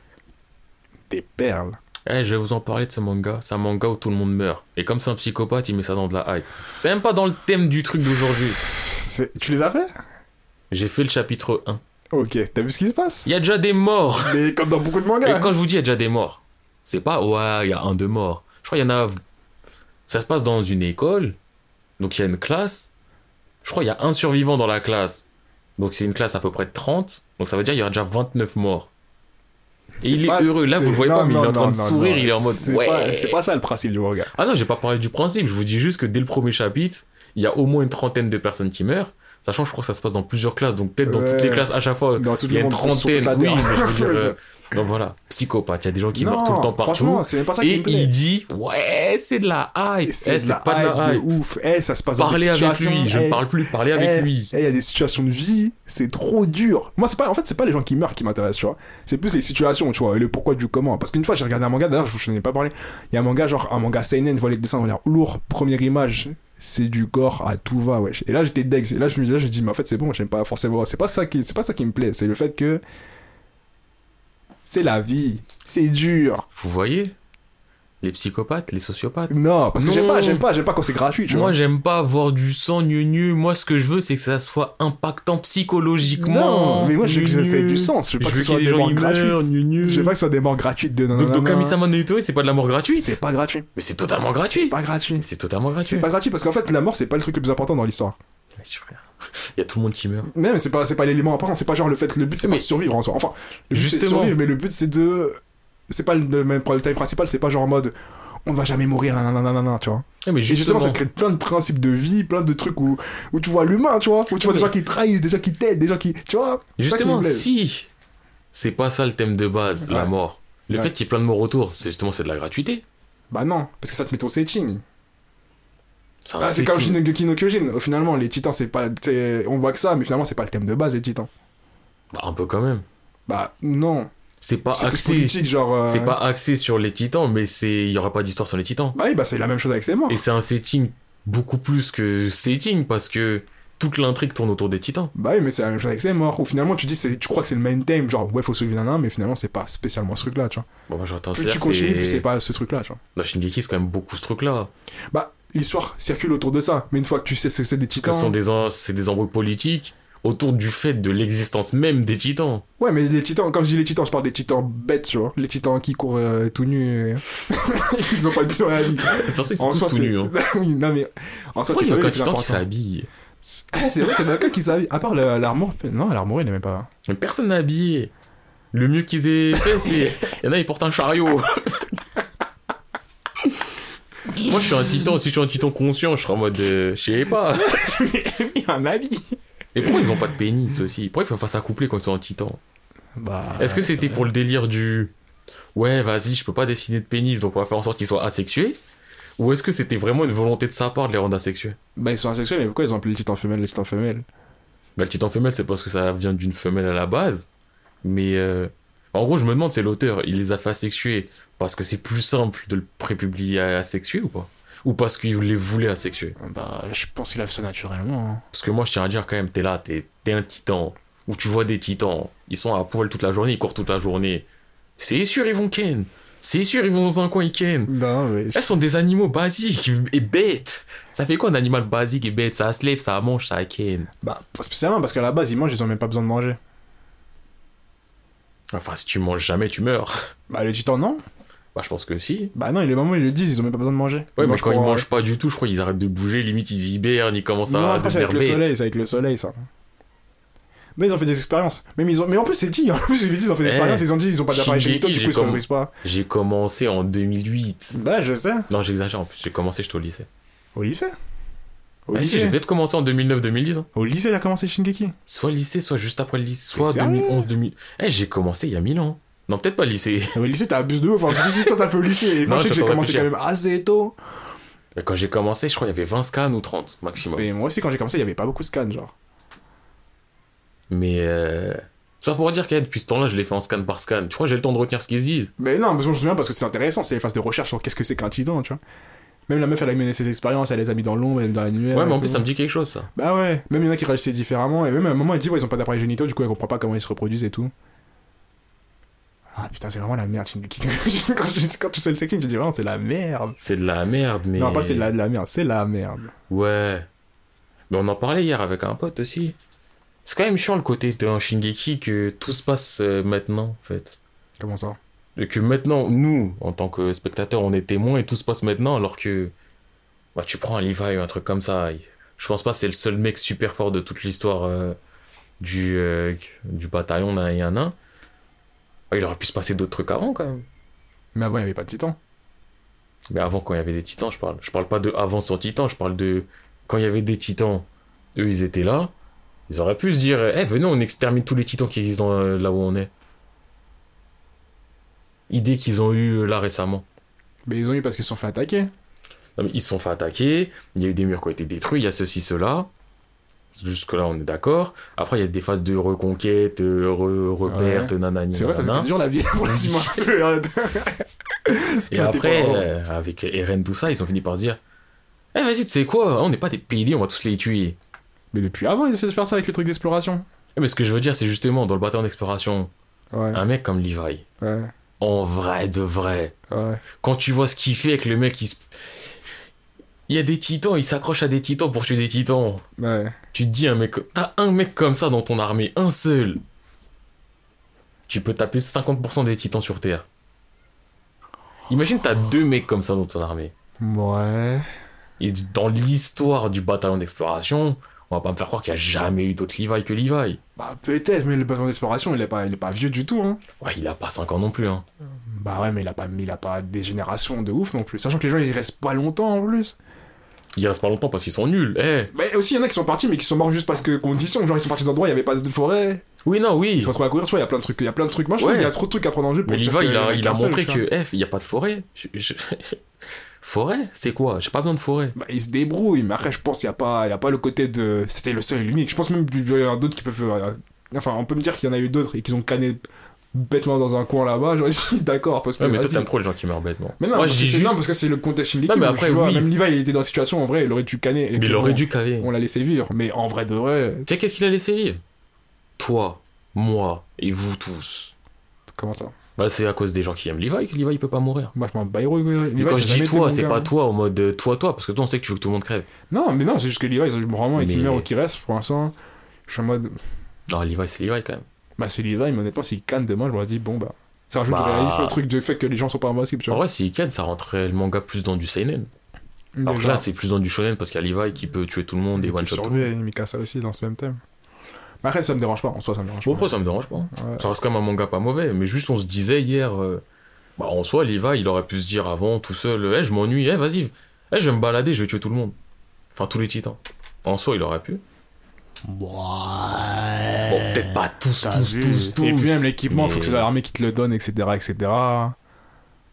des perles. Eh, je vais vous en parler de ce manga. C'est un manga où tout le monde meurt. Et comme c'est un psychopathe, il met ça dans de la hype. C'est même pas dans le thème du truc d'aujourd'hui. C'est- Tu les as fait? J'ai fait le chapitre un. Ok, t'as vu ce qui se passe? Il y a déjà des morts. Mais comme dans beaucoup de Et mangas. quand je vous dis il y a déjà des morts, c'est pas ouais, il y a un de mort. Je crois qu'il y en a. Ça se passe dans une école. Donc il y a une classe. Je crois qu'il y a un survivant dans la classe. Donc c'est une classe à peu près de trente. Donc ça veut dire qu'il y aura déjà vingt-neuf morts. Et C'est il est pas- heureux. Là, c'est- vous le voyez non, pas, mais il est non, en train non, de non, sourire. non. Il est en mode C'est ouais. pas- C'est pas ça le principe du manga. Ah non, j'ai pas parlé du principe. Je vous dis juste que dès le premier chapitre, il y a au moins une trentaine de personnes qui meurent. Sachant que je crois que ça se passe dans plusieurs classes. Donc peut-être dans Ouais. toutes les classes, à chaque fois, Dans tout il y a le une monde, sur toute trentaine. la Oui, Terre. mais je veux dire. euh, Donc voilà, psychopathe. Il y a des gens qui meurent tout le temps partout. Franchement, c'est même pas ça qui Et me plaît. il dit ouais, c'est de la hype. Et Eh, C'est c'est de la pas de la hype hype. de ouf. Eh, ça se passe dans des Parlez avec situations. lui. Je eh, ne parle plus. Parlez eh, avec lui. eh, il y a des situations de vie, c'est trop dur. Moi, c'est pas, en fait, c'est pas les gens qui meurent qui m'intéressent, tu vois. C'est plus les situations, tu vois, et le pourquoi du comment. Parce qu'une fois, j'ai regardé un manga, d'ailleurs, je vous en ai pas parlé. Il y a un manga, genre, un manga seinen, je vois les dessins ont l'air lourds. Première image, c'est du gore à tout va, wesh. Et là, j'étais deg. Et là, je me disais, je me dis, mais en fait, c'est bon, j'aime pas forcément. C'est pas ça qui, c'est pas ça qui me plaît. C'est le fait que c'est la vie, c'est dur. Vous voyez les psychopathes, les sociopathes. Non, parce que Non. j'aime pas, j'aime pas, j'aime pas quand c'est gratuit, tu Moi, vois. j'aime pas avoir du sang nu nu. Moi, ce que je veux, c'est que ça soit impactant psychologiquement. Non, mais moi, je veux que Nu, ça ait nu. du sens. Je veux pas Je que veux ce soit qu'il y ait des des gens morts qui meurent, gratuites. nu, nu. Je veux pas que ce soit des morts gratuites de Donc, donc nanana. Kami-sama no Yutori, c'est pas de la mort gratuite. C'est pas gratuit. Mais c'est totalement C'est gratuit. pas gratuit. Mais c'est totalement gratuit. C'est pas gratuit parce qu'en fait, la mort, c'est pas le truc le plus important dans l'histoire. Mais frère, il y a tout le monde qui meurt. Mais, mais c'est pas, c'est pas l'élément important. C'est pas genre le fait, le but, c'est Mais- pas de survivre en soi. Enfin, le but, c'est de Justement. survivre, mais le but, c'est de. C'est pas le, le même le thème principal, c'est pas genre en mode. On va jamais mourir, nanana, tu vois. Eh, mais Et justement, justement, ça crée plein de principes de vie, plein de trucs où, où tu vois l'humain, tu vois. Où tu vois des Mais- gens qui trahissent, des gens qui t'aident, des gens qui. Tu vois. c'est ça qui me justement, plaît. si c'est pas ça le thème de base, la Ouais. mort. Le Ouais. fait qu'il y ait plein de morts autour, c'est justement c'est de la gratuité. Bah non, parce que ça te met ton setting. C'est un Ah, c'est comme setting. Shingeki no Kyojin. Au finalement, les titans, c'est pas. c'est- On voit que ça, mais finalement, c'est pas le thème de base, les titans. Bah, un peu quand même. Bah non. C'est pas C'est plus axé. politique, genre. euh, C'est pas axé sur les titans, mais c'est il y aura pas d'histoire sur les titans. Bah oui, bah c'est la même chose avec ces morts. Et c'est un setting beaucoup plus que setting parce que toute l'intrigue tourne autour des titans. Bah oui, mais c'est la même chose avec ces morts. Où finalement, tu dis, c'est- tu crois que c'est le main theme, genre, ouais, faut sauver nanana, mais finalement, c'est pas spécialement ce truc-là, tu vois. Bon, moi, je vais t'en Plus dire, tu continues, plus c'est c'est. pas ce truc-là, tu vois. Dans Shingeki, c'est quand même beaucoup ce truc-là. Bah, l'histoire circule autour de ça, mais une fois que tu sais ce que c'est des Parce que titans. ce sont des, en- c'est des embrouilles politiques autour du fait de l'existence même des titans. Ouais, mais les titans, quand je dis les titans, je parle des titans bêtes, tu vois. Les titans qui courent euh, tout nus. et- Ils ont pas de plus rien à dire. De toute façon, ils sont En tous soi, tout c'est. nus. Hein. Oui, non, mais. En soi, Pourquoi c'est il y a pas eux aucun les plus titan qui importants. s'habille Eh, c'est vrai qu'il y en a qu'un qui s'habille. À part le- l'armure. Non, l'armure, il n'est même pas. Mais personne n'a habillé. Le mieux qu'ils aient fait, c'est. Il y en a, ils portent un chariot. Moi, je suis un titan. Si je suis un titan conscient, je serais en mode. euh, je sais pas. Il y a un habit. Et pourquoi ils ont pas de pénis aussi? Pourquoi il faut faire s'accoupler quand ils sont un titan? Bah. Est-ce que c'était pour le délire du. Ouais, vas-y, je peux pas dessiner de pénis, donc on va faire en sorte qu'il soit asexué? Ou est-ce que c'était vraiment une volonté de sa part de les rendre asexués? Bah, ils sont asexuels, mais pourquoi ils ont appelé le titan femelle le titan femelle? Bah, le titan femelle, c'est parce que ça vient d'une femelle à la base. Mais euh, en gros, je me demande, c'est l'auteur, il les a fait asexuer parce que c'est plus simple de le prépublier asexué ou pas? Ou parce qu'il les voulait asexuer? Bah, je pense qu'il a fait ça naturellement. Hein. Parce que moi, je tiens à dire quand même, t'es là, t'es, t'es un titan. Où tu vois des titans, ils sont à poil toute la journée, ils courent toute la journée. C'est sûr, ils vont ken. C'est sûr, ils vont dans un coin, ils ken. Non, mais. Elles sont des animaux basiques et bêtes. Ça fait quoi un animal basique et bête? Ça se lève, ça mange, ça ken. Bah, pas spécialement, parce qu'à la base, ils mangent, ils ont même pas besoin de manger. Enfin, si tu manges jamais, tu meurs. Bah, le titan, non? Bah, je pense que si. Bah, non, les mamans, ils le disent, ils ont même pas besoin de manger. Ouais, Ils mais mangent quand ils pour, mangent euh, pas du tout, je crois qu'ils arrêtent de bouger, limite ils hibernent, ils commencent Non, à après, c'est devenir avec le bêtes. soleil, c'est avec le soleil, ça. Mais ils ont fait des expériences. Même ils ont... Mais en plus, c'est dit, en plus, ils ont fait des Eh, expériences, ils ont dit, ils ont pas d'appareil Shingeki, génitaux, du j'ai coup, ils se comm- reproduisent pas. J'ai commencé en deux mille huit. Bah, je sais. Non, j'exagère en plus, j'ai commencé, j'étais au lycée. Au lycée Au Ah si, lycée j'ai peut-être commencé en deux mille neuf deux mille dix. Hein. Au lycée, il a commencé Shingeki. Soit lycée, soit juste après le lycée, soit Mais sérieux deux mille onze deux mille. Eh, j'ai commencé il y a mille ans. Non, peut-être pas lycée. Au lycée, t'as abusé de ouf. Enfin, si toi, t'as fait au lycée. Et moi, Non, je sais que je j'ai peux commencé quand réfléchir. même assez tôt. Mais quand j'ai commencé, je crois qu'il y avait vingt scans ou trente maximum. Mais moi aussi, quand j'ai commencé, il y avait pas beaucoup de scans, genre. Mais euh... ça pour dire que depuis ce temps-là, je l'ai fait en scan par scan. Tu crois que j'ai le temps de retenir ce qu'ils se disent? Mais non, mais je me souviens parce que c'est intéressant, c'est les phases de recherche sur qu'est-ce que c'est qu'un titan, tu vois. Même la meuf, elle a mené ses expériences, elle les a mis dans l'ombre, elle dans la lumière. Ouais, mais et en tout. plus, ça me dit quelque chose, ça. Bah ouais, même il y en a qui réagissaient différemment, et même à un moment, elle dit, ouais, ils ont pas d'appareil génitaux, du coup, elle comprend pas comment ils se reproduisent et tout. Ah putain, c'est vraiment la merde, Shingeki. quand, je, quand tu sais le section, tu dis vraiment, c'est la merde. C'est de la merde, mais... Non, pas c'est de la, de la merde, c'est la merde. Ouais. Mais on en parlait hier avec un pote aussi. C'est quand même chiant le côté d'un Shingeki que tout se passe euh, maintenant, en fait. Comment ça? Et que maintenant, nous, en tant que spectateurs, on est témoins et tout se passe maintenant, alors que... Bah, tu prends un Levi ou un truc comme ça, il- je pense pas que c'est le seul mec super fort de toute l'histoire euh, du, euh, du bataillon d'un et un nain. Bah, il aurait pu se passer d'autres trucs avant, quand même. Mais avant, il y avait pas de titan. Mais avant, quand il y avait des titans, je parle. Je parle pas de avant sans titans, je parle de... Quand il y avait des titans, eux, ils étaient là. Ils auraient pu se dire, eh, venez, on extermine tous les titans qui existent dans, euh, là où on est. Idée qu'ils ont eue euh, là récemment. Mais ils ont eu parce qu'ils se sont fait attaquer. Non, mais ils se sont fait attaquer, il y a eu des murs qui ont été détruits, il y a ceci, cela. Jusque-là, on est d'accord. Après, il y a des phases de reconquête, euh, re- reperte, Ouais. nanani, C'est vrai, ça nanana. c'était dur la vie pour les humains. Et après, euh, avec Eren, tout ça, ils ont fini par dire, eh, vas-y, tu sais quoi, on n'est pas des P I D, on va tous les tuer. Mais depuis avant, ils essaient de faire ça avec le truc d'exploration. Eh, Mais ce que je veux dire, c'est justement, dans le bataillon d'exploration, Ouais, un mec comme Levi, ouais, en vrai de vrai, ouais. quand tu vois ce qu'il fait avec le mec, il se... Il y a des titans, il s'accroche à des titans pour tuer des titans. Ouais. Tu te dis, un mec... T'as un mec comme ça dans ton armée, un seul. Tu peux taper cinquante pour cent des titans sur Terre. Imagine, t'as deux mecs comme ça dans ton armée. Ouais. Et dans l'histoire du bataillon d'exploration, on va pas me faire croire qu'il y a jamais eu d'autre Levi que Levi. Bah peut-être, mais le bâton d'exploration, il est pas, il est pas vieux du tout, hein. Ouais, il a pas cinq ans non plus, hein. Bah ouais, mais il a pas, il a pas des générations de ouf non plus. Sachant que les gens, ils restent pas longtemps en plus. Il reste pas longtemps parce qu'ils sont nuls, eh. Mais aussi, il y en a qui sont partis, mais qui sont morts juste parce que conditions. Genre, ils sont partis d'endroits, il y avait pas de forêt. Oui, non, oui. Ils se retrouvent à courir, tu vois, il y a plein de trucs. Il y a plein de trucs. Moi, je trouve Ouais. qu'il y a trop de trucs à prendre en jeu pour Mais dire Levi, que il a, y en il a qu'un seul, montré tu vois. que, F, il y a pas de forêt. Je- je- Forêt, c'est quoi? J'ai pas besoin de forêt. Bah, ils se débrouillent, mais après, je pense qu'il y a pas, il y a pas le côté de. C'était le seul et l'unique. Je pense même qu'il y en a d'autres qui peuvent. euh, Enfin, on peut me dire qu'il y en a eu d'autres et qu'ils ont canné bêtement dans un coin là-bas. J'aurais dit d'accord, parce que. Ouais, mais toi, vas-y. t'aimes trop les gens qui meurent bêtement. Mais non, Moi, parce je que dis c'est juste... non, parce que c'est le contexte Shingeki. Non, mais où, après, tu vois, oui. Même Levi, il était dans la situation, en vrai, il aurait dû canner. et Mais puis il aurait bon, dû caler. On l'a laissé vivre, mais en vrai de vrai. Tu sais, qu'est-ce qu'il a laissé vivre? Toi, moi et vous tous. Comment ça? Bah, c'est à cause des gens qui aiment Levi que Levi il peut pas mourir. Moi, je m'en bats les couilles, Levi, Mais quand ça a je jamais dis été toi, mon c'est gars, pas hein. toi en mode euh, toi, toi, parce que toi, on sait que tu veux que tout le monde crève. Non, mais non, c'est juste que Levi, ils ont vraiment et qu'il Mais- meurt ou qu'il reste, pour l'instant. Je suis en mode. Non, Levi, c'est Levi quand même. Bah, c'est Levi, mais honnêtement, s'il canne demain, je me dis, bon, bah. Ça rajoute Bah. du réalisme, le truc du fait que les gens sont pas invincibles, tu En vois. vrai, si Ken, ça rentrait le manga plus dans du seinen. Alors que Déjà. là, c'est plus dans du shonen parce qu'il y a Levi qui peut tuer tout le monde et Et one qui shot tout le monde. surveille Mikasa aussi dans ce même thème. Mais après, ça me dérange pas, en soi, ça me dérange Bon, pas. après, ça me dérange pas. Ouais. Ça reste quand même un manga pas mauvais, mais juste on se disait hier, euh, bah en soi, Levi, il aurait pu se dire avant, tout seul, eh, je m'ennuie, eh, vas-y, eh, je vais me balader, je vais tuer tout le monde. Enfin, tous les titans. En soi, il aurait pu. Bon, peut-être pas tous, T'as tous, vu. tous, tous. Et puis même l'équipement, mais- faut que c'est l'armée qui te le donne, et cetera, et cetera.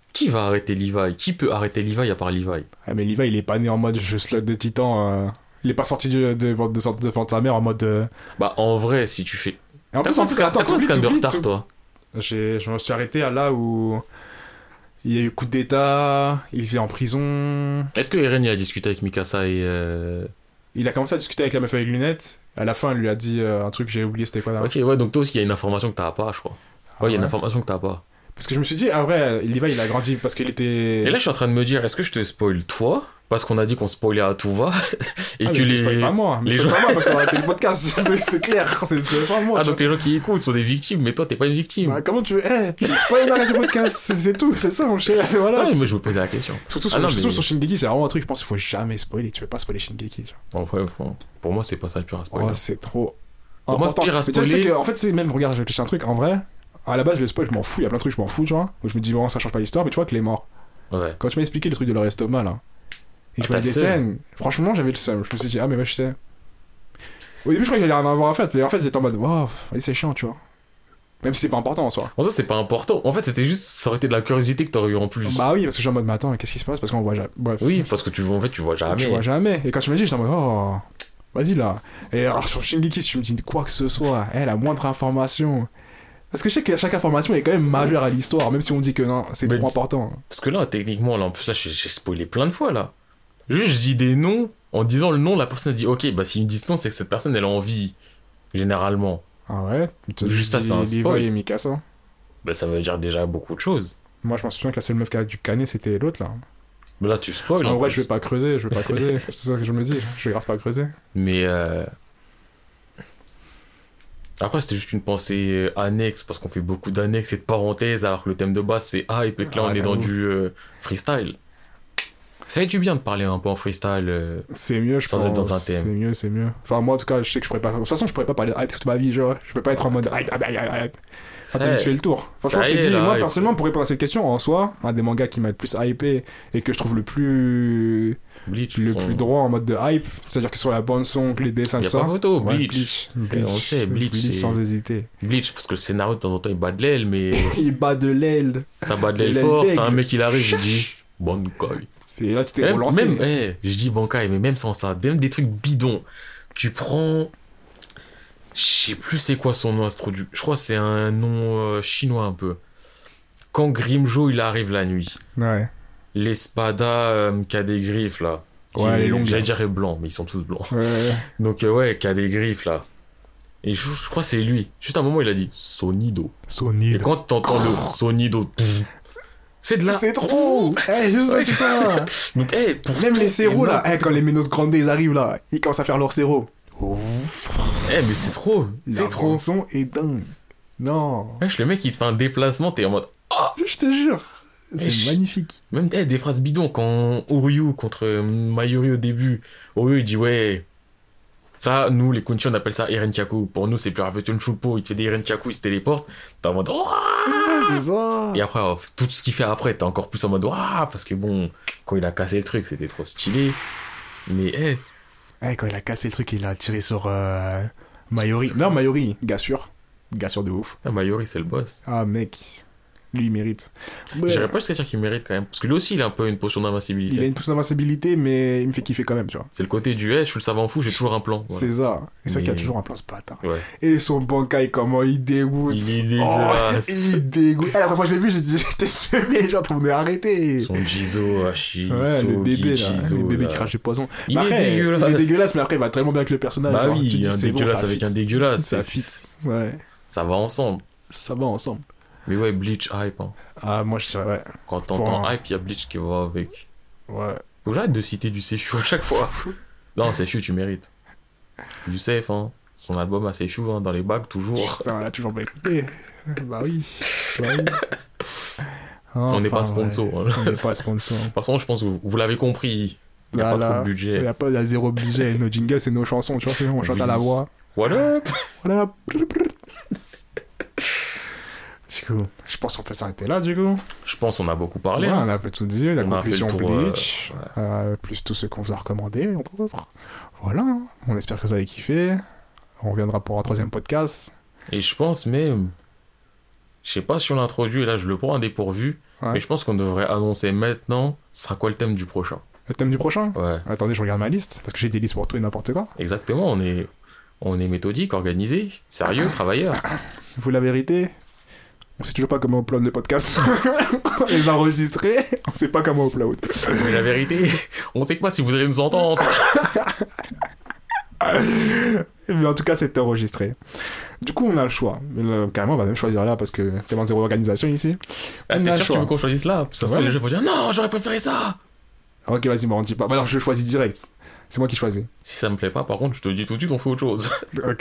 Qui va arrêter Levi? Qui peut arrêter Levi à part Levi? Ah, mais Levi, il est pas né en mode je slot de titan. euh, Il est pas sorti de, de, de, de, de, de sa mère en mode. euh, Bah, en vrai, si tu fais. Et en T'as plus, en combien plus, de attends, t'as combien de t'oublies, scans de t'oublies, retard, t'oublies. toi? J'ai- Je me suis arrêté à là où il y a eu coup d'état, il était en prison. Est-ce que Eren il a discuté avec Mikasa et. euh, Il a commencé à discuter avec la meuf avec lunettes. À la fin, elle lui a dit euh, un truc que j'ai oublié, c'était quoi là. Ok, ouais, donc toi aussi, il y a une information que t'as pas, je crois. Ah Ouais, il y a une ouais. information que t'as pas. Parce que je me suis dit, ah vrai, Levi il a grandi parce qu'il était. Et là, je suis en train de me dire, est-ce que je te spoil toi? Parce qu'on a dit qu'on spoilait à tout va. Et ah, que mais les. je spoil pas moi, mais les je spoil gens- pas moi parce qu'on a arrêté le podcast, c'est c'est clair, c'est c'est pas moi. Ah, tu donc les gens qui écoutent sont des victimes, mais toi, t'es pas une victime. vois. Bah, comment tu veux. Eh, tu spoil l'arrêt du podcast, c'est c'est tout, c'est ça mon cher, voilà. Ah, mais moi, je me posais la question. Surtout, Ah, sur, non, surtout mais- sur Shingeki, c'est vraiment un truc, je pense qu'il faut jamais spoiler, tu peux pas spoiler Shingeki. Tu vois. En vrai, enfin, pour moi, c'est pas ça le pire à spoiler. Oh, c'est trop. Pour moi, important. pire à Mais tu sais, spoiler- c'est que, en fait, c'est même, regarde, j'ai réfléchi à un truc, en vrai, à la base, le spoil, je m'en fous, il y a plein de trucs, je m'en fous, tu vois. Donc je me dis, bon, ça change pas l'histoire, mais tu vois qu'il est mort. Ouais. Quand tu m'as expliqué le truc de leur estomac, là, et Ah, je voyais t'as des le seum. scènes, franchement, j'avais le seum. Je me suis dit, ah, mais ouais, je sais. Au début, je croyais qu'il allait en avoir en fait, mais en fait, j'étais en mode, waouh, vas-y, c'est chiant, tu vois. Même si c'est pas important en soi. En soi, c'est pas important. En fait, c'était juste, ça aurait été de la curiosité que t'aurais eu en plus. Bah oui, parce que je suis en mode, mais attends, qu'est-ce qui se passe? Parce qu'on voit jamais. Bref. Oui, parce que tu vois, en fait, tu vois jamais. Tu vois jamais. Et quand tu m'as dit, j'étais en mode, oh, vas-y là. Et alors sur Shingeki, si tu me dis quoi que ce soit, eh, la moindre information. Parce que je sais que chaque information est quand même majeure à l'histoire, même si on dit que non, c'est Mais trop dis- important. Parce que là, techniquement, là, en plus, là, j'ai j'ai spoilé plein de fois, là. Juste, je dis des noms, en disant le nom, la personne a dit, ok, bah, s'il me dit ce nom, c'est que cette personne, elle a envie, généralement. Ah ouais? Juste ça, c'est un Levi spoil. et Mikasa. Bah, ça veut dire déjà beaucoup de choses. Moi, je m'en souviens que la seule meuf qui a dû canner, c'était l'autre là. Mais là, tu spoil. en en vrai, plus. je vais pas creuser, je vais pas creuser. c'est ça que je me dis. Je vais grave pas creuser. Mais euh... après, c'était juste une pensée euh, annexe, parce qu'on fait beaucoup d'annexes et de parenthèses, alors que le thème de base, c'est hype, et que là, Ah, on est dans j'avoue. du euh, freestyle. Ça fait du bien de parler un peu en freestyle. euh. C'est mieux, je Sans pense. être dans un thème. C'est mieux, c'est mieux. Enfin, moi, en tout cas, je sais que je pourrais pas. De toute façon, je pourrais pas parler de hype toute ma vie, genre. Je peux pas être en mode hype, hype, hype, hype, hype. Ah, t'as Ça- tué le tour. Franchement, ça je y te est, dis, la moi, hype. personnellement, pour répondre à cette question, en soi, un des mangas qui m'a le plus hypé et que je trouve le plus. Bleach, le son- plus droit en mode de hype, c'est-à-dire que sur la bande-son, que les dessins, Y tout a ça. pas photo, Ouais, Bleach. Bleach. On sait, Bleach, c'est- sans hésiter. Bleach, parce que le scénario, de temps en temps, il bat de l'aile, mais Il bat de l'aile. ça bat de l'aile L'aile fort. bègue. T'as un mec, il arrive, je dis, Bankai. Et là, tu t'es Même, relancé. même eh, je dis Bankai, mais même sans ça, même des trucs bidons. Tu prends. Je sais plus c'est quoi son nom introduit. Je crois que c'est un nom euh, chinois un peu. Quand Grimjo il arrive la nuit, Ouais. l'espada euh, qui a des griffes là. Qui- Ouais, les longues, J'allais là. dire blanc, mais ils sont tous blancs. Ouais, ouais. Donc euh, ouais, qui a des griffes là. Et je, je crois que c'est lui. Juste à un moment il a dit Sonido. Sonido. Et quand t'entends le Sonido, pff, c'est de la. C'est trop. Eh, juste Ouais. c'est ça. Donc eh, pour Même les céros et là, moi- eh, quand les Menos Grandes ils arrivent là, ils commencent à faire leur céro. Eh mais c'est trop, La c'est trop. son est dingue. Non, Wesh, le mec il te fait un déplacement, t'es en mode. je te jure, c'est Eh, je- magnifique. Même eh, des phrases bidons quand Oryu contre euh, Mayuri au début, Oryu il dit ouais. Ça, nous les Kunchi on appelle ça Erenchaku. Pour nous c'est plus rapide une choupo, il te fait des Erenchaku, il se téléporte. T'es en mode. Oh Ah, c'est ça. Et après, oh, tout ce qu'il fait après, t'es encore plus en mode. Waouh parce que bon, quand il a cassé le truc, c'était trop stylé. Mais eh, Eh, quand il a cassé le truc, il a tiré sur euh, Mayuri. Non, Mayuri, gars sûr. Gars sûr de ouf. ah, Mayuri c'est le boss. Ah, mec, lui il mérite. Ouais. J'irais pas jusqu'à dire qu'il mérite quand même. Parce que lui aussi il a un peu une potion Il a d'invincibilité. une pousse d'invincibilité, mais il me fait kiffer quand même, tu vois. C'est le côté du eh, je suis le savant fou, j'ai toujours un plan. Voilà. C'est ça. Et c'est vrai qu'il y a Mais- toujours un plan ce bâtard. Ouais. Et son Bankai, comment il dégoûte. Il est Oh, dégueulasse. il dégoûte. Eh, la première fois que je l'ai vu, j'ai dit, j'étais semé, genre, on est arrêté. Son Jizo, Hashi, Ouais, le Sogi, bébé, là. Jizo, Le bébé là. qui crache du poison. Il Mais est après, dégueulasse. Il est dégueulasse, mais après, il va tellement bien avec le personnage. Bah genre, oui, tu dis, un c'est bon, dégueulasse ça avec fit. un dégueulasse. Ça c'est- fit. Ouais, Ça va ensemble. ça va ensemble. Mais ouais, Bleach hype. Hein. Ah, moi, je dirais, ouais. Quand t'entends Pour un- hype, il y a Bleach qui va avec. Ouais. Faut que j'arrête de citer du Seifu à chaque fois. Non, Seifu, tu mérites. Du safe, hein. Son album à Seifu, hein, dans les bacs, toujours. Putain, on a toujours pas écouté. Bah oui. Bah oui. On n'est Enfin, pas sponsor. ouais. hein. On n'est pas sponsor. De toute façon, je pense que vous, vous l'avez compris. Il n'y a Là, pas là, trop de budget. Il y a pas, il y a zéro budget. Nos jingles, c'est nos chansons. Tu vois, c'est on chante Oui. à la voix. Voilà. Voilà. Du coup, je pense qu'on peut s'arrêter là, du coup. Je pense qu'on a beaucoup parlé. Ouais, hein. on a un peu tout dit, la On a fait le conclusion tour, euh, Bleach, ouais. euh, plus tout ce qu'on vous a recommandé, entre autres. Voilà, on espère que vous avez kiffé. On reviendra pour un troisième podcast. Et je pense même. Je sais pas si on l'introduit, là, je le prends à dépourvu. Ouais. Mais je pense qu'on devrait annoncer maintenant, ce sera quoi le thème du prochain. Le thème du prochain? Ouais, Attendez, je regarde ma liste, parce que j'ai des listes pour tout et n'importe quoi. exactement, on est, on est méthodique, organisé, sérieux, travailleur. Vous, la vérité, on sait toujours pas comment upload les podcasts. On les a enregistrés, on sait pas comment upload. Mais la vérité, on sait pas si vous allez nous entendre. Mais en tout cas, c'est enregistré. Du coup, on a le choix. Mais là, carrément, on va même choisir là, parce que tellement zéro organisation ici. Ah, On t'es a sûr le que tu choix. veux qu'on choisisse là? Parce que ça se Ouais. trouve, les gens vont dire non, j'aurais préféré ça. Ok, vas-y, bon, on dit pas. Bah alors, je choisis direct. C'est moi qui choisis. Si ça me plaît pas, par contre, je te le dis tout de suite, on fait autre chose. Ok.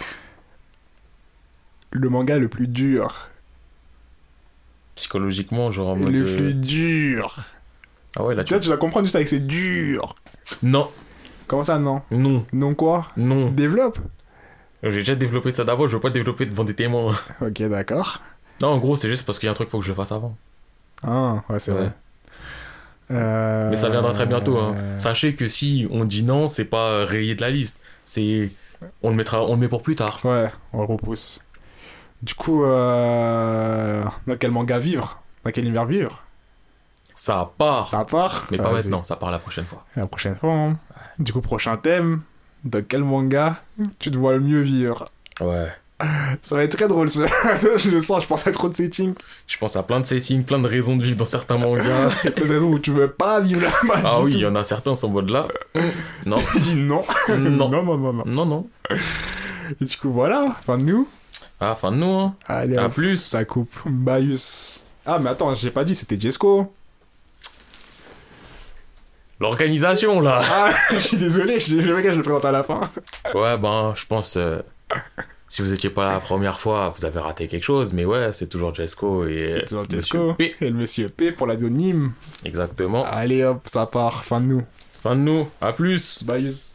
Le manga le plus dur. Psychologiquement, genre en mode. Le euh, plus dur. Ah ouais, là Tu tu. vois, tu vas comprendre juste avec c'est dur. Non, Comment ça, non? non, Non quoi? non. Développe. J'ai déjà développé ça d'avant, je veux pas le développer devant des témoins. Ok, d'accord. Non, en gros, c'est juste parce qu'il y a un truc qu'il faut que je fasse avant. Ah, ouais, c'est Ouais. vrai. Euh... Mais ça viendra très bientôt. Hein. Sachez que si on dit non, c'est pas rayé de la liste. C'est. On le mettra, on le met pour plus tard. Ouais, on le repousse. Du coup, euh... dans quel manga vivre? Dans quel univers vivre? Ça part. Ça part? Mais pas Vas-y. maintenant, ça part la prochaine fois. La prochaine fois. Hein. Du coup, prochain thème. Dans quel manga tu te vois le mieux vivre? Ouais. Ça va être très drôle, ça. Je le sens, je pense à trop de settings. Je pense à plein de settings, plein de raisons de vivre dans certains mangas. Il y a plein de raisons où tu veux pas vivre là-bas. Ah du oui, tout. il y en a certains sont en mode là. Non. Je dis non. Non. non, non, non, non. Non, non. Et du coup, voilà. Fin de nous. Ah, fin de nous, hein. Allez, À hop, plus. ça coupe. Baius. Ah, mais attends, j'ai pas dit, c'était Jesco. L'organisation, là. Ah, je suis désolé, je, le mec, je le présente à la fin. Ouais, ben, je pense. euh, si vous étiez pas là la première fois, vous avez raté quelque chose. Mais ouais, c'est toujours Jesco et. C'est toujours Monsieur Jesco. P. Et le monsieur P pour l'anonyme. Exactement. Allez, hop, ça part. Fin de nous. Fin de nous. À plus. Baius.